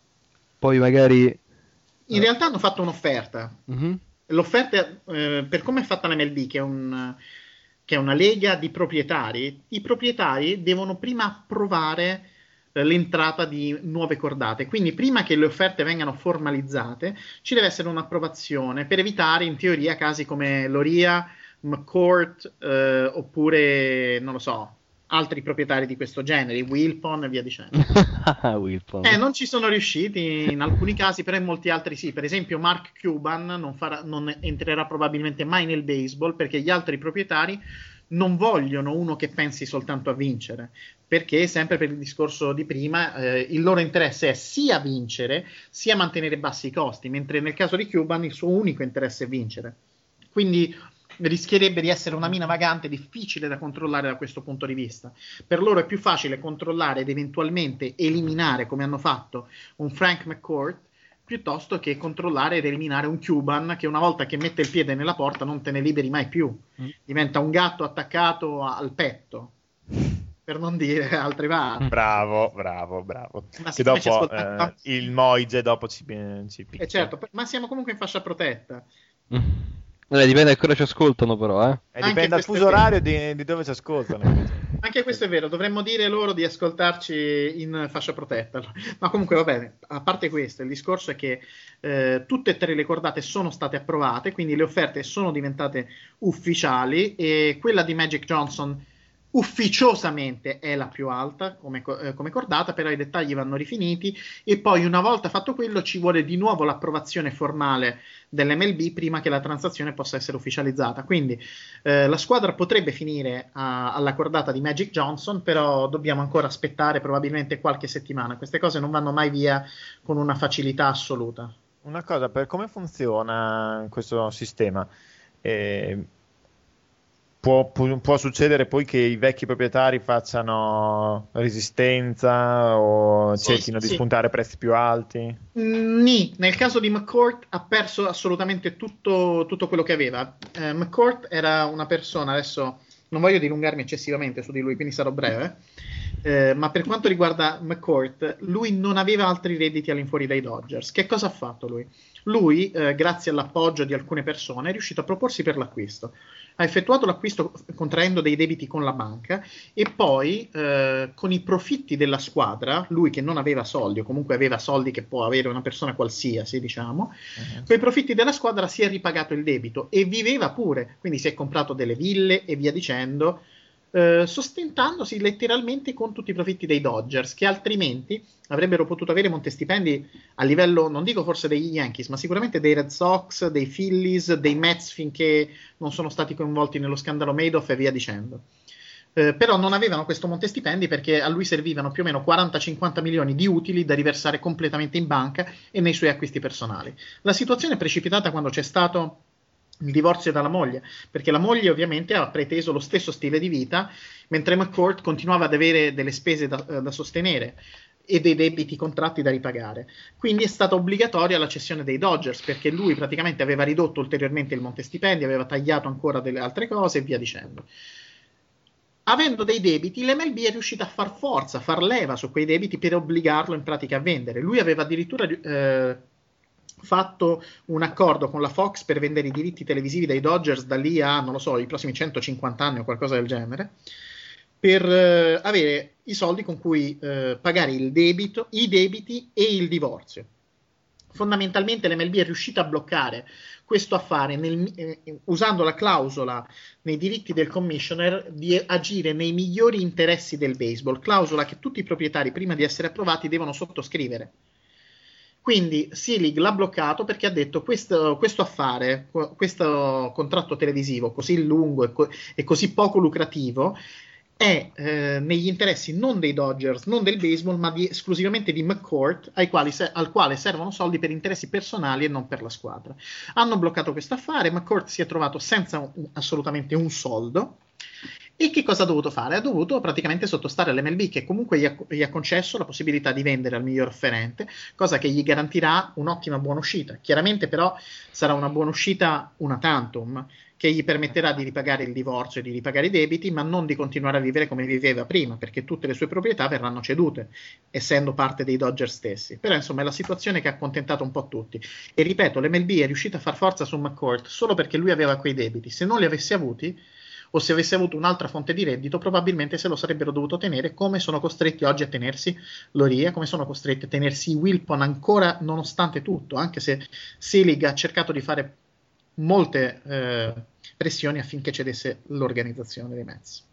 Poi magari... In realtà hanno fatto un'offerta. Mm-hmm. L'offerta, eh, per come è fatta l'M L B, che è, un, che è una lega di proprietari, i proprietari devono prima approvare l'entrata di nuove cordate, quindi prima che le offerte vengano formalizzate ci deve essere un'approvazione per evitare in teoria casi come Loria, McCourt eh, oppure non lo so altri proprietari di questo genere, Wilpon e via dicendo. Wilpon. Eh, non ci sono riusciti in alcuni casi, però in molti altri sì. Per esempio Mark Cuban non, farà, non entrerà probabilmente mai nel baseball perché gli altri proprietari non vogliono uno che pensi soltanto a vincere, perché sempre per il discorso di prima eh, il loro interesse è sia vincere sia mantenere bassi i costi, mentre nel caso di Cuban il suo unico interesse è vincere, quindi rischierebbe di essere una mina vagante difficile da controllare da questo punto di vista. Per loro è più facile controllare ed eventualmente eliminare, come hanno fatto, un Frank McCourt piuttosto che controllare ed eliminare un Cuban che una volta che mette il piede nella porta non te ne liberi mai più, mm. diventa un gatto attaccato al petto, per non dire altre parole. Bravo, bravo, bravo. Ma che dopo eh, il Moige dopo ci, ci picchia. Eh certo, ma siamo comunque in fascia protetta. Mm. Eh, dipende da cosa ci ascoltano però, eh. Eh, dipende dal fuso orario di, di dove ci ascoltano. Anche questo è vero, dovremmo dire loro di ascoltarci in fascia protetta. Ma comunque va bene, a parte questo, il discorso è che eh, tutte e tre le cordate sono state approvate, quindi le offerte sono diventate ufficiali e quella di Magic Johnson ufficiosamente è la più alta come, eh, come cordata, però i dettagli vanno rifiniti e poi una volta fatto quello ci vuole di nuovo l'approvazione formale dell'M L B prima che la transazione possa essere ufficializzata, quindi eh, la squadra potrebbe finire a, alla cordata di Magic Johnson, però dobbiamo ancora aspettare probabilmente qualche settimana, queste cose non vanno mai via con una facilità assoluta. Una cosa, per come funziona questo sistema, eh, Può, può, può succedere poi che i vecchi proprietari facciano resistenza o sì, cerchino sì. di spuntare prezzi più alti? Nì, nel caso di McCourt ha perso assolutamente tutto, tutto quello che aveva. Eh, McCourt era una persona, adesso non voglio dilungarmi eccessivamente su di lui, quindi sarò breve, eh, ma per quanto riguarda McCourt, lui non aveva altri redditi all'infuori dai Dodgers. Che cosa ha fatto lui? Lui, eh, grazie all'appoggio di alcune persone, è riuscito a proporsi per l'acquisto. Ha effettuato l'acquisto contraendo dei debiti con la banca e poi eh, con i profitti della squadra, lui che non aveva soldi o comunque aveva soldi che può avere una persona qualsiasi, diciamo, uh-huh. con i profitti della squadra si è ripagato il debito e viveva pure, quindi si è comprato delle ville e via dicendo eh, sostentandosi letteralmente con tutti i profitti dei Dodgers, che altrimenti avrebbero potuto avere montestipendi a livello, non dico forse degli Yankees, ma sicuramente dei Red Sox, dei Phillies, dei Mets, finché non sono stati coinvolti nello scandalo Madoff e via dicendo. Eh, però non avevano questo montestipendi perché a lui servivano più o meno quaranta cinquanta milioni di utili da riversare completamente in banca e nei suoi acquisti personali. La situazione è precipitata quando c'è stato il divorzio dalla moglie, perché la moglie ovviamente ha preteso lo stesso stile di vita, mentre McCourt continuava ad avere delle spese da, da sostenere e dei debiti contratti da ripagare. Quindi è stata obbligatoria la cessione dei Dodgers, perché lui praticamente aveva ridotto ulteriormente il montestipendi, aveva tagliato ancora delle altre cose e via dicendo. Avendo dei debiti, l'M L B è riuscita a far forza, a far leva su quei debiti per obbligarlo in pratica a vendere. Lui aveva addirittura eh, fatto un accordo con la Fox per vendere i diritti televisivi dei Dodgers da lì a, non lo so, i prossimi centocinquanta anni o qualcosa del genere, per eh, avere i soldi con cui eh, pagare il debito, i debiti e il divorzio. Fondamentalmente l'M L B è riuscita a bloccare questo affare nel, eh, usando la clausola nei diritti del commissioner di agire nei migliori interessi del baseball, clausola che tutti i proprietari prima di essere approvati devono sottoscrivere. Quindi Selig l'ha bloccato perché ha detto questo, questo affare, questo contratto televisivo così lungo e, co- e così poco lucrativo è eh, negli interessi non dei Dodgers, non del baseball, ma di, esclusivamente di McCourt, ai quali se, al quale servono soldi per interessi personali e non per la squadra. Hanno bloccato questo affare, McCourt si è trovato senza un, assolutamente un soldo, e che cosa ha dovuto fare? Ha dovuto praticamente sottostare all'M L B, che comunque gli ha, gli ha concesso la possibilità di vendere al miglior offerente, cosa che gli garantirà un'ottima buona uscita. Chiaramente però sarà una buona uscita una tantum, che gli permetterà di ripagare il divorzio e di ripagare i debiti, ma non di continuare a vivere come viveva prima, perché tutte le sue proprietà verranno cedute, essendo parte dei Dodgers stessi. Però insomma è la situazione che ha accontentato un po' tutti. E ripeto, l'M L B è riuscita a far forza su McCourt solo perché lui aveva quei debiti. Se non li avesse avuti, o se avesse avuto un'altra fonte di reddito, probabilmente se lo sarebbero dovuto tenere, come sono costretti oggi a tenersi Loria, come sono costretti a tenersi Wilpon ancora nonostante tutto, anche se Selig ha cercato di fare molte eh, pressioni affinché cedesse l'organizzazione dei Mets.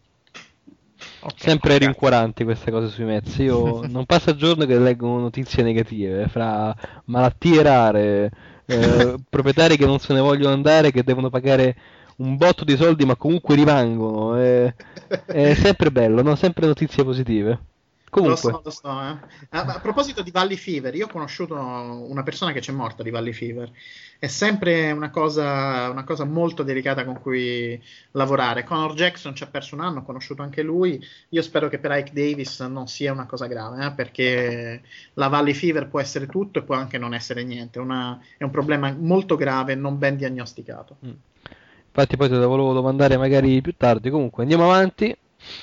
Okay, sempre rincuoranti queste cose sui Mets. Io non passa giorno che leggo notizie negative fra malattie rare, eh, proprietari che non se ne vogliono andare, che devono pagare un botto di soldi ma comunque rimangono. È, è sempre bello, no? Sempre notizie positive. Comunque. Lo so, lo so, eh. a, a proposito di Valley Fever, io ho conosciuto una persona che c'è morta di Valley Fever. È sempre una cosa, una cosa molto delicata con cui lavorare. Conor Jackson ci ha perso un anno, ho conosciuto anche lui. Io spero che per Ike Davis non sia una cosa grave, eh, perché la Valley Fever può essere tutto e può anche non essere niente. Una, è un problema molto grave, non ben diagnosticato. Mm. Infatti poi te la volevo domandare magari più tardi. Comunque andiamo avanti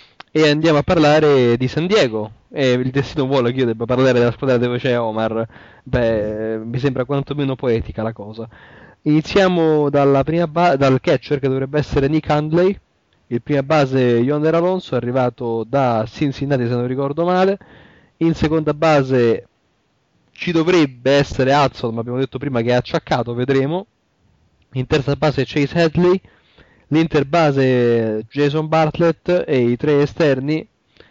e andiamo a parlare di San Diego. E il destino vuole che io debba parlare della squadra dove c'è Omar. Beh, mi sembra quantomeno poetica la cosa. Iniziamo dalla prima ba- dal catcher, che dovrebbe essere Nick Handley. Il prima base Yonder Alonso, arrivato da Cincinnati se non ricordo male. In seconda base ci dovrebbe essere Hudson, ma abbiamo detto prima che è acciaccato, vedremo. In terza base Chase Hadley. L'interbase Jason Bartlett e i tre esterni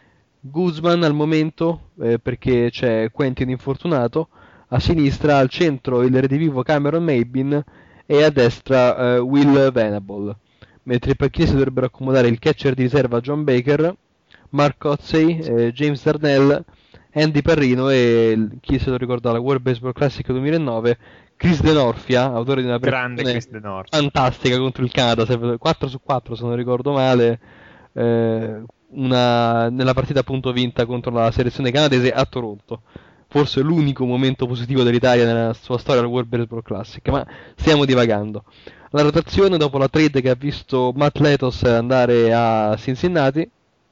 Guzman al momento, eh, perché c'è Quentin infortunato, a sinistra, al centro il redivivo Cameron Maybin e a destra eh, Will Venable, mentre i pacchini si dovrebbero accomodare il catcher di riserva John Baker, Mark Cotzey, eh, James Darnell, Andy Parrino e chi se lo ricorda la World Baseball Classic duemilanove, Chris Denorfia, autore di una grande Chris Denorfia fantastica contro il Canada, quattro su quattro se non ricordo male, eh, una, nella partita appunto vinta contro la selezione canadese a Toronto. Forse l'unico momento positivo dell'Italia nella sua storia al World Baseball Classic, ma stiamo divagando. La rotazione dopo la trade che ha visto Matt Letos andare a Cincinnati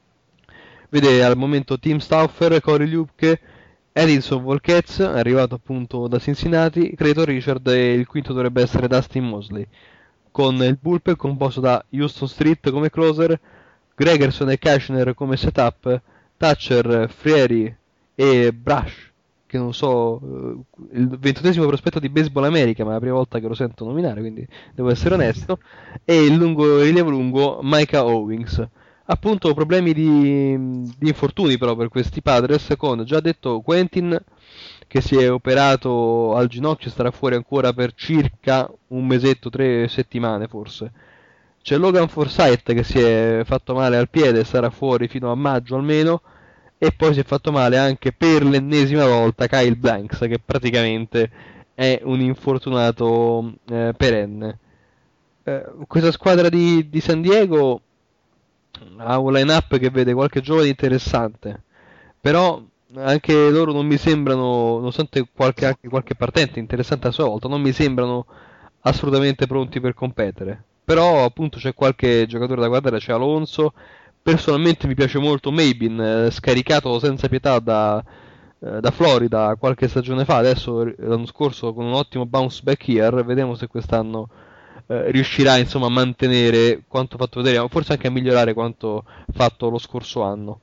vede al momento Tim Stauffer, Corey Lupke, Edinson Volquez, arrivato appunto da Cincinnati, Clayton Richard, e il quinto dovrebbe essere Dustin Mosley, con il bullpen composto da Houston Street come closer, Gregerson e Kashner come setup, Thatcher, Frieri e Brush, che non so, il ventunesimo prospetto di Baseball America, ma è la prima volta che lo sento nominare, quindi devo essere onesto, e il lungo, rilievo lungo Micah Owings. appunto problemi di, di infortuni però per questi Padres, con già detto Quentin che si è operato al ginocchio, starà fuori ancora per circa un mesetto, tre settimane forse. C'è Logan Forsythe che si è fatto male al piede, sarà fuori fino a maggio almeno, e poi si è fatto male anche per l'ennesima volta Kyle Blanks, che praticamente è un infortunato eh, perenne. Eh, questa squadra di, di San Diego ha un line-up che vede qualche giovane interessante, però anche loro non mi sembrano, nonostante qualche, anche qualche partente interessante a sua volta, non mi sembrano assolutamente pronti per competere. Però appunto c'è qualche giocatore da guardare, c'è Alonso, personalmente mi piace molto Mabin, eh, scaricato senza pietà da, eh, da Florida qualche stagione fa, adesso l'anno scorso con un ottimo bounce back year, vediamo se quest'anno eh, riuscirà insomma a mantenere quanto fatto vedere, o forse anche a migliorare quanto fatto lo scorso anno.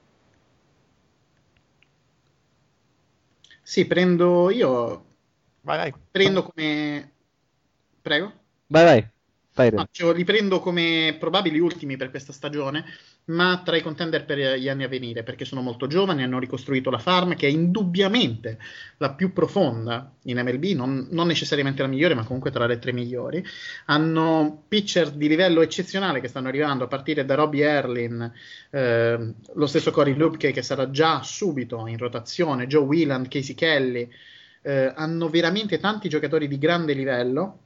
Sì, prendo io. Vai, vai. Prendo come. Prego? Vai vai, vai Ren. No, dicevo, li prendo come probabili ultimi per questa stagione, ma tra i contender per gli anni a venire, perché sono molto giovani, hanno ricostruito la farm, che è indubbiamente la più profonda in M L B, non, non necessariamente la migliore, ma comunque tra le tre migliori. Hanno pitcher di livello eccezionale che stanno arrivando, a partire da Robbie Erlin, eh, lo stesso Corey Lupke, che sarà già subito in rotazione, Joe Whelan, Casey Kelly. Eh, hanno veramente tanti giocatori di grande livello.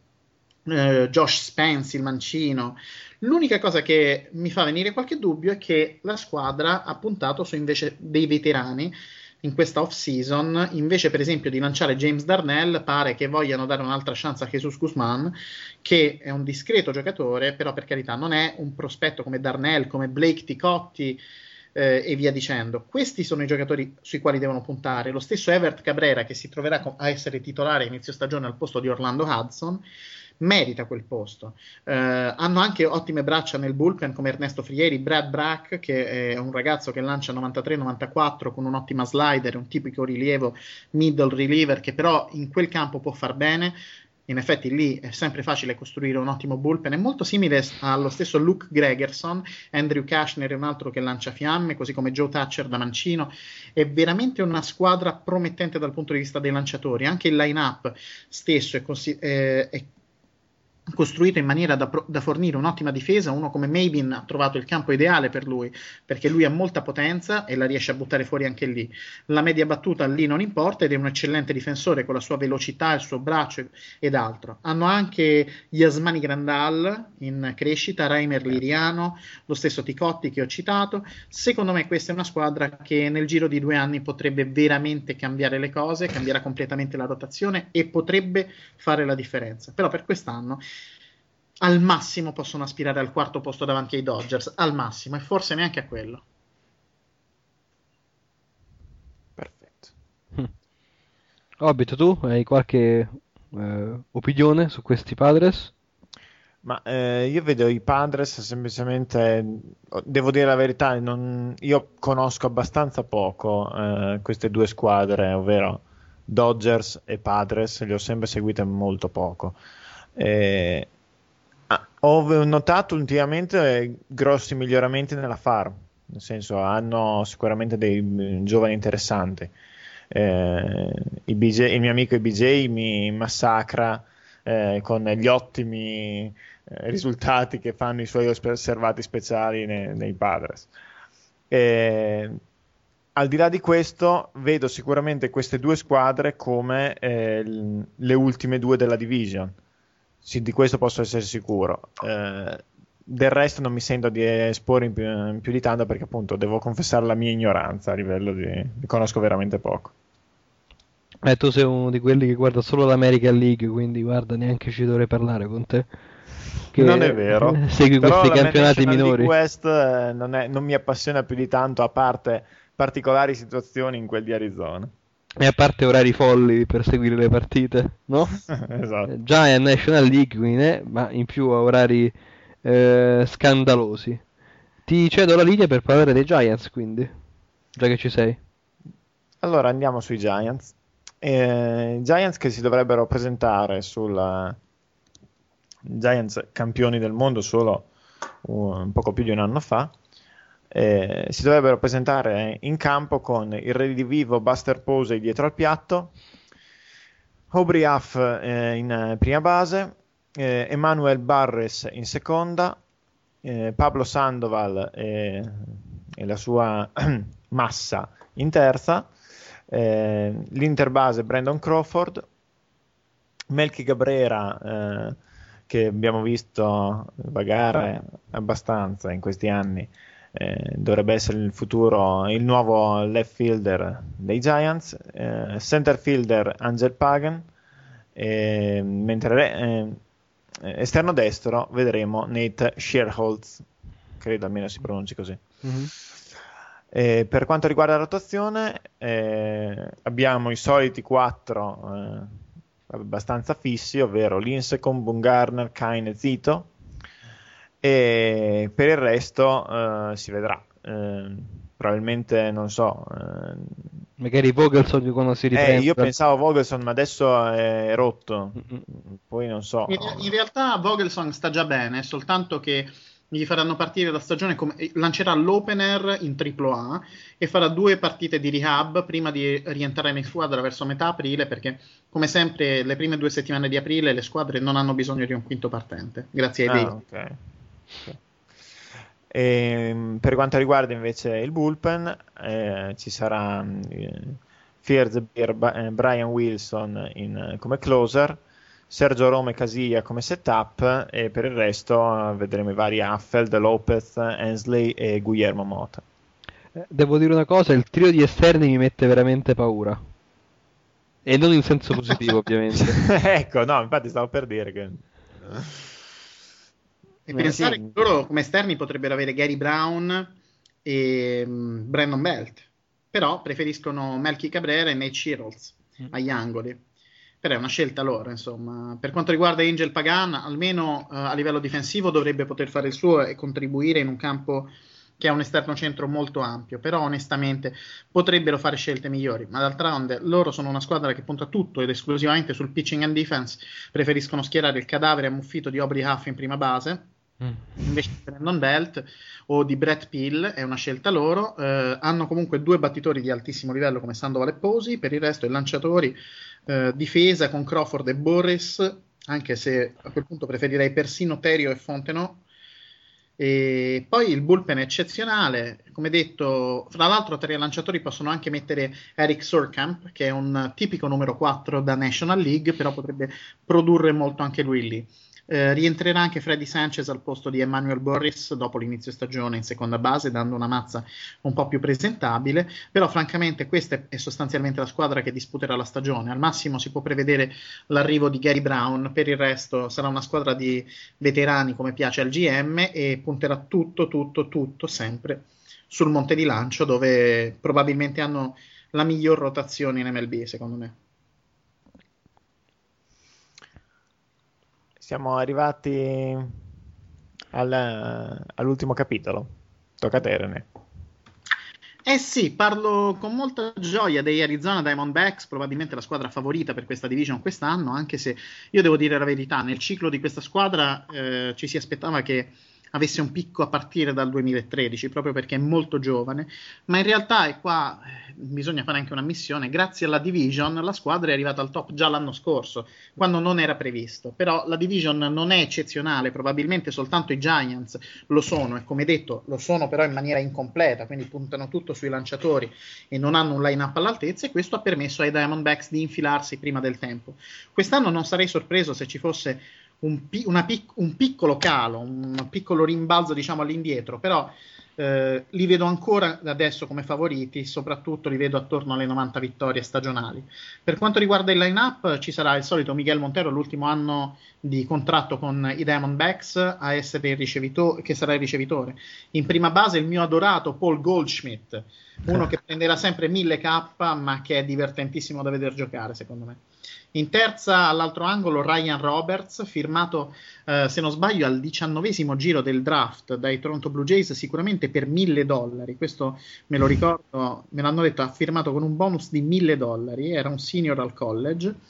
Uh, Josh Spence, il mancino. L'unica cosa che mi fa venire qualche dubbio è che la squadra ha puntato su invece dei veterani in questa off season, invece per esempio di lanciare James Darnell. Pare che vogliano dare un'altra chance a Jesus Guzman, che è un discreto giocatore, però per carità non è un prospetto come Darnell, come Blake Ticotti eh, e via dicendo. Questi sono i giocatori sui quali devono puntare. Lo stesso Everett Cabrera, che si troverà a essere titolare a inizio stagione al posto di Orlando Hudson, merita quel posto. Eh, hanno anche ottime braccia nel bullpen come Ernesto Frieri, Brad Brack, che è un ragazzo che lancia novantatré novantaquattro con un'ottima slider, un tipico rilievo middle reliever che però in quel campo può far bene. In effetti lì è sempre facile costruire un ottimo bullpen, è molto simile allo stesso Luke Gregerson. Andrew Kashner è un altro che lancia fiamme, così come Joe Thatcher da mancino. È veramente una squadra promettente dal punto di vista dei lanciatori. Anche il line-up stesso è, così, è, è costruito in maniera da, da fornire un'ottima difesa. Uno come Mabin ha trovato il campo ideale per lui, perché lui ha molta potenza e la riesce a buttare fuori anche lì. La media battuta lì non importa, ed è un eccellente difensore con la sua velocità, il suo braccio ed altro. Hanno anche Yasmani Grandal in crescita, Reimer Liriano, lo stesso Ticotti che ho citato. Secondo me questa è una squadra che nel giro di due anni potrebbe veramente cambiare le cose, cambierà completamente la rotazione e potrebbe fare la differenza. Però per quest'anno al massimo possono aspirare al quarto posto davanti ai Dodgers, al massimo, e forse neanche a quello. Perfetto. Hobbit, tu hai qualche eh, opinione su questi Padres? Ma eh, io vedo i Padres semplicemente, devo dire la verità, non, io conosco abbastanza poco eh, queste due squadre, ovvero Dodgers e Padres, le ho sempre seguite molto poco. Eh, Ho notato ultimamente grossi miglioramenti nella farm, nel senso hanno sicuramente dei giovani interessanti. Eh, i B J, il mio amico I B J mi massacra eh, con gli ottimi eh, risultati che fanno i suoi osservati speciali nei, nei Padres. Eh, al di là di questo, vedo sicuramente queste due squadre come eh, le ultime due della division. Sì, di questo posso essere sicuro. Eh, del resto non mi sento di esporre in più, in più di tanto, perché appunto devo confessare la mia ignoranza a livello di... di conosco veramente poco. Eh, tu sei uno di quelli che guarda solo l'American League, quindi guarda, neanche ci dovrei parlare con te. Che non è vero. Segui però questi la campionati National minori. League West eh, non, è, non mi appassiona più di tanto, a parte particolari situazioni in quel di Arizona. E a parte orari folli per seguire le partite, no? Esatto. Già è National League, quindi, eh, ma in più a orari eh, scandalosi. Ti cedo la linea per parlare dei Giants, quindi, già che ci sei. Allora andiamo sui Giants. Eh, Giants che si dovrebbero presentare sulla Giants campioni del mondo solo un poco più di un anno fa. eh, si dovrebbero presentare in campo con il redivivo Buster Posey dietro al piatto, Aubrey Huff eh, in prima base, eh, Emmanuel Barres in seconda, eh, Pablo Sandoval e, e la sua massa in terza, eh, l'interbase Brandon Crawford, Melky Cabrera eh, che abbiamo visto vagare abbastanza in questi anni, eh, dovrebbe essere il futuro, il nuovo left fielder dei Giants, eh, center fielder Angel Pagan, eh, mentre eh, esterno destro vedremo Nate Scherholz, credo almeno si pronunci così. Mm-hmm. Eh, per quanto riguarda la rotazione, eh, abbiamo i soliti quattro eh, abbastanza fissi, ovvero Lincecum, Bumgarner, Kine e Zito, e per il resto uh, si vedrà. Uh, probabilmente non so, uh, magari Vogelson quando si riprende. Eh, io pensavo Vogelson, ma adesso è rotto. Mm-hmm. Poi non so. In, in realtà Vogelson sta già bene, soltanto che gli faranno partire la stagione come, lancerà l'opener in tripla A e farà due partite di rehab prima di rientrare in squadra verso metà aprile, perché come sempre le prime due settimane di aprile le squadre non hanno bisogno di un quinto partente, grazie ai ah, okay. Okay. E, per quanto riguarda invece il bullpen, eh, ci sarà eh, Fierzbier, eh, Brian Wilson in, come closer, Sergio Rome Casilla come setup, e per il resto uh, vedremo i vari Affeld, Lopez, Hensley e Guillermo Mota. Eh, devo dire una cosa, il trio di esterni mi mette veramente paura, e non in senso positivo ovviamente. Ecco, no, infatti stavo per dire che e pensare sì. Che loro come esterni potrebbero avere Gary Brown e um, Brandon Belt, però preferiscono Melky Cabrera e Nate Scherholz mm. agli angoli. Però è una scelta loro, insomma. Per quanto riguarda Angel Pagan, almeno uh, a livello difensivo dovrebbe poter fare il suo e contribuire in un campo che ha un esterno centro molto ampio, però onestamente potrebbero fare scelte migliori, ma d'altronde loro sono una squadra che punta tutto ed esclusivamente sul pitching and defense, preferiscono schierare il cadavere ammuffito di Aubrey Huff in prima base, mm. invece di Brandon Belt o di Brett Pill, è una scelta loro. Eh, hanno comunque due battitori di altissimo livello come Sandoval e Posey, per il resto i lanciatori, Uh, difesa con Crawford e Boris, anche se a quel punto preferirei persino Terio e Fontenot. E poi il bullpen è eccezionale, come detto. Fra l'altro tra i lanciatori possono anche mettere Eric Surkamp, che è un tipico numero quattro da National League, però potrebbe produrre molto anche lui lì. Eh, rientrerà anche Freddy Sanchez al posto di Emmanuel Boris dopo l'inizio stagione in seconda base, dando una mazza un po' più presentabile, però francamente questa è sostanzialmente la squadra che disputerà la stagione. Al massimo si può prevedere l'arrivo di Gary Brown, per il resto sarà una squadra di veterani come piace al G M e punterà tutto, tutto, tutto sempre sul monte di lancio, dove probabilmente hanno la miglior rotazione in M L B, secondo me. Siamo arrivati al, all'ultimo capitolo. Tocca a te, René. Eh sì, parlo con molta gioia degli Arizona Diamondbacks, probabilmente la squadra favorita per questa division quest'anno, anche se io devo dire la verità, nel ciclo di questa squadra eh, ci si aspettava che avesse un picco a partire dal duemilatredici, proprio perché è molto giovane, ma in realtà, e qua eh, bisogna fare anche una missione, grazie alla division la squadra è arrivata al top già l'anno scorso, quando non era previsto. Però la division non è eccezionale, probabilmente soltanto i Giants lo sono, e come detto lo sono però in maniera incompleta, quindi puntano tutto sui lanciatori e non hanno un line-up all'altezza, e questo ha permesso ai Diamondbacks di infilarsi prima del tempo. Quest'anno non sarei sorpreso se ci fosse Un, pi- una pic- un piccolo calo, un piccolo rimbalzo diciamo all'indietro, però eh, li vedo ancora adesso come favoriti, soprattutto li vedo attorno alle novanta vittorie stagionali. Per quanto riguarda il line-up ci sarà il solito Miguel Montero, l'ultimo anno di contratto con i Diamondbacks, a essere il ricevitore, che sarà il ricevitore. In prima base il mio adorato Paul Goldschmidt, uno che prenderà sempre mille K, ma che è divertentissimo da vedere giocare secondo me. In terza, all'altro angolo, Ryan Roberts, firmato, eh, se non sbaglio, al diciannovesimo giro del draft dai Toronto Blue Jays, sicuramente per mille dollari. Questo me lo ricordo, me l'hanno detto, ha firmato con un bonus di mille dollari, era un senior al college.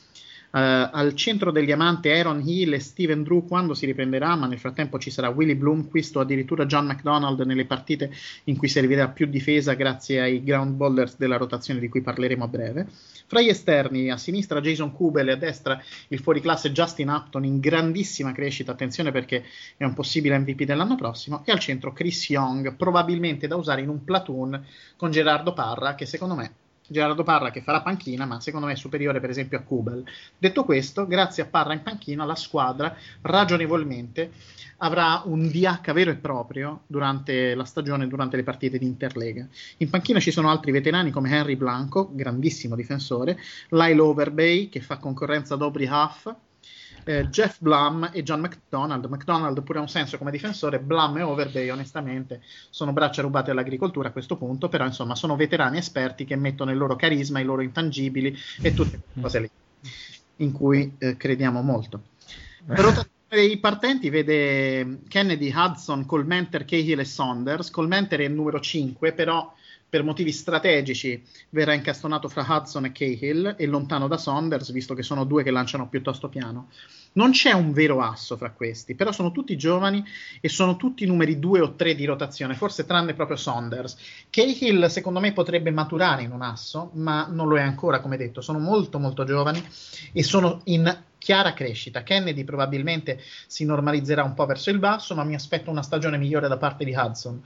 Uh, al centro del diamante Aaron Hill e Steven Drew quando si riprenderà, ma nel frattempo ci sarà Willie Bloomquist o addirittura John McDonald nelle partite in cui servirà più difesa grazie ai ground ballers della rotazione di cui parleremo a breve. Fra gli esterni, a sinistra Jason Kubel e a destra il fuoriclasse Justin Upton in grandissima crescita, attenzione perché è un possibile M V P dell'anno prossimo, e al centro Chris Young, probabilmente da usare in un platoon con Gerardo Parra, che secondo me Gerardo Parra che farà panchina, ma secondo me è superiore per esempio a Kubel. Detto questo, grazie a Parra in panchina la squadra ragionevolmente avrà un D H vero e proprio durante la stagione, durante le partite di Interlega. In panchina ci sono altri veterani come Henry Blanco, grandissimo difensore, Lyle Overbay che fa concorrenza ad Aubrey Huff, Eh, Jeff Blum e John McDonald. McDonald pure ha un senso come difensore, Blum e Overbay onestamente sono braccia rubate all'agricoltura a questo punto, però insomma sono veterani esperti che mettono il loro carisma, i loro intangibili e tutte queste cose lì in cui eh, crediamo molto. Per rotazione dei partenti vede Kennedy, Hudson, Colmenter, Cahill e Saunders. Colmenter è il numero cinque, però per motivi strategici verrà incastonato fra Hudson e Cahill e lontano da Saunders, visto che sono due che lanciano piuttosto piano. Non c'è un vero asso fra questi, però sono tutti giovani e sono tutti numeri due o tre di rotazione, forse tranne proprio Saunders. Cahill secondo me potrebbe maturare in un asso, ma non lo è ancora, come detto, sono molto molto giovani e sono in chiara crescita. Kennedy probabilmente si normalizzerà un po' verso il basso, ma mi aspetto una stagione migliore da parte di Hudson.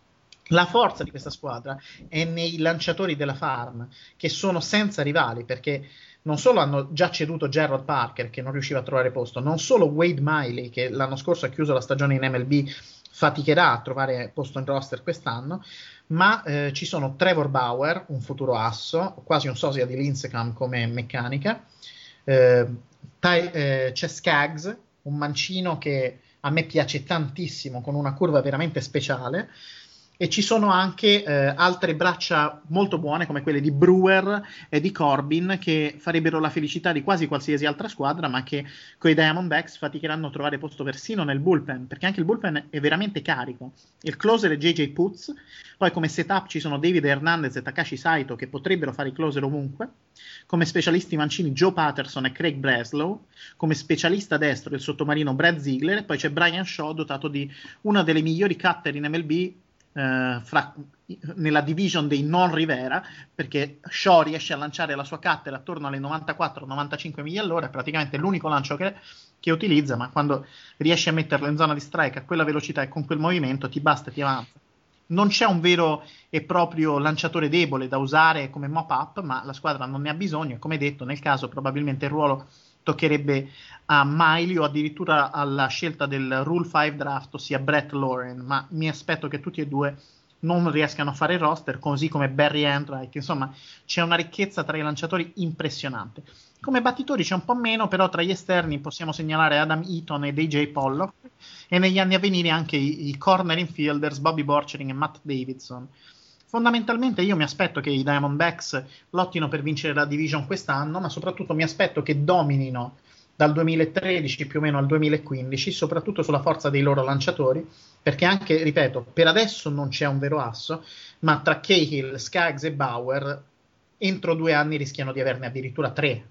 La forza di questa squadra è nei lanciatori della farm, che sono senza rivali, perché non solo hanno già ceduto Gerald Parker, che non riusciva a trovare posto, non solo Wade Miley, che l'anno scorso ha chiuso la stagione in M L B, faticherà a trovare posto in roster quest'anno, ma eh, ci sono Trevor Bauer, un futuro asso, quasi un sosia di Lincecum come meccanica, eh, Ty, eh, c'è Skaggs, un mancino che a me piace tantissimo, con una curva veramente speciale, e ci sono anche eh, altre braccia molto buone come quelle di Brewer e di Corbin, che farebbero la felicità di quasi qualsiasi altra squadra, ma che con i Diamondbacks faticheranno a trovare posto persino nel bullpen, perché anche il bullpen è veramente carico. Il closer è J J Putz, poi come setup ci sono David Hernandez e Takashi Saito, che potrebbero fare i closer ovunque, come specialisti mancini Joe Patterson e Craig Breslow, come specialista destro il sottomarino Brad Ziegler, e poi c'è Brian Shaw, dotato di una delle migliori cutter in M L B Uh, fra, nella division dei non Rivera, perché Shaw riesce a lanciare la sua cutter attorno alle novantaquattro novantacinque miglia all'ora, è praticamente l'unico lancio che, che utilizza, ma quando riesce a metterlo in zona di strike a quella velocità e con quel movimento ti basta e ti avanza. Non c'è un vero e proprio lanciatore debole da usare come mop-up, ma la squadra non ne ha bisogno, e come detto nel caso probabilmente il ruolo toccherebbe a Miley o addirittura alla scelta del Rule cinque draft, ossia Brett Lauren, ma mi aspetto che tutti e due non riescano a fare il roster, così come Barry Enright. Insomma, c'è una ricchezza tra i lanciatori impressionante. Come battitori c'è un po' meno, però tra gli esterni possiamo segnalare Adam Eaton e D J Pollock, e negli anni a venire anche i, i corner infielders Bobby Borchering e Matt Davidson. Fondamentalmente io mi aspetto che i Diamondbacks lottino per vincere la division quest'anno, ma soprattutto mi aspetto che dominino dal duemilatredici più o meno al duemilaquindici, soprattutto sulla forza dei loro lanciatori, perché anche, ripeto, per adesso non c'è un vero asso, ma tra Cahill, Skaggs e Bauer entro due anni rischiano di averne addirittura tre.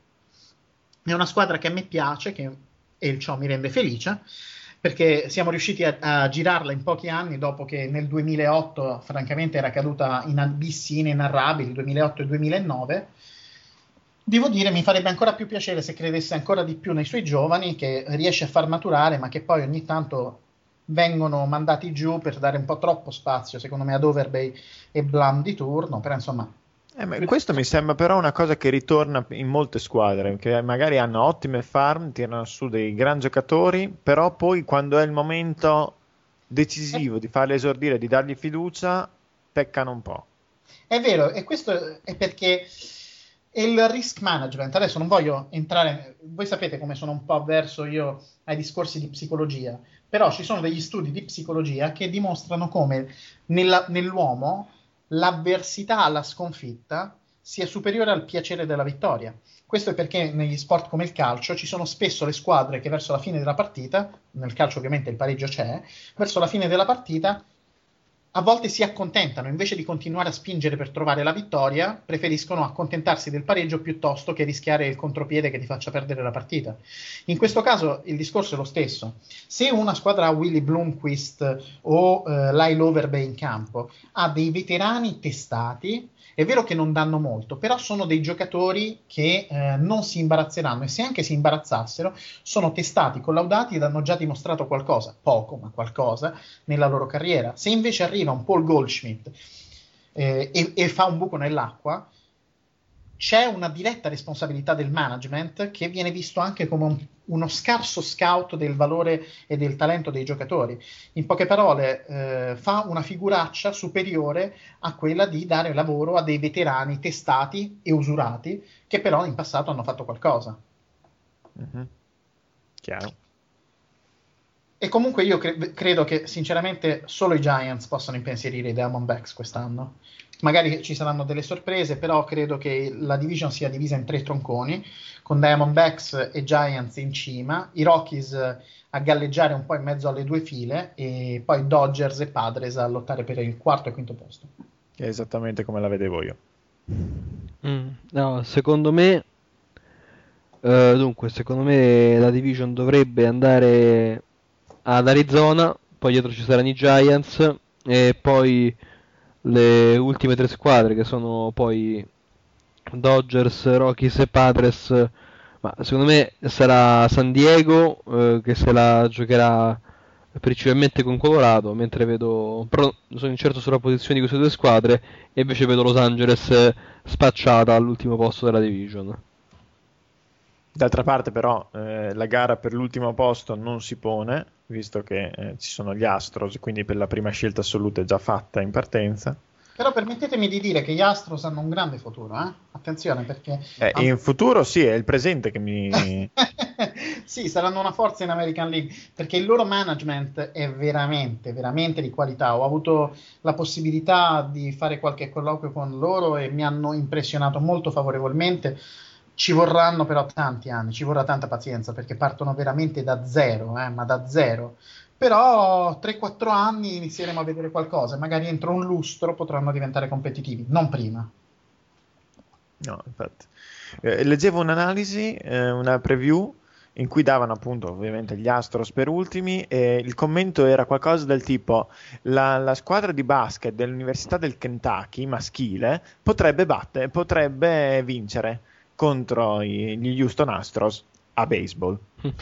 È una squadra che a me piace, che, e ciò mi rende felice, perché siamo riusciti a, a girarla in pochi anni, dopo che nel duemilaotto francamente era caduta in abissi inenarrabili, duemilaotto e duemilanove. Devo dire, mi farebbe ancora più piacere se credesse ancora di più nei suoi giovani, che riesce a far maturare, ma che poi ogni tanto vengono mandati giù per dare un po' troppo spazio, secondo me, ad Overbay e Blum di turno, però insomma... Eh, ma questo mi sembra però una cosa che ritorna in molte squadre, che magari hanno ottime farm, tirano su dei gran giocatori, però poi quando è il momento decisivo di farli esordire, di dargli fiducia, peccano un po'. È vero, e questo è perché è il risk management. Adesso non voglio entrare, voi sapete come sono un po' avverso io ai discorsi di psicologia, però ci sono degli studi di psicologia che dimostrano come nella, nell'uomo l'avversità alla sconfitta sia superiore al piacere della vittoria. Questo è perché negli sport come il calcio ci sono spesso le squadre che verso la fine della partita, nel calcio ovviamente il pareggio c'è, verso la fine della partita a volte si accontentano, invece di continuare a spingere per trovare la vittoria, preferiscono accontentarsi del pareggio piuttosto che rischiare il contropiede che ti faccia perdere la partita. In questo caso il discorso è lo stesso. Se una squadra ha Willy Blomqvist o eh, Lyle Overby in campo, ha dei veterani testati, è vero che non danno molto, però sono dei giocatori che eh, non si imbarazzeranno, e se anche si imbarazzassero sono testati, collaudati ed hanno già dimostrato qualcosa, poco ma qualcosa, nella loro carriera. Se invece arriva un Paul Goldschmidt eh, e, e fa un buco nell'acqua, c'è una diretta responsabilità del management, che viene visto anche come un, uno scarso scout del valore e del talento dei giocatori. In poche parole, eh, fa una figuraccia superiore a quella di dare lavoro a dei veterani testati e usurati, che però in passato hanno fatto qualcosa. Mm-hmm. Chiaro. E comunque io cre- credo che sinceramente solo i Giants possano impensierire i Diamondbacks quest'anno. Magari ci saranno delle sorprese, però credo che la division sia divisa in tre tronconi, con Diamondbacks e Giants in cima, i Rockies a galleggiare un po' in mezzo alle due file, e poi Dodgers e Padres a lottare per il quarto e quinto posto. È esattamente come la vedevo io. Mm, no, secondo me, eh, dunque, secondo me la division dovrebbe andare ad Arizona, poi dietro ci saranno i Giants e poi le ultime tre squadre che sono poi Dodgers, Rockies e Padres. Ma secondo me sarà San Diego eh, che se la giocherà principalmente con Colorado, mentre vedo, però sono incerto sulla posizione di queste due squadre, e invece vedo Los Angeles spacciata all'ultimo posto della division. D'altra parte però eh, la gara per l'ultimo posto non si pone, visto che eh, ci sono gli Astros, quindi per la prima scelta assoluta è già fatta in partenza. Però permettetemi di dire che gli Astros hanno un grande futuro, eh? Attenzione, perché... Eh, hanno... In futuro sì, è il presente che mi... Sì, saranno una forza in American League, perché il loro management è veramente, veramente di qualità. Ho avuto la possibilità di fare qualche colloquio con loro e mi hanno impressionato molto favorevolmente. Ci vorranno però tanti anni, ci vorrà tanta pazienza, perché partono veramente da zero, eh, ma da zero. Però tre quattro anni inizieremo a vedere qualcosa, magari entro un lustro potranno diventare competitivi, non prima. No, infatti. Eh, leggevo un'analisi, eh, una preview, in cui davano appunto ovviamente gli Astros per ultimi, e il commento era qualcosa del tipo: la, la squadra di basket dell'Università del Kentucky maschile potrebbe battere, potrebbe vincere contro i, gli Houston Astros a baseball.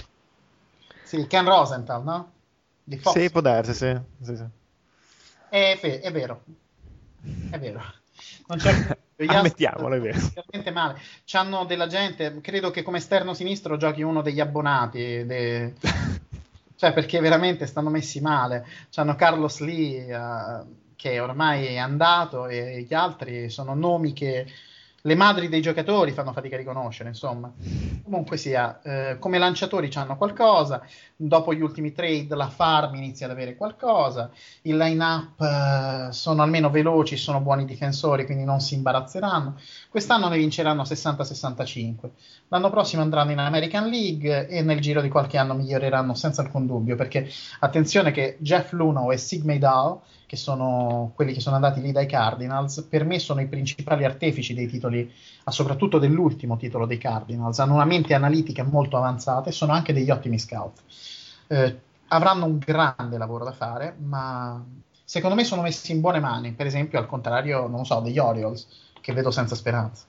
Sì, Ken Rosenthal, no? Di Fox. Sì, può darsi, sì, sì, sì. È, fe- è vero, è vero. Non c'è... Ammettiamolo, è vero. Veramente male. C'hanno della gente, credo che come esterno sinistro giochi uno degli abbonati, de... cioè perché veramente stanno messi male. C'hanno Carlos Lee uh, che ormai è andato, e gli altri sono nomi che le madri dei giocatori fanno fatica a riconoscere, insomma. Comunque sia, eh, come lanciatori c'hanno qualcosa, dopo gli ultimi trade la farm inizia ad avere qualcosa, il line-up eh, sono almeno veloci, sono buoni difensori, quindi non si imbarazzeranno. Quest'anno ne vinceranno sessanta sessantacinque, l'anno prossimo andranno in American League e nel giro di qualche anno miglioreranno senza alcun dubbio, perché attenzione che Jeff Luhnow e Sig Mejdal, che sono quelli che sono andati lì dai Cardinals, per me sono i principali artefici dei titoli, ma soprattutto dell'ultimo titolo dei Cardinals. Hanno una mente analitica molto avanzata e sono anche degli ottimi scout. Eh, avranno un grande lavoro da fare, ma secondo me sono messi in buone mani, per esempio al contrario, non so, degli Orioles, che vedo senza speranza.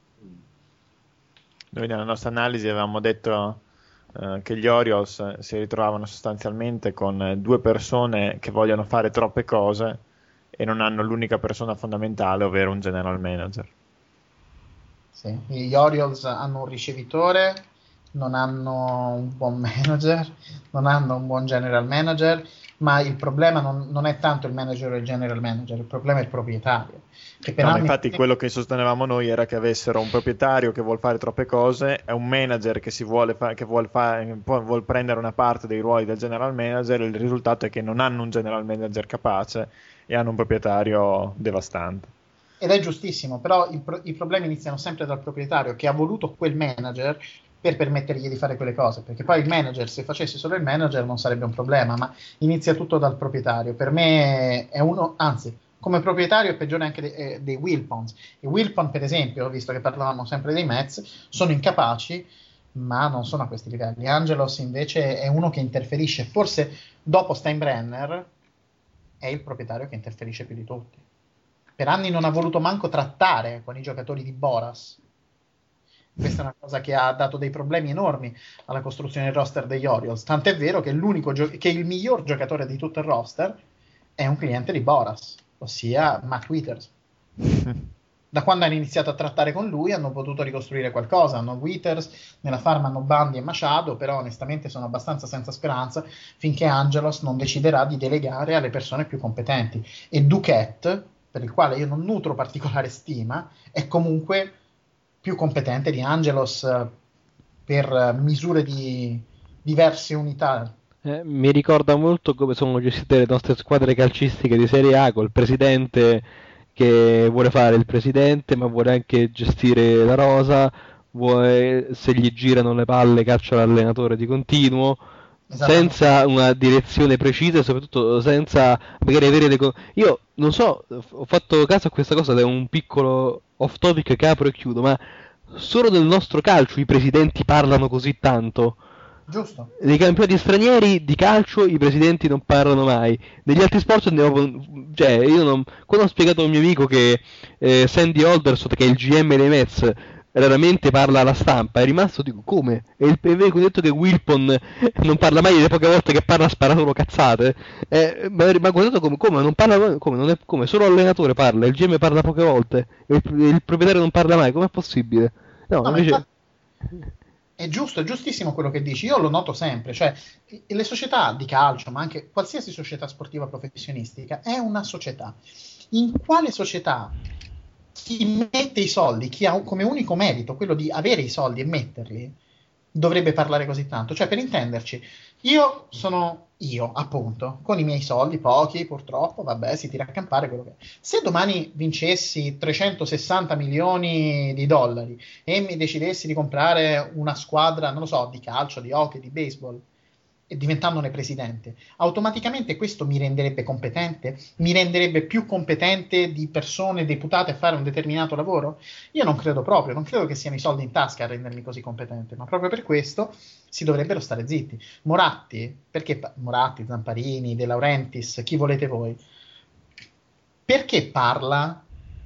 Noi nella nostra analisi avevamo detto Uh, che gli Orioles uh, si ritrovavano sostanzialmente con uh, due persone che vogliono fare troppe cose e non hanno l'unica persona fondamentale, ovvero un general manager. Sì, gli Orioles hanno un ricevitore, non hanno un buon manager, non hanno un buon general manager, ma il problema non, non è tanto il manager o il general manager, il problema è il proprietario. Che per no, anni... infatti quello che sostenevamo noi era che avessero un proprietario che vuole fare troppe cose e un manager che si vuole fa- che vuole, fa- vuole prendere una parte dei ruoli del general manager, e il risultato è che non hanno un general manager capace e hanno un proprietario devastante. Ed è giustissimo, però il pro- i problemi iniziano sempre dal proprietario, che ha voluto quel manager per permettergli di fare quelle cose, perché poi il manager, se facesse solo il manager non sarebbe un problema, ma inizia tutto dal proprietario. Per me è uno, anzi, come proprietario è peggiore anche dei, eh, dei Wilpons. I Wilpon, per esempio, visto che parlavamo sempre dei Mets, sono incapaci, ma non sono a questi livelli. Angelos invece è uno che interferisce, forse dopo Steinbrenner è il proprietario che interferisce più di tutti. Per anni non ha voluto manco trattare con i giocatori di Boras. Questa è una cosa che ha dato dei problemi enormi alla costruzione del roster degli Orioles, tant'è vero che, l'unico gio- che il miglior giocatore di tutto il roster è un cliente di Boras, ossia Matt Withers. Da quando hanno iniziato a trattare con lui hanno potuto ricostruire qualcosa, hanno Withers, nella farm hanno Bundy e Machado, però onestamente sono abbastanza senza speranza finché Angelos non deciderà di delegare alle persone più competenti. E Duquette, per il quale io non nutro particolare stima, è comunque più competente di Angelos eh, per misure di diverse unità. Eh, mi ricorda molto come sono gestite le nostre squadre calcistiche di Serie A, col presidente che vuole fare il presidente, ma vuole anche gestire la rosa, vuole, se gli girano le palle caccia l'allenatore di continuo, senza una direzione precisa e soprattutto senza magari avere le co- io non so, ho fatto caso a questa cosa ed è un piccolo off topic che apro e chiudo, ma solo nel nostro calcio i presidenti parlano così tanto. Giusto. Nei campionati stranieri di calcio i presidenti non parlano mai. Negli altri sport andiamo, cioè io non, quando ho spiegato a un mio amico che eh, Sandy Alderson, che è il G M dei Mets, raramente parla alla stampa, è rimasto, dico, come? E il P V ha detto che Wilpon non parla mai, le poche volte che parla spara solo cazzate. Eh, ma ha guardato come, come non parla, come non è, come solo l'allenatore parla, il G M parla poche volte, e il, il proprietario non parla mai, com'è possibile? No, no invece... È giusto, è giustissimo quello che dici, io lo noto sempre, cioè le società di calcio, ma anche qualsiasi società sportiva professionistica, è una società. In quale società chi mette i soldi, chi ha come unico merito quello di avere i soldi e metterli, dovrebbe parlare così tanto? Cioè, per intenderci, io sono io, appunto, con i miei soldi, pochi purtroppo, vabbè, si tira a campare quello che è. Se domani vincessi trecentosessanta milioni di dollari e mi decidessi di comprare una squadra, non lo so, di calcio, di hockey, di baseball, e diventandone presidente, automaticamente questo mi renderebbe competente? Mi renderebbe più competente di persone deputate a fare un determinato lavoro? Io non credo proprio, non credo che siano i soldi in tasca a rendermi così competente, ma proprio per questo si dovrebbero stare zitti. Moratti, perché Moratti, Zamparini, De Laurentiis, chi volete voi, perché parla?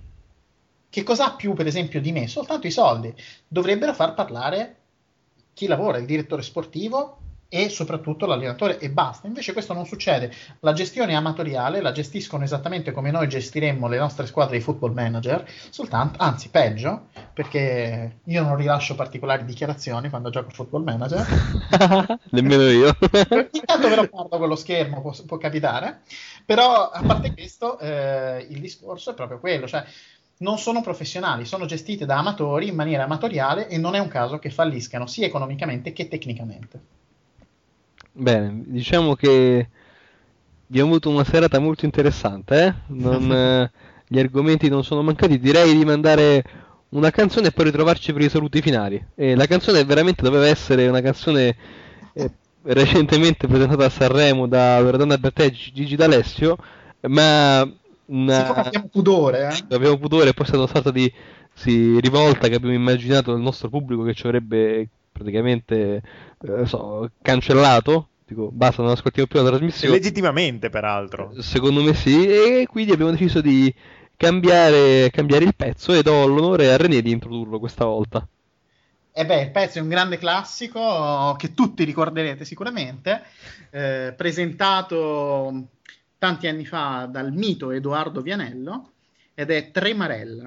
Che cosa ha più, per esempio, di me? Soltanto i soldi. Dovrebbero far parlare chi lavora, il direttore sportivo e soprattutto l'allenatore, e basta. Invece questo non succede. La gestione amatoriale la gestiscono esattamente come noi gestiremmo le nostre squadre di football manager, soltanto, anzi peggio, perché io non rilascio particolari dichiarazioni quando gioco a football manager. Nemmeno io. Intanto ve lo parlo con lo schermo, può, può capitare, però a parte questo eh, il discorso è proprio quello, cioè non sono professionali, sono gestite da amatori in maniera amatoriale e non è un caso che falliscano sia economicamente che tecnicamente. Bene, diciamo che abbiamo avuto una serata molto interessante, eh? Non, eh, gli argomenti non sono mancati, direi di mandare una canzone e poi ritrovarci per i saluti finali. E la canzone veramente doveva essere una canzone eh, recentemente presentata a Sanremo da Loredana Bertè e Gigi D'Alessio, ma una... Siccome abbiamo pudore, eh? abbiamo pudore e poi è stata una sorta di sì, rivolta che abbiamo immaginato il nostro pubblico che ci avrebbe praticamente eh, so, cancellato, dico basta, non ascoltiamo più la trasmissione, legittimamente peraltro secondo me sì, e quindi abbiamo deciso di cambiare, cambiare il pezzo ed ho l'onore a René di introdurlo questa volta. E beh, il pezzo è un grande classico che tutti ricorderete sicuramente, eh, presentato tanti anni fa dal mito Edoardo Vianello, ed è Tremarella.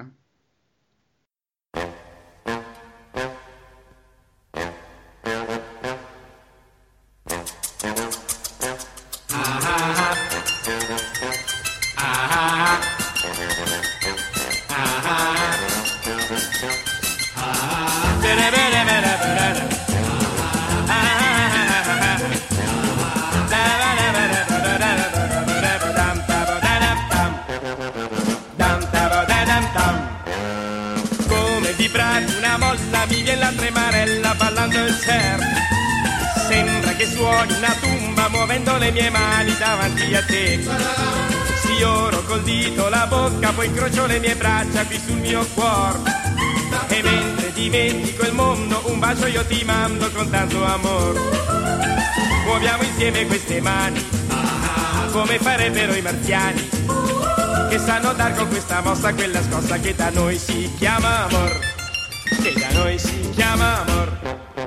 Una molla mi viene la tremarella, balla ballando il surf. Sembra che suoni una tumba muovendo le mie mani davanti a te. Sfioro col dito la bocca, poi incrocio le mie braccia qui sul mio cuore. E mentre dimentico il mondo, un bacio io ti mando con tanto amore. Muoviamo insieme queste mani, come farebbero i marziani, che sanno dar con questa mossa quella scossa che da noi si chiama amor, che da noi si chiama amor.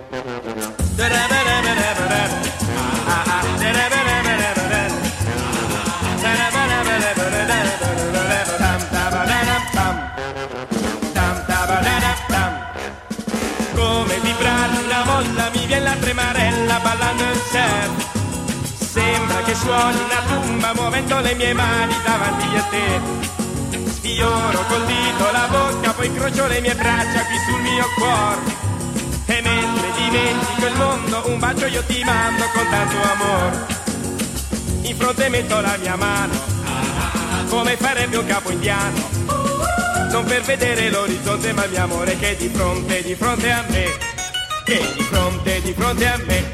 Come vibrare una volta mi viene la tremarella ballando il surf. Sembra che suoni una tumba muovendo le mie mani davanti a te. Sfioro col dito la bocca, poi incrocio le mie braccia qui sul mio cuore. E mentre dimentico il mondo, un bacio io ti mando con tanto amore. In fronte metto la mia mano, come farebbe un capo indiano, non per vedere l'orizzonte ma il mio amore che è di fronte, di fronte a me, che è di fronte, di fronte a me.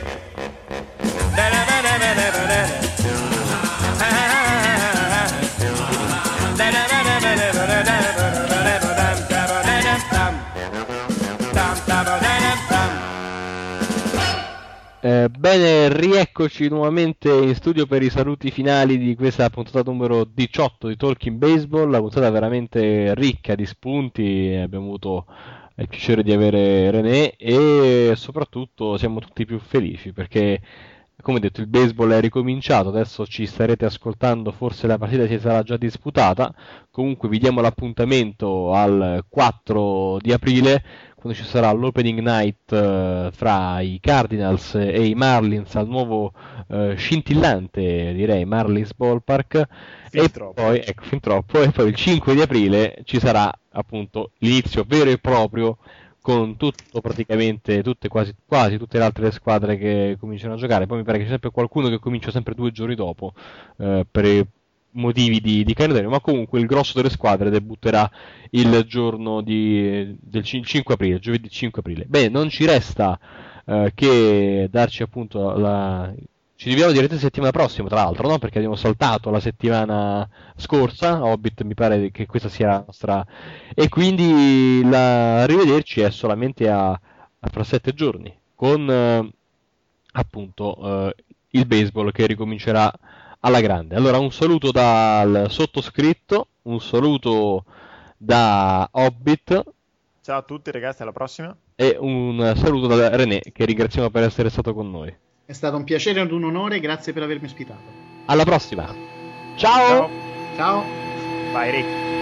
Eh, bene, rieccoci nuovamente in studio per i saluti finali di questa puntata numero diciotto di Talking Baseball, la puntata veramente ricca di spunti. Abbiamo avuto il piacere di avere René e soprattutto siamo tutti più felici perché, come detto, il baseball è ricominciato. Adesso ci starete ascoltando, forse la partita si sarà già disputata. Comunque vi diamo l'appuntamento al quattro di aprile, quando ci sarà l'opening night uh, fra i Cardinals e i Marlins al nuovo uh, scintillante, direi, Marlins Ballpark. Fin e troppo. poi, ecco, fin troppo. E poi il cinque di aprile ci sarà appunto l'inizio vero e proprio, con tutto praticamente, tutte quasi, quasi tutte le altre squadre che cominciano a giocare. Poi mi pare che c'è sempre qualcuno che comincia sempre due giorni dopo, eh, per motivi di, di calendario, ma comunque il grosso delle squadre debutterà il giorno di, del cinque aprile, giovedì cinque aprile. Bene, non ci resta eh, che darci appunto la... Ci rivediamo direttamente settimana prossima, tra l'altro, no? Perché abbiamo saltato la settimana scorsa, Hobbit mi pare che questa sia la nostra... E quindi la rivederci è solamente a, a fra sette giorni, con eh, appunto eh, il baseball che ricomincerà alla grande. Allora, un saluto dal sottoscritto, un saluto da Hobbit. Ciao a tutti ragazzi, alla prossima. E un saluto da René, che ringraziamo per essere stato con noi. È stato un piacere ed un onore, grazie per avermi ospitato. Alla prossima. Ciao! Ciao. Ciao. Vai Rick.